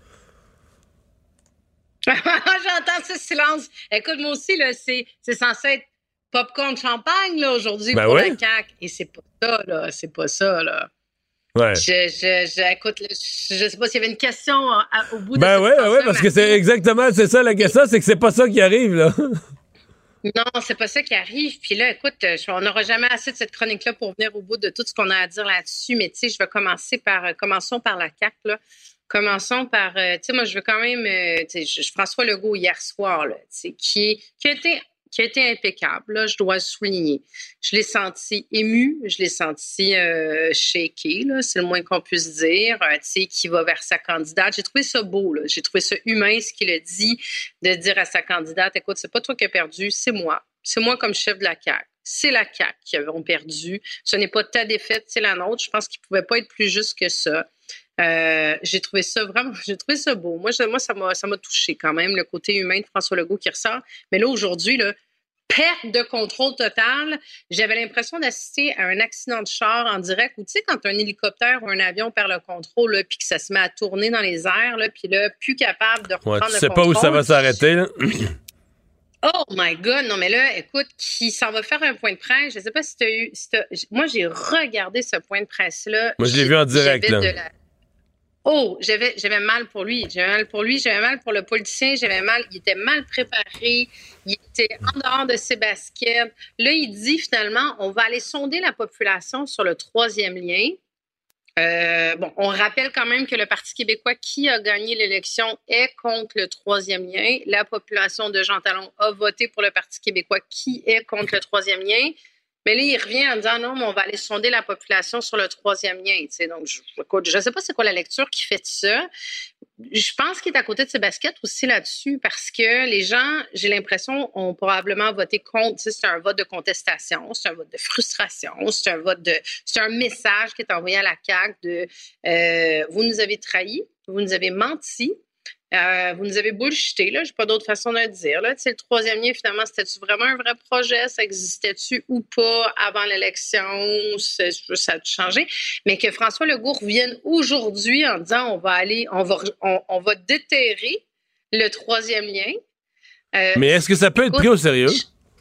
E: J'entends ce silence. Écoute, moi aussi, là, c'est censé être popcorn champagne là, aujourd'hui
D: ben
E: pour
D: oui.
E: la CAQ. Et c'est pas ça, là. C'est pas ça, là.
D: Ouais.
E: Écoute, je sais pas s'il y avait une question au bout de
D: ben
E: cette
D: ouais, parce que c'est exactement, c'est ça la question, c'est que c'est pas ça qui arrive, là.
E: Non, c'est pas ça qui arrive. Puis là, écoute, on n'aura jamais assez de cette chronique-là pour venir au bout de tout ce qu'on a à dire là-dessus. Mais tu sais, je vais commençons par la CAQ, là. Commençons par, tu sais, moi, je veux quand même, tu sais, François Legault hier soir, là, tu sais, qui a été impeccable, là, je dois le souligner. Je l'ai senti ému, je l'ai senti shaké, là, c'est le moins qu'on puisse dire, tu sais, qui va vers sa candidate. J'ai trouvé ça beau, là, j'ai trouvé ça humain, ce qu'il a dit, de dire à sa candidate, écoute, c'est pas toi qui as perdu, c'est moi. C'est moi comme chef de la CAQ. C'est la CAQ qui avons perdu. Ce n'est pas ta défaite, c'est la nôtre. Je pense qu'il pouvait pas être plus juste que ça. J'ai trouvé ça beau. Moi, ça m'a touché quand même, le côté humain de François Legault qui ressort. Mais là, aujourd'hui, là, perte de contrôle totale. J'avais l'impression d'assister à un accident de char en direct où, tu sais, quand un hélicoptère ou un avion perd le contrôle, là, puis que ça se met à tourner dans les airs, là, puis là, plus capable de reprendre le contrôle.
D: Tu sais pas où ça va s'arrêter, là.
E: Oh my God! Non, mais là, écoute, qui s'en va faire un point de presse. Je sais pas si tu as eu... Moi, j'ai regardé ce point de presse-là.
D: Moi, je l'ai vu en direct, là.
E: Oh, j'avais mal pour lui. J'avais mal pour le politicien. Il était mal préparé. Il était en dehors de ses baskets. Là, il dit finalement, on va aller sonder la population sur le 3e lien. On rappelle quand même que le Parti québécois qui a gagné l'élection est contre le 3e lien. La population de Jean Talon a voté pour le Parti québécois qui est contre le 3e lien. Mais là, il revient en disant non, mais on va aller sonder la population sur le 3e lien. Tu sais, donc, je ne sais pas c'est quoi la lecture qui fait de ça. Je pense qu'il est à côté de ses baskets aussi là-dessus parce que les gens, j'ai l'impression, ont probablement voté contre. Tu sais, c'est un vote de contestation, c'est un vote de frustration, c'est un message qui est envoyé à la CAQ de vous nous avez trahis, vous nous avez menti. Vous nous avez bullshité, là, j'ai pas d'autre façon de le dire. Là. Tu sais, le 3e lien, finalement, c'était-tu vraiment un vrai projet? Ça existait-tu ou pas avant l'élection? Ça a tout changé. Mais que François Legault revienne aujourd'hui en disant on va déterrer le 3e lien.
D: Mais est-ce que ça peut être pris au sérieux?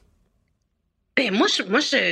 E: Moi, je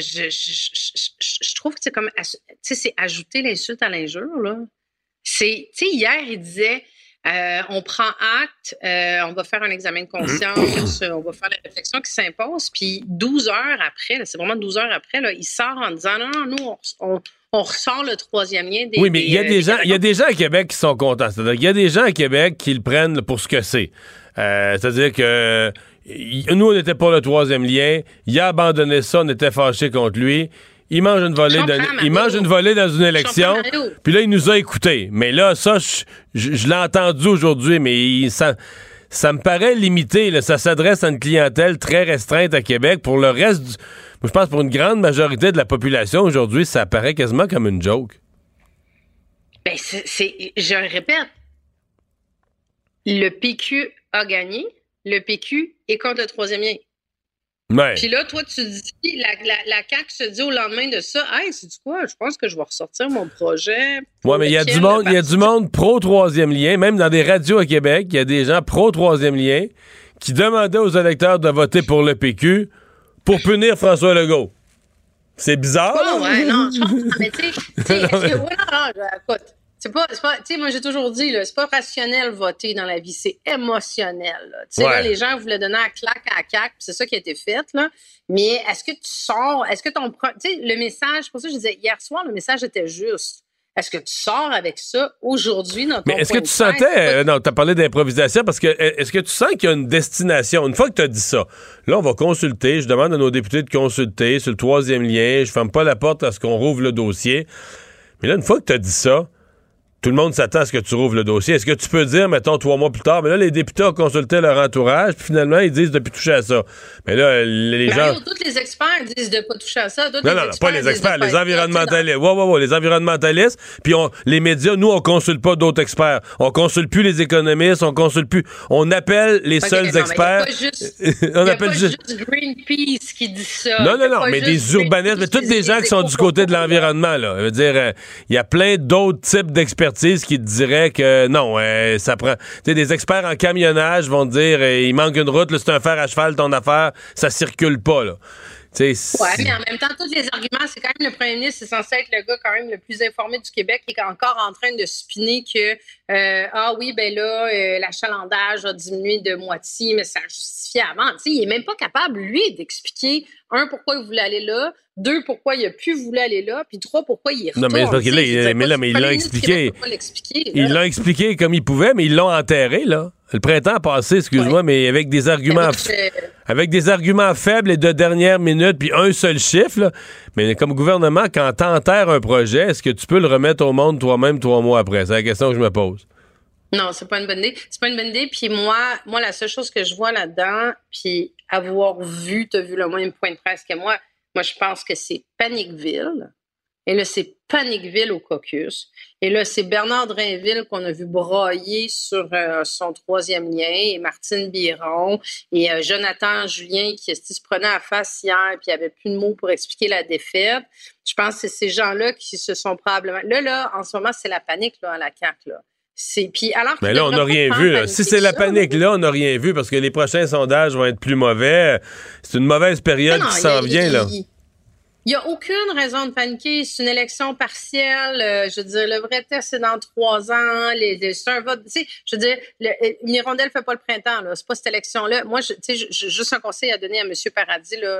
E: trouve que c'est comme, tu sais, c'est ajouter l'insulte à l'injure, là. Tu sais, hier, il disait on prend acte, on va faire un examen de conscience, on va faire la réflexion qui s'impose, puis 12 heures après, là, c'est vraiment 12 heures après, là, il sort en disant non, nous, on ressort le 3e lien.
D: Oui, mais il y a des gens à Québec qui sont contents. C'est-à-dire qu'il y a des gens à Québec qui le prennent pour ce que c'est. C'est-à-dire que nous, on était pour le 3e lien, il a abandonné ça, on était fâchés contre lui. Il mange une volée dans une élection, puis là, il nous a écoutés. Mais là, ça, je l'ai entendu aujourd'hui, mais ça me paraît limité. Là. Ça s'adresse à une clientèle très restreinte à Québec. Pour le reste, je pense pour une grande majorité de la population, aujourd'hui, ça paraît quasiment comme une joke.
E: Ben, je le répète, le PQ a gagné, le PQ est contre le 3e lien.
D: Ouais.
E: Puis là, toi, tu dis, la CAQ se dit au lendemain de ça, hey, c'est-tu quoi? Je pense que je vais ressortir mon projet.
D: Ouais, mais il y a du monde pro 3e lien, même dans des radios à Québec, il y a des gens pro 3e lien qui demandaient aux électeurs de voter pour le PQ pour punir François Legault. C'est bizarre.
E: Oh, ouais, non, je comprends, mais tu sais, écoute. C'est pas, tu sais, moi, j'ai toujours dit, là, c'est pas rationnel voter dans la vie, c'est émotionnel, là. Tu sais, là, les gens voulaient donner un claque à la CAQ, c'est ça qui a été fait, là. Mais est-ce que tu sors, tu sais, le message, pour ça, je disais, hier soir, le message était juste. Est-ce que tu sors avec ça aujourd'hui dans ton
D: Mais est-ce que
E: point
D: tu
E: de presse?
D: sentais... non, t'as parlé d'improvisation, parce que est-ce que tu sens qu'il y a une destination? Une fois que t'as dit ça, là, on va consulter, je demande à nos députés de consulter sur le 3e lien, je ferme pas la porte à ce qu'on rouvre le dossier. Mais là, une fois que t'as dit ça, tout le monde s'attend à ce que tu rouvres le dossier. Est-ce que tu peux dire, mettons, 3 mois plus tard, mais là, les députés ont consulté leur entourage, puis finalement, ils disent de ne plus toucher à ça. Mais là, les gens...
E: Tous les experts disent de ne pas toucher à ça.
D: Non, pas les experts, les environnementalistes. Les environnementalistes. Puis les médias, nous, on consulte pas d'autres experts. On consulte plus les économistes, on consulte plus. On appelle les seuls experts.
E: On appelle juste Greenpeace qui dit ça.
D: Non, mais des urbanistes, mais tous des gens qui sont du côté de l'environnement, là. Je veux dire, il y a plein d'autres types d'expertises qui te diraient que non, ça prend... Tu sais, des experts en camionnage vont te dire, il manque une route, là, c'est un fer à cheval, ton affaire, ça circule pas, là.
E: Oui, mais en même temps, tous les arguments, c'est quand même le premier ministre, c'est censé être le gars quand même le plus informé du Québec qui est encore en train de spinner que l'achalandage a diminué de moitié, mais ça justifiait avant. Tu sais, il est même pas capable, lui, d'expliquer, 1, pourquoi il voulait aller là, 2, pourquoi il a pu vouloir aller là, puis 3, pourquoi il est retourné.
D: Non, mais c'est parce qu'il il l'a expliqué. Ils l'ont expliqué comme il pouvait, mais ils l'ont enterré, là. Le printemps passé, excuse-moi, mais avec des arguments faibles et de dernière minute, puis un seul chiffre, là. Mais comme gouvernement, quand t'enterres un projet, est-ce que tu peux le remettre au monde toi-même 3 mois après? C'est la question que je me pose.
E: Non, c'est pas une bonne idée. C'est pas une bonne idée. Puis moi, la seule chose que je vois là-dedans, puis avoir vu, t'as vu le même point de presse que moi, je pense que c'est Paniqueville. Et là, c'est Paniqueville au caucus. Et là, c'est Bernard Drainville qu'on a vu brailler sur son 3e lien, et Martine Biron, et Jonathan Julien qui se prenait à face hier, puis il n'y avait plus de mots pour expliquer la défaite. Je pense que c'est ces gens-là qui se sont probablement... Là, en ce moment, c'est la panique là, à la CAQ, là.
D: Mais là, on n'a rien vu. Là. Si c'est la panique, là, on n'a rien vu parce que les prochains sondages vont être plus mauvais. C'est une mauvaise période qui s'en vient, là.
E: Il n'y a aucune raison de paniquer. C'est une élection partielle. Je veux dire, le vrai test, c'est dans 3 ans. C'est un vote. Tu sais, je veux dire, une hirondelle ne fait pas le printemps. Là. C'est pas cette élection-là. Moi, juste un conseil à donner à M. Paradis, là,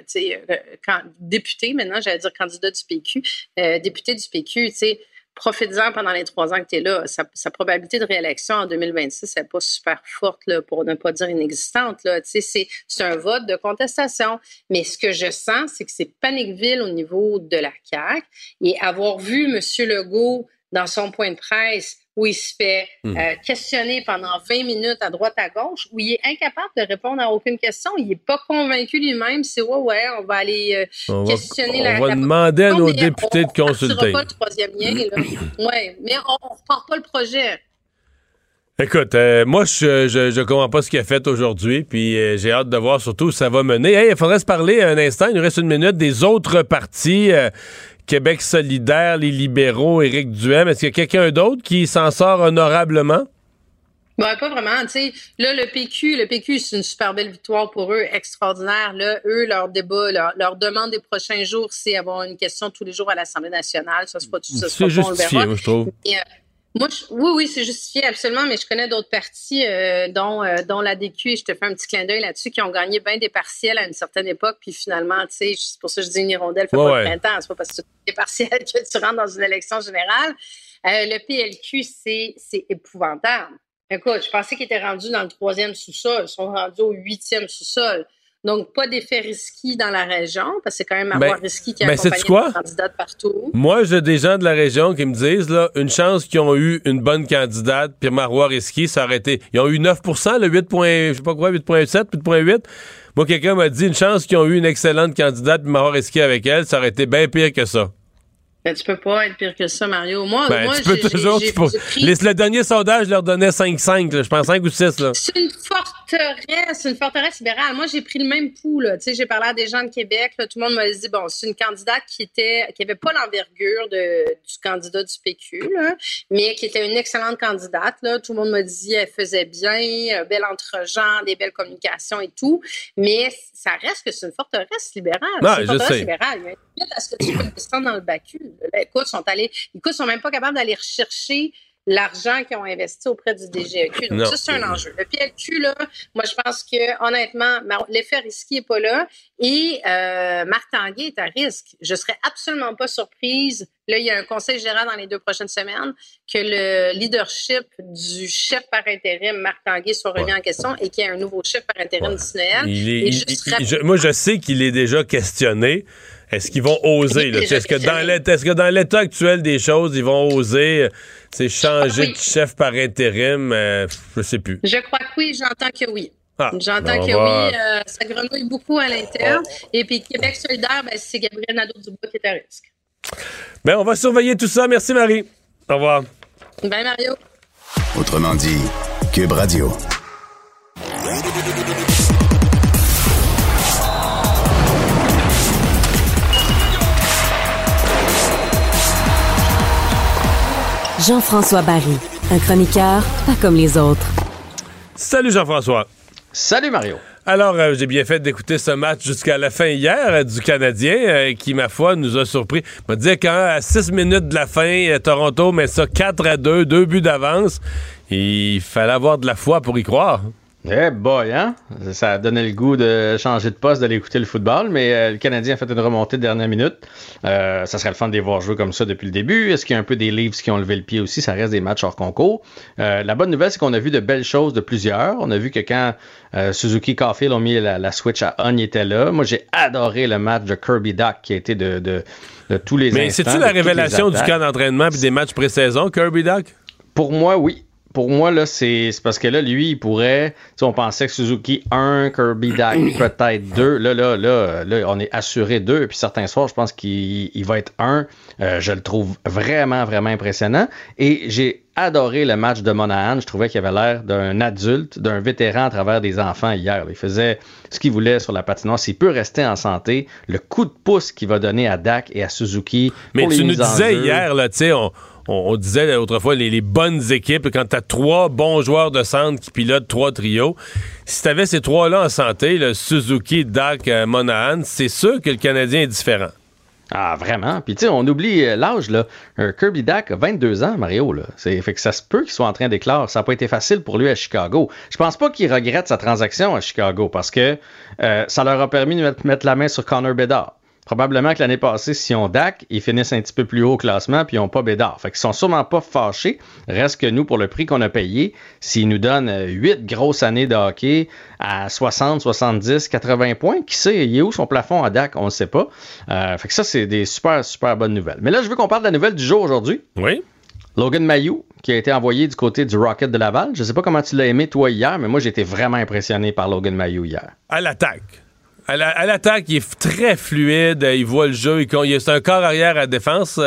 E: député maintenant, j'allais dire candidat du PQ, député du PQ, tu sais. Profite-en pendant les 3 ans que tu es là. Sa probabilité de réélection en 2026 n'est pas super forte, là, pour ne pas dire inexistante. Là. C'est un vote de contestation. Mais ce que je sens, c'est que c'est Paniqueville au niveau de la CAQ. Et avoir vu M. Legault dans son point de presse où il se fait questionner pendant 20 minutes à droite à gauche, où il est incapable de répondre à aucune question. Il n'est pas convaincu lui-même. C'est on va aller questionner
D: on va demander à nos députés de consulter.
E: On ne pas le 3e lien. Oui, mais on ne repart pas le projet.
D: Écoute, moi, je comprends pas ce qu'il a fait aujourd'hui, puis j'ai hâte de voir surtout où ça va mener. Hey, il faudrait se parler un instant, il nous reste 1 minute, des autres partis... Québec solidaire, les libéraux, Éric Duhem. Est-ce qu'il y a quelqu'un d'autre qui s'en sort honorablement?
E: Ben, pas vraiment. Tu sais, là, le PQ, c'est une super belle victoire pour eux, extraordinaire. Là, eux, leur débat, leur demande des prochains jours, c'est avoir une question tous les jours à l'Assemblée nationale. Ça, c'est pas tout ça.
D: C'est justifié, moi, je trouve.
E: Oui, c'est justifié, absolument, mais je connais d'autres partis, dont la DQ, et je te fais un petit clin d'œil là-dessus, qui ont gagné bien des partiels à une certaine époque, puis finalement, tu sais, c'est pour ça que je dis une hirondelle fait pas le printemps, c'est pas parce que tu as des partiels que tu rentres dans une élection générale. Le PLQ, c'est épouvantable. Écoute, je pensais qu'ils étaient rendus dans le 3e sous-sol, ils sont rendus au 8e sous-sol. Donc, pas d'effet risqué dans la région, parce que c'est quand même avoir risqué qui accompagne les candidats de partout.
D: Moi, j'ai des gens de la région qui me disent, là, une chance qu'ils ont eu une bonne candidate, puis Marois Risky, ça aurait été... Ils ont eu 9%, le 8,7, 8,8. Moi, quelqu'un m'a dit, une chance qu'ils ont eu une excellente candidate, puis Marois Risky avec elle, ça aurait été bien pire que ça.
E: Ben, tu peux pas être pire que ça, Mario. Moi,
D: tu peux toujours... Le dernier sondage leur donnait 5,5, là, je pense 5 ou 6. Là.
E: C'est une forteresse libérale. Moi, j'ai pris le même pouls. Là. Tu sais, j'ai parlé à des gens de Québec. Là, tout le monde m'a dit, bon, c'est une candidate qui avait pas l'envergure du candidat du PQ, là, mais qui était une excellente candidate. Là. Tout le monde m'a dit, elle faisait bien, bel entre-gens, des belles communications et tout. Mais ça reste que c'est une forteresse libérale.
D: Non,
E: c'est une forteresse libérale. Il y a une limite à ce que tu peux descendre dans le Bacu. Écoute, ils sont même pas capables d'aller rechercher l'argent qu'ils ont investi auprès du DGEQ. Donc, ça, c'est un enjeu. Le PLQ, là, moi, je pense que, honnêtement, l'effet risqué n'est pas là. Et Marc Tanguay est à risque. Je serais absolument pas surprise. Là, il y a un conseil général dans les 2 prochaines semaines que le leadership du chef par intérim, Marc Tanguay, soit remis en question et qu'il y ait un nouveau chef par intérim d'ici Noël.
D: Moi, je sais qu'il est déjà questionné. Est-ce qu'ils vont oser? Là? Est-ce que dans l'état actuel des choses, ils vont oser changer de chef par intérim? Je sais plus.
E: Je crois que oui, j'entends que oui.
D: J'entends
E: que oui, ça grenouille beaucoup à l'interne. Et puis Québec solidaire, c'est Gabriel Nadeau-Dubois qui est à risque.
D: On va surveiller tout ça. Merci, Marie. Au revoir.
E: Bye, Mario.
N: Autrement dit, Cube Radio.
C: Jean-François Barry, un chroniqueur pas comme les autres.
D: Salut Jean-François.
F: Salut Mario.
D: Alors, j'ai bien fait d'écouter ce match jusqu'à la fin hier du Canadien qui, ma foi, nous a surpris. On va dire qu'à 6 minutes de la fin, Toronto met ça 4-2, 2 buts d'avance. Il fallait avoir de la foi pour y croire.
F: Eh boy, hein? Ça a donné le goût de changer de poste, d'aller écouter le football, mais le Canadien a fait une remontée de dernière minute. Ça serait le fun de les voir jouer comme ça depuis le début. Est-ce qu'il y a un peu des Leafs qui ont levé le pied aussi? Ça reste des matchs hors concours. La bonne nouvelle, c'est qu'on a vu de belles choses de plusieurs. On a vu que quand Suzuki Caulfield ont mis la switch à on, il était là. Moi, j'ai adoré le match de Kirby Dach qui a été de tous les instants.
D: Mais c'est-tu la révélation du camp d'entraînement et des matchs pré-saison, Kirby Dach?
F: Pour moi, oui. Pour moi, là, c'est parce que là, lui, il pourrait... On pensait que Suzuki 1, Kirby Dach peut-être 2. Là, on est assuré 2. Puis certains soirs, je pense qu'il va être 1. Je le trouve vraiment, vraiment impressionnant. Et j'ai adoré le match de Monahan. Je trouvais qu'il avait l'air d'un adulte, d'un vétéran à travers des enfants hier. Il faisait ce qu'il voulait sur la patinoire. S'il peut rester en santé, le coup de pouce qu'il va donner à Dach et à Suzuki...
D: Mais tu nous disais hier, là, tu sais, on disait autrefois les bonnes équipes, quand tu as 3 bons joueurs de centre qui pilotent 3 trios, si tu avais ces 3-là en santé, le Suzuki, Dach, Monahan, c'est sûr que le Canadien est différent.
F: Ah, vraiment? Puis, tu sais, on oublie l'âge, là. Kirby Dach a 22 ans, Mario, là. Fait que ça se peut qu'il soit en train d'éclore. Ça n'a pas été facile pour lui à Chicago. Je pense pas qu'il regrette sa transaction à Chicago parce que ça leur a permis de mettre la main sur Connor Bedard. Probablement que l'année passée, si on Dach, ils finissent un petit peu plus haut au classement puis ils n'ont pas Bédard. Fait qu'ils sont sûrement pas fâchés. Reste que nous, pour le prix qu'on a payé, s'ils nous donnent 8 grosses années de hockey à 60, 70, 80 points, qui sait, il est où son plafond à Dach? On ne sait pas. Fait que ça, c'est des super, super bonnes nouvelles. Mais là, je veux qu'on parle de la nouvelle du jour aujourd'hui.
D: Oui.
F: Logan Mailloux, qui a été envoyé du côté du Rocket de Laval. Je ne sais pas comment tu l'as aimé, toi, hier, mais moi, j'ai été vraiment impressionné par Logan Mailloux hier.
D: À l'attaque. À l'attaque, il est très fluide, il voit le jeu, c'est un corps arrière à défense,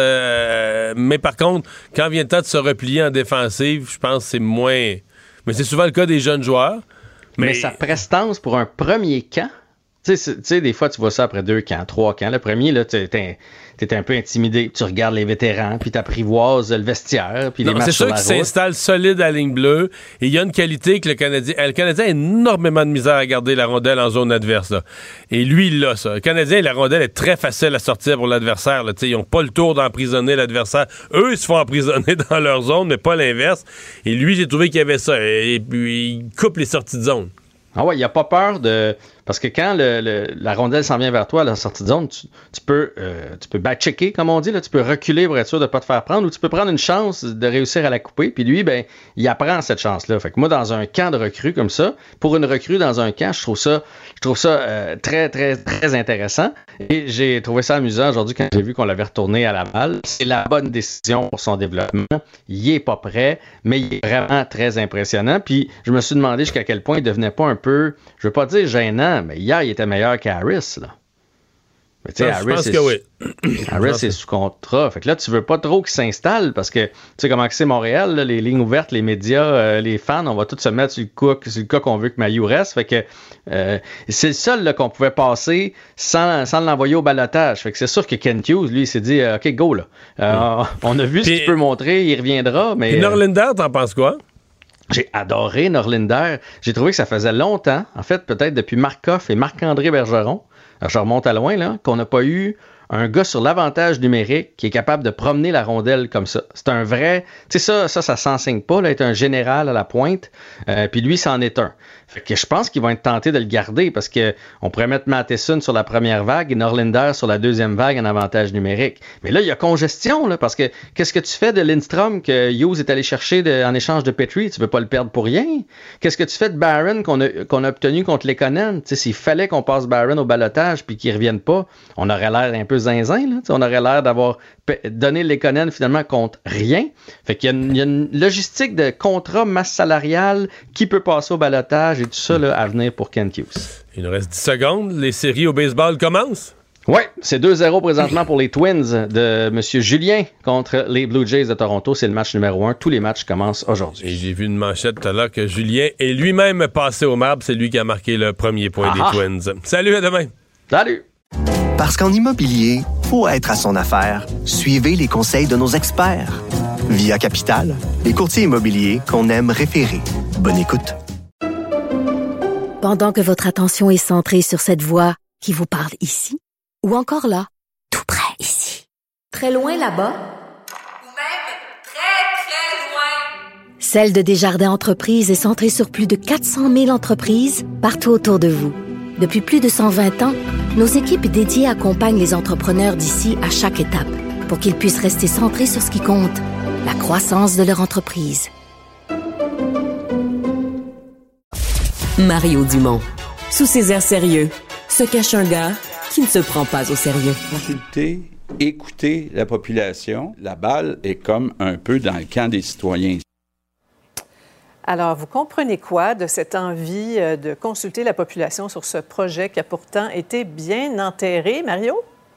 D: mais par contre, quand vient le temps de se replier en défensive, je pense que c'est moins... Mais c'est souvent le cas des jeunes joueurs.
F: Mais sa prestance pour un premier camp, tu sais, des fois, tu vois ça après 2 camps, 3 camps. Le premier, là, t'es un peu intimidé. Tu regardes les vétérans, puis t'apprivoises le vestiaire, puis les matchs sur la route. C'est sûr qu'il s'installe
D: solide à la ligne bleue. Et il y a une qualité que le Canadien a énormément de misère à garder la rondelle en zone adverse. Là. Et lui, il l'a, ça. Le Canadien, la rondelle est très facile à sortir pour l'adversaire. Là. Ils n'ont pas le tour d'emprisonner l'adversaire. Eux, ils se font emprisonner dans leur zone, mais pas l'inverse. Et lui, j'ai trouvé qu'il y avait ça. Et puis, il coupe les sorties de zone.
F: Ah ouais, il n'y a pas peur de... Parce que quand la rondelle s'en vient vers toi à la sortie de zone, tu peux back-checker, comme on dit, là, tu peux reculer pour être sûr de ne pas te faire prendre, ou tu peux prendre une chance de réussir à la couper, puis lui, ben, il apprend cette chance-là. Fait que moi, dans un camp de recrues comme ça, pour une recrue dans un camp, je trouve ça très, très, très intéressant. Et j'ai trouvé ça amusant aujourd'hui quand j'ai vu qu'on l'avait retourné à Laval. C'est la bonne décision pour son développement. Il est pas prêt, mais il est vraiment très impressionnant. Puis je me suis demandé jusqu'à quel point il devenait pas un peu, je veux pas dire gênant, mais hier, il était meilleur qu'Harris, là. Mais tu sais, Harris est sous contrat. Fait que là, tu veux pas trop qu'il s'installe parce que tu sais comment c'est Montréal, là, les lignes ouvertes, les médias, les fans, on va tous se mettre sur le cas qu'on veut que Mailloux reste. Fait que c'est le seul là, qu'on pouvait passer sans l'envoyer au balotage. Fait que c'est sûr que Kent Hughes, lui, il s'est dit OK, go là. On a vu ce qu'il peut montrer, il reviendra. Mais
D: Norlinder, t'en penses quoi?
F: J'ai adoré Norlinder. J'ai trouvé que ça faisait longtemps, en fait, peut-être depuis Markov et Marc-André Bergeron. Alors, je remonte à loin, là, qu'on n'a pas eu un gars sur l'avantage numérique qui est capable de promener la rondelle comme ça. C'est un vrai... Tu sais, ça s'enseigne pas, là, être un général à la pointe. Puis lui, c'en est un. Fait que je pense qu'ils vont être tentés de le garder parce que on pourrait mettre Matheson sur la première vague et Norlinder sur la deuxième vague en avantage numérique. Mais là, il y a congestion, là, parce que qu'est-ce que tu fais de Lindstrom que Hughes est allé chercher en échange de Petrie? Tu veux pas le perdre pour rien? Qu'est-ce que tu fais de Barron qu'on a obtenu contre Lekonen? Tu sais, s'il fallait qu'on passe Barron au balotage puis qu'il revienne pas, on aurait l'air un peu zinzin, là. Tu sais, on aurait l'air d'avoir donné Lekonen finalement contre rien. Fait qu'il y a une logistique de contrat, masse salariale, qui peut passer au balotage et tout ça là, à venir pour Kent Hughes.
D: Il nous reste 10 secondes. Les séries au baseball commencent?
F: Oui, c'est 2-0 présentement pour les Twins de M. Julien contre les Blue Jays de Toronto. C'est le match numéro 1. Tous les matchs commencent aujourd'hui.
D: Et j'ai vu une manchette tout à l'heure que Julien est lui-même passé au marbre. C'est lui qui a marqué le premier point des Twins. Salut, à demain.
F: Salut.
A: Parce qu'en immobilier, faut être à son affaire. Suivez les conseils de nos experts. Via Capital, les courtiers immobiliers qu'on aime référer. Bonne écoute.
B: Pendant que votre attention est centrée sur cette voix qui vous parle ici, ou encore là, tout près ici, très loin là-bas,
K: ou même très, très loin.
B: Celle de Desjardins Entreprises est centrée sur plus de 400 000 entreprises partout autour de vous. Depuis plus de 120 ans, nos équipes dédiées accompagnent les entrepreneurs d'ici à chaque étape pour qu'ils puissent rester centrés sur ce qui compte, la croissance de leur entreprise.
C: Mario Dumont. Sous ses airs sérieux, se cache un gars qui ne se prend pas au sérieux.
H: Consulter, écouter la population. La balle est comme un peu dans le camp des citoyens.
I: Alors, vous comprenez quoi de cette envie de consulter la population sur ce projet qui a pourtant été bien enterré, Mario?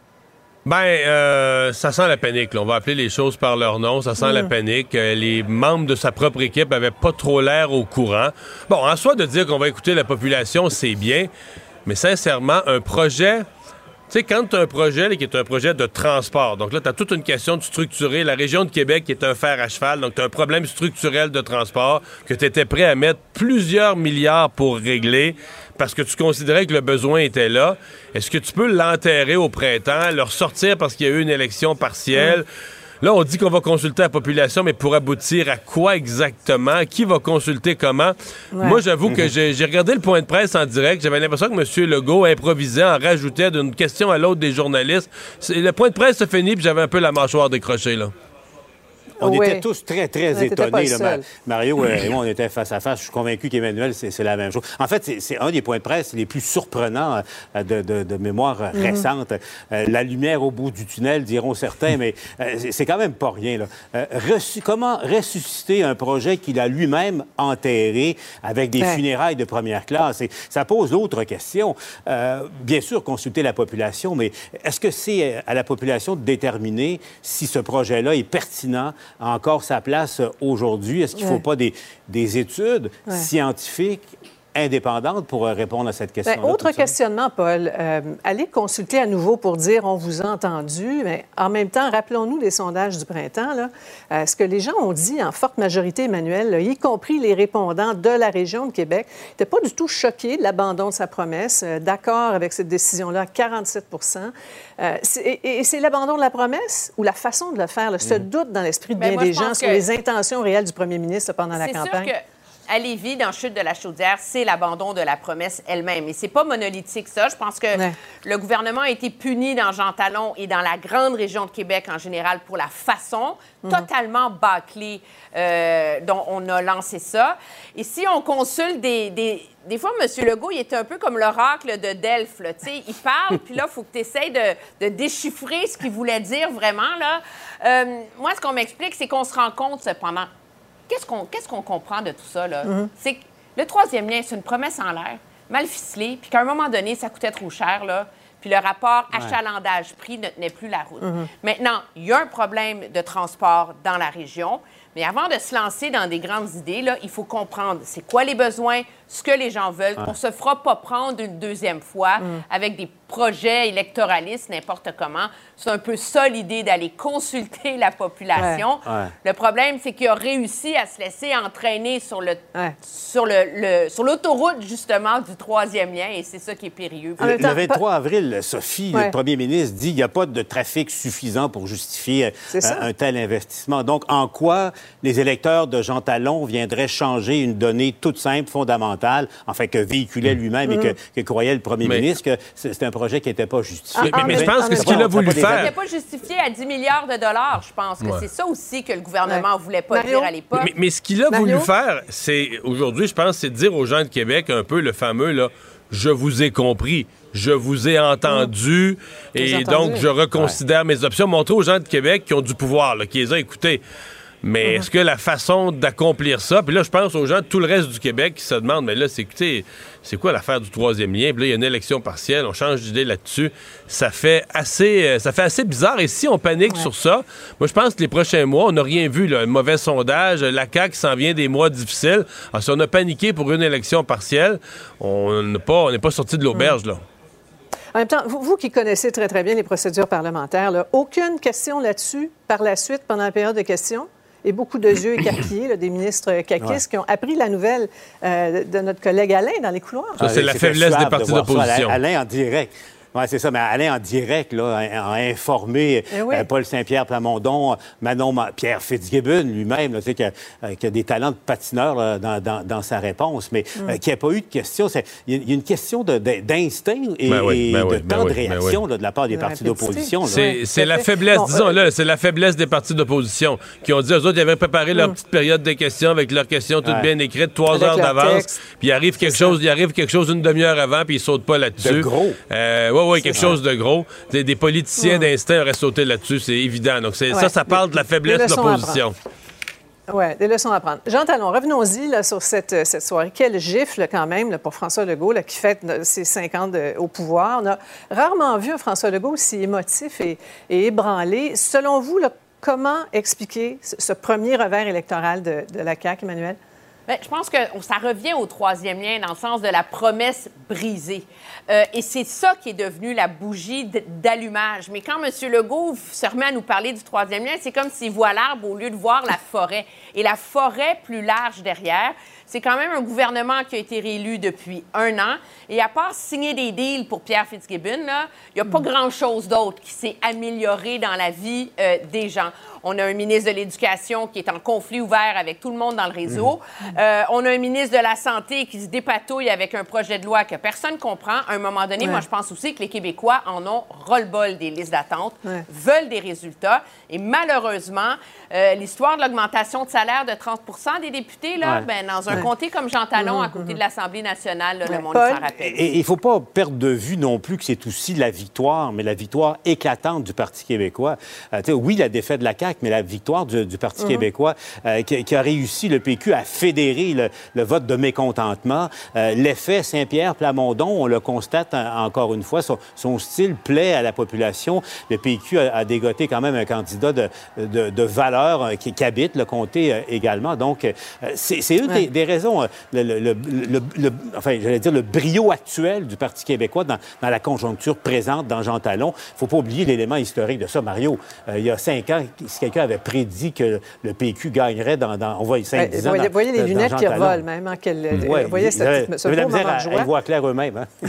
D: Ça sent la panique, là. On va appeler les choses par leur nom. Ça sent la panique. Les membres de sa propre équipe avaient pas trop l'air au courant. Bon, en soi, de dire qu'on va écouter la population, c'est bien. Mais sincèrement, un projet... Tu sais, quand tu as un projet là, qui est un projet de transport, donc là, tu as toute une question de structurer. La région de Québec qui est un fer à cheval, donc tu as un problème structurel de transport que tu étais prêt à mettre plusieurs milliards pour régler parce que tu considérais que le besoin était là. Est-ce que tu peux l'enterrer au printemps, le ressortir parce qu'il y a eu une élection partielle? Là, on dit qu'on va consulter la population, mais pour aboutir à quoi exactement? Qui va consulter comment? Ouais. Moi, j'avoue que j'ai regardé le point de presse en direct. J'avais l'impression que M. Legault improvisait, en rajoutait d'une question à l'autre des journalistes. Le point de presse se finit, puis j'avais un peu la mâchoire décrochée, là.
J: On était tous très, très étonnés. Là, Mario et moi, on était face à face. Je suis convaincu qu'Emmanuel, c'est la même chose. En fait, c'est un des points de presse les plus surprenants de mémoire récente. La lumière au bout du tunnel, diront certains, mais c'est quand même pas rien. Là. Comment ressusciter un projet qu'il a lui-même enterré avec des funérailles de première classe? Et ça pose l'autre question. Bien sûr, consulter la population, mais est-ce que c'est à la population de déterminer si ce projet-là est pertinent, a encore sa place aujourd'hui? Est-ce qu'il ne faut pas des études scientifiques indépendantes pour répondre à cette question-là?
I: Autre questionnement, Paul. Allez consulter à nouveau pour dire on vous a entendu, mais en même temps, rappelons-nous les sondages du printemps. Là, ce que les gens ont dit en forte majorité, Emmanuel, là, y compris les répondants de la région de Québec, n'étaient pas du tout choqués de l'abandon de sa promesse, d'accord avec cette décision-là à 47 Et c'est l'abandon de la promesse ou la façon de le faire, là, ce doute dans l'esprit de bien des gens sur les intentions réelles du premier ministre pendant la campagne?
X: À Lévis, dans Chute de la Chaudière, c'est l'abandon de la promesse elle-même. Et c'est pas monolithique, ça. Je pense que le gouvernement a été puni dans Jean Talon et dans la grande région de Québec en général pour la façon totalement bâclée dont on a lancé ça. Et si on consulte des fois, M. Legault, il est un peu comme l'oracle de Delphes. Là. Il parle, puis là, il faut que tu essaies de déchiffrer ce qu'il voulait dire vraiment. Là. Moi, ce qu'on m'explique, c'est qu'on se rend compte, cependant, qu'est-ce qu'on comprend de tout ça, là? C'est que le troisième lien, c'est une promesse en l'air, mal ficelée, puis qu'à un moment donné, ça coûtait trop cher, là, puis le rapport achalandage-prix ne tenait plus la route. Maintenant, il y a un problème de transport dans la région, mais avant de se lancer dans des grandes idées, là, il faut comprendre c'est quoi les besoins, ce que les gens veulent. On ne se fera pas prendre une deuxième fois avec des projet électoraliste, n'importe comment. C'est un peu ça l'idée d'aller consulter la population.
J: Ouais.
X: Le problème, c'est qu'il a réussi à se laisser entraîner sur l'autoroute, justement, du troisième lien, et c'est ça qui est périlleux.
J: Le 23 avril, Sophie, le premier ministre, dit qu'il n'y a pas de trafic suffisant pour justifier un tel investissement. Donc, en quoi les électeurs de Jean Talon viendraient changer une donnée toute simple, fondamentale, enfin, que véhiculait lui-même et que croyait le premier ministre, que c'était un projet qui n'était pas justifié.
D: Mais je pense que ce qu'il a voulu faire...
X: Ça n'était pas justifié à 10 milliards de dollars, je pense que c'est ça aussi que le gouvernement ne voulait pas dire à l'époque.
D: Mais ce qu'il a voulu faire, c'est, aujourd'hui, je pense, c'est de dire aux gens de Québec un peu le fameux, là, « Je vous ai compris ». Je vous ai entendu et donc je reconsidère mes options. Montrer aux gens de Québec qui ont du pouvoir, là, qui les ont écoutés. Mais est-ce que la façon d'accomplir ça... Puis là, je pense aux gens de tout le reste du Québec qui se demandent, mais là, c'est quoi l'affaire du troisième lien? Puis là, il y a une élection partielle, on change d'idée là-dessus. Ça fait assez bizarre. Et si on panique sur ça, moi, je pense que les prochains mois, on n'a rien vu, là, un mauvais sondage, la CAQ s'en vient des mois difficiles. Alors, si on a paniqué pour une élection partielle, on n'est pas sorti de l'auberge, là.
I: En même temps, vous qui connaissez très, très bien les procédures parlementaires, là, aucune question là-dessus par la suite pendant la période de questions? Et beaucoup de yeux écarquillés, là, des ministres caquistes qui ont appris la nouvelle de notre collègue Alain dans les couloirs.
D: Ça, c'est la faiblesse des partis d'opposition.
J: Alain en direct. Oui, c'est ça. Mais Alain, en direct, là, a informé Paul Saint-Pierre Plamondon, Pierre Fitzgibbon lui-même, là, qui a des talents de patineur là, dans sa réponse, mais qui n'a pas eu de question. Il y a une question d'instinct et de temps de réaction là, de la part des partis d'opposition.
D: C'est la faiblesse, disons-le, c'est la faiblesse des partis d'opposition qui ont dit, eux autres, ils avaient préparé leur petite période de questions avec leurs questions toutes bien écrites, 3 heures d'avance, puis il arrive quelque chose une demi-heure avant, puis ils sautent pas là-dessus.
J: De gros.
D: Oui, quelque chose de gros. Des politiciens d'instinct auraient sauté là-dessus, c'est évident. Donc, ça parle de la faiblesse de l'opposition.
I: Oui, des leçons à prendre. Jean Talon, revenons-y là, sur cette soirée. Quel gifle, quand même, là, pour François Legault, là, qui fête ses 5 ans au pouvoir. On a rarement vu un François Legault aussi émotif et ébranlé. Selon vous, là, comment expliquer ce premier revers électoral de la CAQ, Emmanuel?
X: Bien, je pense que ça revient au troisième lien dans le sens de la promesse brisée. Et c'est ça qui est devenu la bougie d'allumage. Mais quand M. Legault se remet à nous parler du troisième lien, c'est comme s'il voit l'arbre au lieu de voir la forêt. Et la forêt plus large derrière, c'est quand même un gouvernement qui a été réélu depuis 1 an. Et à part signer des deals pour Pierre Fitzgibbon, il n'y a pas grand-chose d'autre qui s'est amélioré dans la vie des gens. On a un ministre de l'Éducation qui est en conflit ouvert avec tout le monde dans le réseau. On a un ministre de la Santé qui se dépatouille avec un projet de loi que personne ne comprend. À un moment donné, moi, je pense aussi que les Québécois en ont ras-le-bol des listes d'attente, veulent des résultats. Et malheureusement, l'histoire de l'augmentation de salaire de 30 % des députés, là, dans un comté comme Jean Talon, à côté de l'Assemblée nationale, là, le monde s'en rappelle.
J: Et il ne faut pas perdre de vue non plus que c'est aussi la victoire, mais la victoire éclatante du Parti québécois. Oui, la défaite de la CAQ, mais la victoire du Parti québécois qui a réussi, le PQ, à fédérer le vote de mécontentement. L'effet Saint-Pierre Plamondon, on le constate encore une fois, son style plaît à la population. Le PQ a dégoté quand même un candidat de valeur qui habite le comté également. Donc, c'est une des raisons, j'allais dire, le brio actuel du Parti québécois dans la conjoncture présente dans Jean Talon. Il ne faut pas oublier l'élément historique de ça, Mario. Il y a 5 ans, si quelqu'un avait prédit que le PQ gagnerait on voit 5-10 ans.
I: Vous voyez les lunettes qui revolent même. Vous voyez ce beau moment de joie.
J: Ils voient clair eux-mêmes. Hein?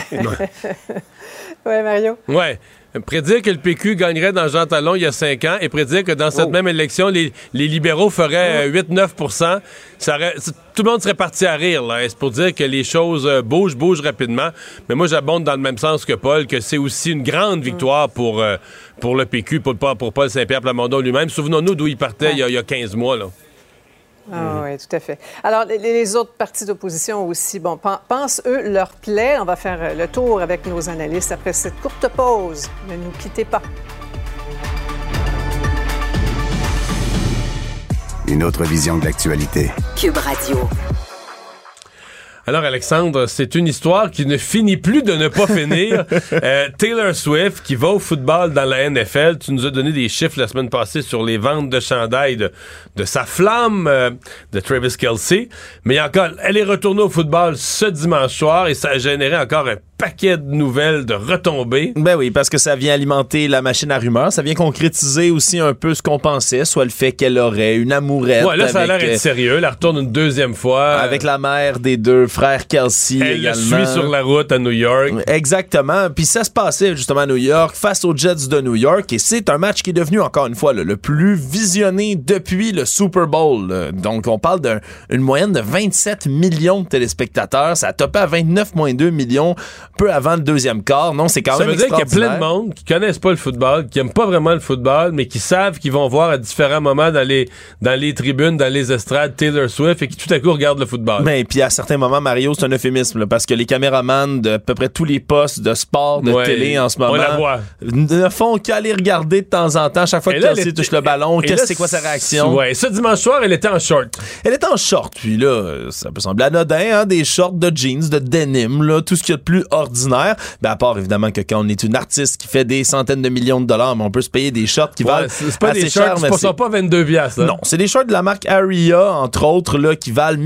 I: Oui, Mario?
D: Oui. Prédire que le PQ gagnerait dans Jean Talon il y a 5 ans et prédire que dans cette même élection, les libéraux feraient 8-9 %, tout le monde serait parti à rire. Là. C'est pour dire que les choses bougent rapidement. Mais moi, j'abonde dans le même sens que Paul, que c'est aussi une grande victoire pour le PQ, pour Paul Saint-Pierre Plamondon lui-même. Souvenons-nous d'où il partait il y a 15 mois. Là.
I: Oui, tout à fait. Alors, les autres partis d'opposition aussi, pensent, eux, leur plaie. On va faire le tour avec nos analystes après cette courte pause. Ne nous quittez pas.
N: Une autre vision de l'actualité.
C: Cube Radio.
D: Alors, Alexandre, c'est une histoire qui ne finit plus de ne pas finir. Taylor Swift, qui va au football dans la NFL, tu nous as donné des chiffres la semaine passée sur les ventes de chandails de sa flamme de Travis Kelce. Mais encore, elle est retournée au football ce dimanche soir et ça a généré encore un paquet de nouvelles, de retombées.
W: Ben oui, parce que ça vient alimenter la machine à rumeurs. Ça vient concrétiser aussi un peu ce qu'on pensait, soit le fait qu'elle aurait une amourette.
D: Ouais, là, ça a l'air d'être sérieux. Elle retourne une deuxième fois.
W: Avec la mère des deux frères Kelsey également.
D: Elle le suit sur la route à New York.
W: Exactement. Puis ça se passait justement à New York, face aux Jets de New York. Et c'est un match qui est devenu, encore une fois, le plus visionné depuis le Super Bowl. Donc, on parle d'une moyenne de 27 millions de téléspectateurs. Ça a topé à 29,2 millions peu avant le deuxième quart. Non, c'est quand même extraordinaire.
D: Ça veut dire qu'il y a plein de monde qui connaissent pas le football, qui aiment pas vraiment le football, mais qui savent qu'ils vont voir à différents moments dans les tribunes, dans les estrades, Taylor Swift, et qui tout à coup regardent le football.
W: Ben, puis à certains moments, Mario, c'est un euphémisme, là, parce que les caméramans de à peu près tous les postes de sport, de télé en ce moment, ne font qu'aller regarder de temps en temps, chaque fois que Kelsey touche le ballon, c'est quoi sa réaction?
D: Ouais, ce dimanche soir, elle était en short.
W: Elle était en short, puis là, ça peut sembler anodin, des shorts de jeans, de denim, là, tout ce qu'il y a de plus ordinaire. Ben, à part, évidemment, que quand on est une artiste qui fait des centaines de millions de dollars, mais on peut se payer des shorts qui valent
D: c'est pas
W: assez
D: des
W: cher.
D: Shorts, sont pas 22 piastres.
W: Non, c'est des shorts de la marque Aria, entre autres, là, qui valent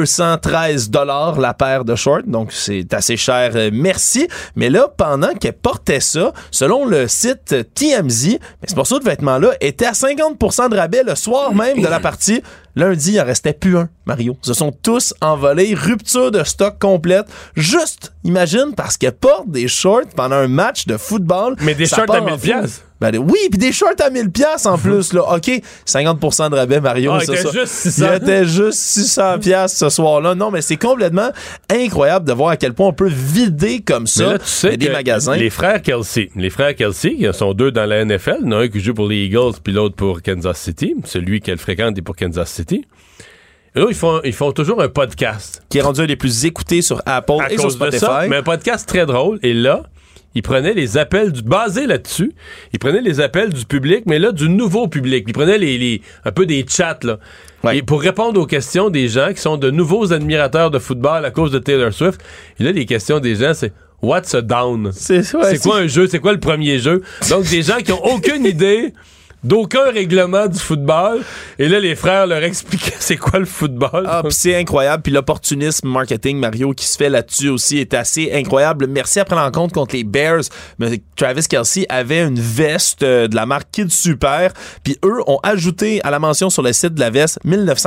W: 1213 $ la paire de shorts. Donc, c'est assez cher, merci. Mais là, pendant qu'elle portait ça, selon le site TMZ, ce morceau de vêtements-là était à 50% de rabais le soir même de la partie. Lundi, il en restait plus un, Mario. Se sont tous envolés. Rupture de stock complète. Juste, imagine, parce qu'elle porte des shorts pendant un match de football.
D: Mais des shorts à 1000 piastres.
W: Ben, oui, puis des shorts à 1000 piastres en plus, là. OK, 50% de rabais, Mario.
D: Il était juste 600.
W: Il était juste 600 piastres ce soir-là. Non, mais c'est complètement incroyable de voir à quel point on peut vider comme ça.
D: Mais là, tu sais
W: des magasins.
D: Les frères Kelsey, qui sont deux dans la NFL, il y en a un qui joue pour les Eagles puis l'autre pour Kansas City. Celui qu'elle fréquente est pour Kansas City. Et là, ils font toujours un podcast.
W: Qui est rendu un des plus écoutés sur Apple et sur Spotify.
D: Ça, mais un podcast très drôle. Et là, il prenait les appels basé là-dessus. Il prenait les appels du public, mais là, du nouveau public. Il prenait un peu des chats, là. Ouais. Et pour répondre aux questions des gens qui sont de nouveaux admirateurs de football à cause de Taylor Swift. Et là, les questions des gens, c'est What's a down? C'est quoi un jeu? C'est quoi le premier jeu? Donc, des gens qui ont aucune idée d'aucun règlement du football. Et là, les frères leur expliquaient c'est quoi le football.
W: Ah, puis c'est incroyable. Puis l'opportunisme marketing, Mario, qui se fait là-dessus aussi est assez incroyable. Merci à prendre en compte contre les Bears. Mais Travis Kelsey avait une veste de la marque Kid Super. Puis eux ont ajouté à la mention sur le site de la veste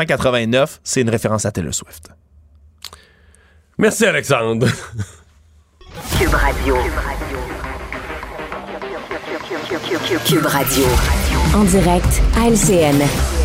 W: 1989. C'est une référence à Taylor Swift.
D: Merci, Alexandre.
C: Cube Radio. Cube Radio. En direct à LCN.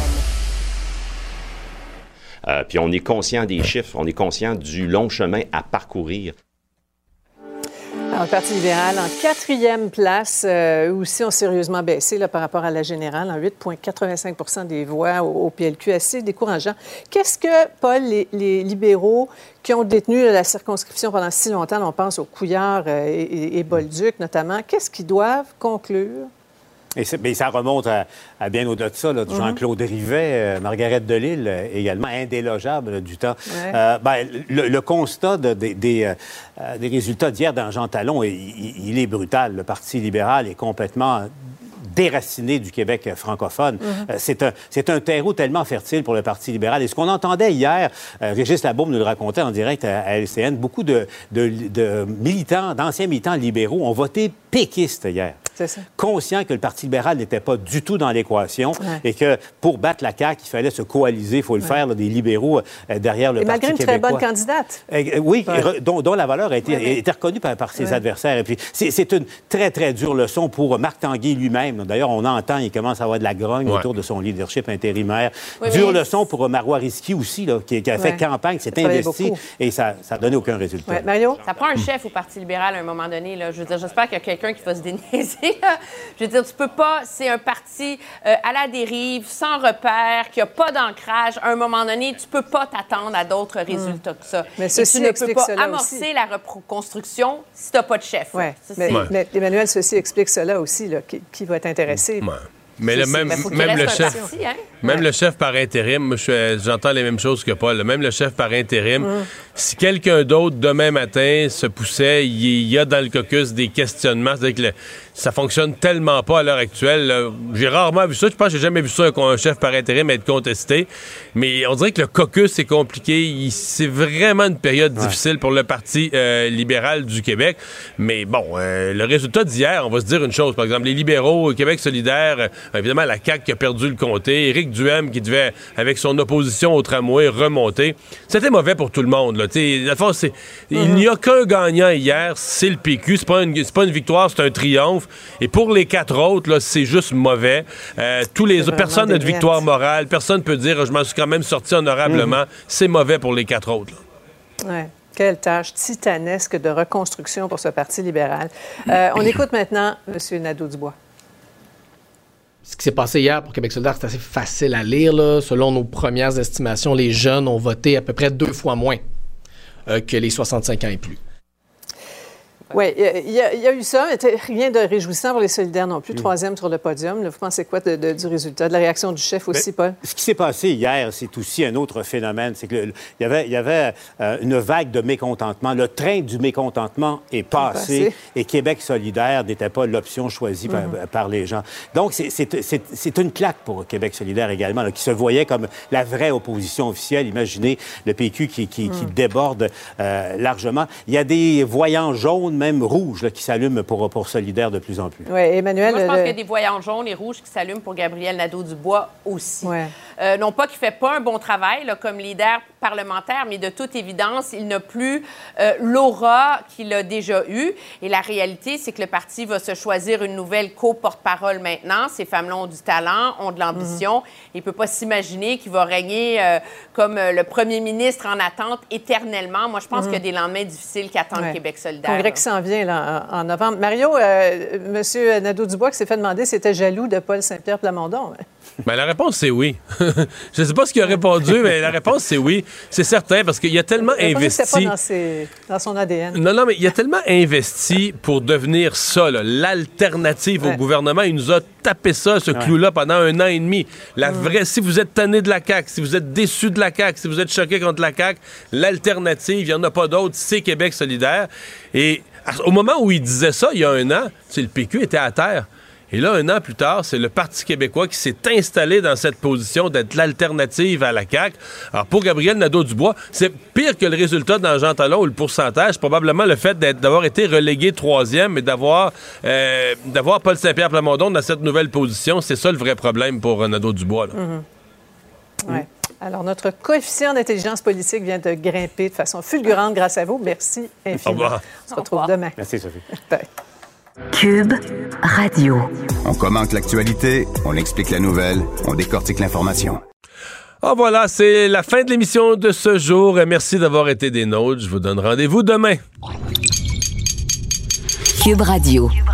L: Puis on est conscient des chiffres, on est conscient du long chemin à parcourir.
I: Alors, le Parti libéral, en 4e place, eux aussi ont sérieusement baissé là, par rapport à la générale, en 8,85 % des voix au PLQ, assez décourageant. Qu'est-ce que, Paul, les libéraux qui ont détenu la circonscription pendant si longtemps, on pense aux Couillard et Bolduc notamment, qu'est-ce qu'ils doivent conclure?
J: Mais ça remonte à bien au-delà de ça, là, de Jean-Claude Rivet, Margaret Delille, également indélogeable du temps. Ouais. Le constat des résultats d'hier dans Jean Talon, il est brutal. Le Parti libéral est complètement déraciné du Québec francophone. C'est un terreau tellement fertile pour le Parti libéral. Et ce qu'on entendait hier, Régis Labaume nous le racontait en direct à LCN, beaucoup de militants, d'anciens militants libéraux ont voté péquistes hier.
I: C'est ça.
J: Conscient que le Parti libéral n'était pas du tout dans l'équation et que pour battre la CAQ, il fallait se coaliser, il faut le faire, là, des libéraux derrière le Parti québécois.
I: Et malgré une très bonne candidate.
J: Oui, dont la valeur a été reconnue par ses adversaires. Et puis, c'est une très, très dure leçon pour Marc Tanguay lui-même. D'ailleurs, on entend, il commence à avoir de la grogne autour de son leadership intérimaire. Dure leçon pour Marois Risky aussi, là, qui a fait campagne, s'est investi et ça n'a donné aucun résultat.
I: Mario?
X: Ça prend un chef au Parti libéral à un moment donné. Là. Je veux dire, j'espère qu'il y a quelqu'un qui va se déniaiser. Je veux dire, tu peux pas, c'est un parti à la dérive, sans repère, qui n'a pas d'ancrage. À un moment donné, tu peux pas t'attendre à d'autres résultats que ça.
I: Mais
X: ceci
I: tu ne peux pas
X: amorcer
I: aussi
X: la reconstruction si tu n'as pas de chef.
I: Ouais. Mais Emmanuel, ceci explique cela aussi, là, qui va être intéressé.
D: Mais même le chef, même le chef par intérim, moi, j'entends les mêmes choses que Paul. Même le chef par intérim, si quelqu'un d'autre demain matin se poussait, il y a dans le caucus des questionnements. C'est-à-dire que ça fonctionne tellement pas à l'heure actuelle. J'ai rarement vu ça. Je pense que j'ai jamais vu ça, un chef par intérim être contesté. Mais on dirait que le caucus est compliqué. C'est vraiment une période difficile pour le Parti libéral du Québec. Mais bon, le résultat d'hier, on va se dire une chose. Par exemple, les libéraux, Québec solidaire, évidemment, la CAQ qui a perdu le comté, Éric Duhem qui devait, avec son opposition au tramway, remonter. C'était mauvais pour tout le monde. Là. Il n'y a qu'un gagnant hier, c'est le PQ. C'est pas une victoire, c'est un triomphe. Et pour les 4 autres, là, c'est juste mauvais. Tous les autres, personne n'a de victoire morale. Personne ne peut dire je m'en suis quand même sorti honorablement. C'est mauvais pour les 4 autres.
I: Oui. Quelle tâche titanesque de reconstruction pour ce Parti libéral. On écoute maintenant M. Nadeau-Dubois.
M: Ce qui s'est passé hier pour Québec solidaire, c'est assez facile à lire. Là. Selon nos premières estimations, les jeunes ont voté à peu près 2 fois moins que les 65 ans et plus.
I: Oui, il y a eu ça, mais rien de réjouissant pour les solidaires non plus. 3e sur le podium. Là, vous pensez quoi du résultat, de la réaction du chef aussi, Paul?
J: Ce qui s'est passé hier, c'est aussi un autre phénomène. C'est qu'il y avait une vague de mécontentement. Le train du mécontentement est passé et Québec solidaire n'était pas l'option choisie par les gens. Donc, c'est une claque pour Québec solidaire également, là, qui se voyait comme la vraie opposition officielle. Imaginez le PQ qui déborde largement. Il y a des voyants jaunes, même rouges, là, qui s'allument pour Solidaire de plus en plus.
I: Oui, Emmanuel...
X: Moi, je pense qu'il y a des voyants jaunes et rouges qui s'allument pour Gabriel Nadeau-Dubois aussi. Ouais. Non pas qu'il ne fait pas un bon travail là, comme leader parlementaire, mais de toute évidence, il n'a plus l'aura qu'il a déjà eue. Et la réalité, c'est que le parti va se choisir une nouvelle co-porte-parole maintenant. Ces femmes-là ont du talent, ont de l'ambition. Il ne peut pas s'imaginer qu'il va régner comme le premier ministre en attente éternellement. Moi, je pense qu'il y a des lendemains difficiles qui attendent Québec solidaire.
I: Le congrès qui s'en vient là, en novembre. Mario, M. Nadeau-Dubois qui s'est fait demander s'il était jaloux de Paul Saint-Pierre Plamondon.
D: Ben, la réponse, c'est oui. Je ne sais pas ce qu'il a répondu, mais la réponse, c'est oui. C'est certain, parce qu'il a tellement investi...
I: C'était pas dans son ADN.
D: Non, mais il a tellement investi pour devenir ça, là, l'alternative au gouvernement. Il nous a tapé ça, ce clou-là, pendant 1 an et demi. La vraie... Si vous êtes tanné de la CAQ, si vous êtes déçu de la CAQ, si vous êtes choqué contre la CAQ, l'alternative, il n'y en a pas d'autre, c'est Québec solidaire. Et au moment où il disait ça, il y a 1 an, le PQ était à terre. Et là, 1 an plus tard, c'est le Parti québécois qui s'est installé dans cette position d'être l'alternative à la CAQ. Alors, pour Gabriel Nadeau-Dubois, c'est pire que le résultat dans Jean Talon ou le pourcentage. Probablement le fait d'avoir été relégué 3e et d'avoir Paul Saint-Pierre Plamondon dans cette nouvelle position. C'est ça le vrai problème pour Nadeau-Dubois.
I: Oui. Alors, notre coefficient d'intelligence politique vient de grimper de façon fulgurante grâce à vous. Merci infiniment. On se retrouve demain.
J: Merci, Sophie.
I: Bye.
N: Cube Radio. On commente l'actualité, on explique la nouvelle, on décortique l'information.
D: Ah voilà, c'est la fin de l'émission de ce jour. Merci d'avoir été des nôtres. Je vous donne rendez-vous demain.
C: Cube Radio.